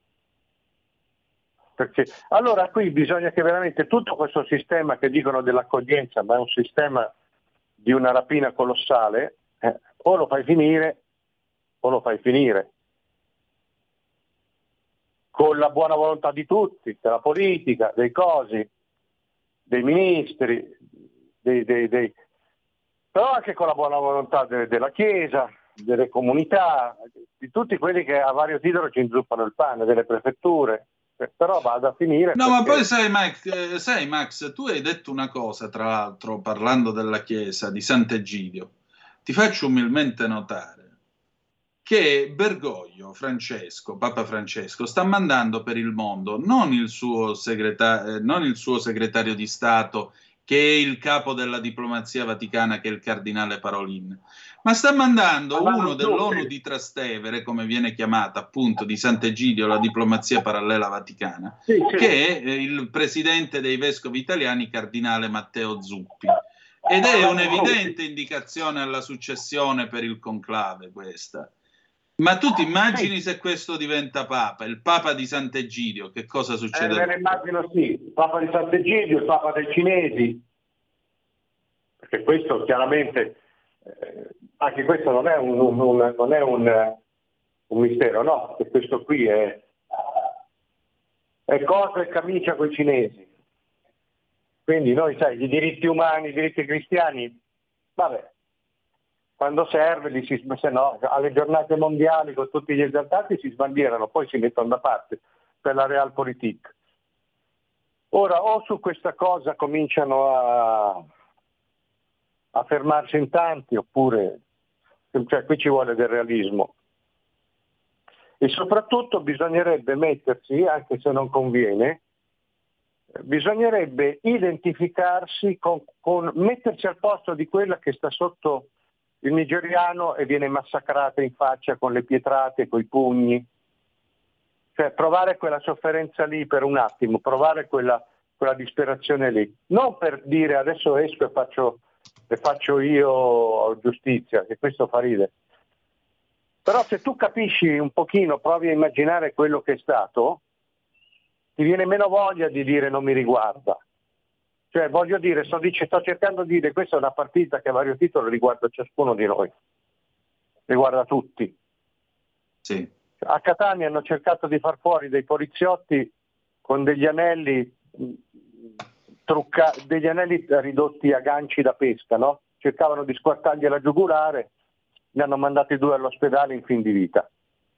Perché allora qui bisogna che veramente tutto questo sistema che dicono dell'accoglienza, ma è un sistema di una rapina colossale, eh, o lo fai finire o lo fai finire. Con la buona volontà di tutti, della politica, dei cosi, dei ministri, dei, dei, dei... però anche con la buona volontà de, della Chiesa, delle comunità, di tutti quelli che a vario titolo ci inzuppano il pane, delle prefetture. Però vado a finire. No, perché... ma poi sai Max, eh, sai Max, tu hai detto una cosa, tra l'altro, parlando della Chiesa di Sant'Egidio. Ti faccio umilmente notare che Bergoglio Francesco, Papa Francesco, sta mandando per il mondo non il suo, segreta- eh, non il suo segretario di Stato, che è il capo della diplomazia vaticana, che è il cardinale Parolin, ma sta mandando ma uno dell'ONU di Trastevere, come viene chiamata appunto, di Sant'Egidio, la diplomazia parallela vaticana, sì, sì. che è il presidente dei vescovi italiani, cardinale Matteo Zuppi. Ed è un'evidente indicazione alla successione per il conclave questa. Ma tu ti immagini se questo diventa Papa, il Papa di Sant'Egidio, che cosa succederà? Eh, me ne immagino sì, il Papa di Sant'Egidio, il Papa dei cinesi, perché questo chiaramente, eh, anche questo non è un, un, un, non è un, un mistero, no? Che questo qui è, è cosa e camicia con i cinesi. Quindi noi, sai, i diritti umani, i diritti cristiani, vabbè. Quando serve, li si, se no, alle giornate mondiali con tutti gli esaltati si sbandierano, poi si mettono da parte per la realpolitik. Ora, o su questa cosa cominciano a, a fermarsi in tanti, oppure, cioè, qui ci vuole del realismo. E soprattutto bisognerebbe mettersi, anche se non conviene, bisognerebbe identificarsi con, con mettersi al posto di quella che sta sotto il nigeriano e viene massacrata in faccia con le pietrate, coi pugni. Cioè provare quella sofferenza lì per un attimo, provare quella, quella disperazione lì. Non per dire adesso esco e faccio, e faccio io giustizia, che questo fa ridere. Però se tu capisci un pochino, provi a immaginare quello che è stato, ti viene meno voglia di dire non mi riguarda. Cioè voglio dire, sto, dice, sto cercando di dire, questa è una partita che a vario titolo riguarda ciascuno di noi, riguarda tutti. Sì. A Catania hanno cercato di far fuori dei poliziotti con degli anelli trucca, degli anelli ridotti a ganci da pesca, no? Cercavano di squartargli la giugulare, ne hanno mandati due all'ospedale in fin di vita.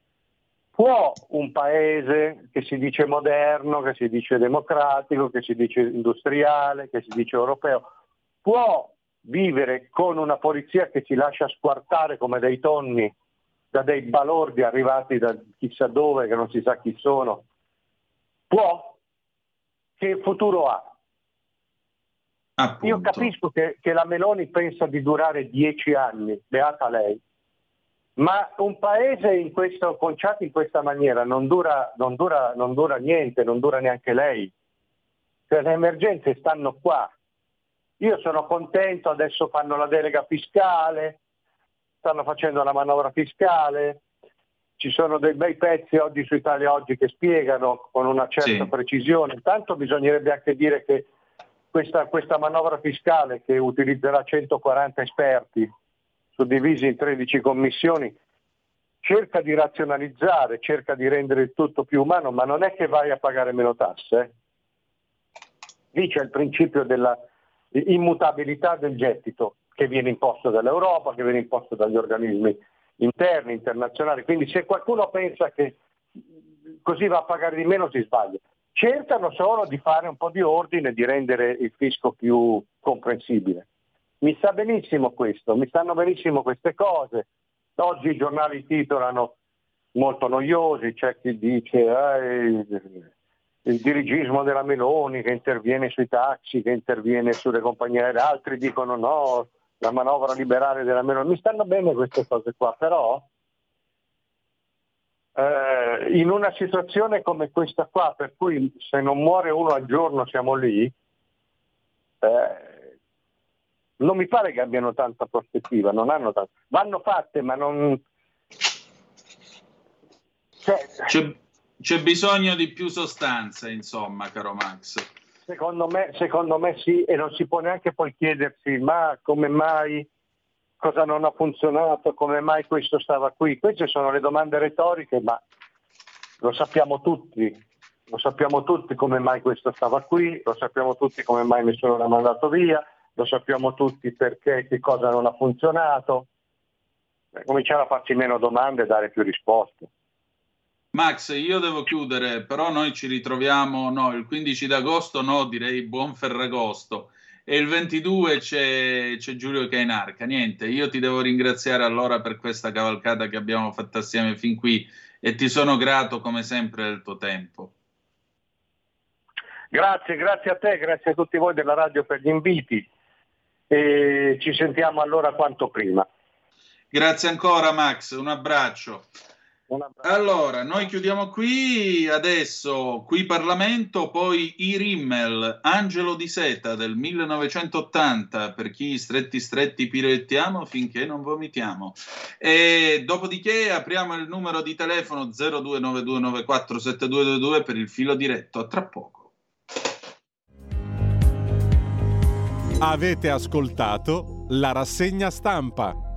Può un paese che si dice moderno, che si dice democratico, che si dice industriale, che si dice europeo, può vivere con una polizia che si lascia squartare come dei tonni da dei balordi arrivati da chissà dove, che non si sa chi sono? Può? Che futuro ha? Appunto. Io capisco che, che la Meloni pensa di durare dieci anni, beata lei. Ma un paese in questo, conciato in questa maniera non dura, non, dura, non dura niente, non dura neanche lei. Cioè, le emergenze stanno qua. Io sono contento, adesso fanno la delega fiscale, stanno facendo la manovra fiscale, ci sono dei bei pezzi oggi su Italia Oggi che spiegano con una certa sì. precisione. Intanto bisognerebbe anche dire che questa, questa manovra fiscale, che utilizzerà centoquaranta esperti, suddivisi in tredici commissioni, cerca di razionalizzare, cerca di rendere il tutto più umano, ma non è che vai a pagare meno tasse. Lì c'è il principio della immutabilità del gettito che viene imposto dall'Europa, che viene imposto dagli organismi interni, internazionali. Quindi se qualcuno pensa che così va a pagare di meno si sbaglia. Cercano solo di fare un po' di ordine, di rendere il fisco più comprensibile. Mi sta benissimo questo, mi stanno benissimo queste cose. Oggi i giornali titolano molto noiosi, c'è chi dice eh, il dirigismo della Meloni che interviene sui taxi, che interviene sulle compagnie aeree, altri dicono no, la manovra liberale della Meloni. Mi stanno bene queste cose qua, però eh, in una situazione come questa qua, per cui se non muore uno al giorno siamo lì, eh, non mi pare che abbiano tanta prospettiva, non hanno tanto. Vanno fatte, ma non... Cioè... C'è, c'è bisogno di più sostanza, insomma, caro Max. Secondo me, secondo me sì, e non si può neanche poi chiedersi ma come mai, cosa non ha funzionato, come mai questo stava qui. Queste sono le domande retoriche, ma lo sappiamo tutti, lo sappiamo tutti come mai questo stava qui, lo sappiamo tutti come mai nessuno l'ha mandato via, lo sappiamo tutti perché, che cosa non ha funzionato. Beh, cominciare a farci meno domande e dare più risposte. Max, io devo chiudere, però noi ci ritroviamo, no, il quindici d'agosto, no, direi buon Ferragosto, e il ventidue c'è, c'è Giulio Cainarca. Niente, io ti devo ringraziare allora per questa cavalcata che abbiamo fatto assieme fin qui e ti sono grato come sempre del tuo tempo. Grazie, grazie a te, grazie a tutti voi della radio per gli inviti e ci sentiamo allora quanto prima. Grazie ancora Max, un abbraccio. Un abbraccio. Allora, noi chiudiamo qui, adesso qui Parlamento, poi i Rimmel, Angelo di Seta del millenovecentottanta, per chi stretti stretti pirettiamo finché non vomitiamo. E dopodiché apriamo il numero di telefono zero due nove due nove quattro sette due due due per il filo diretto, a tra poco. Avete ascoltato la rassegna stampa.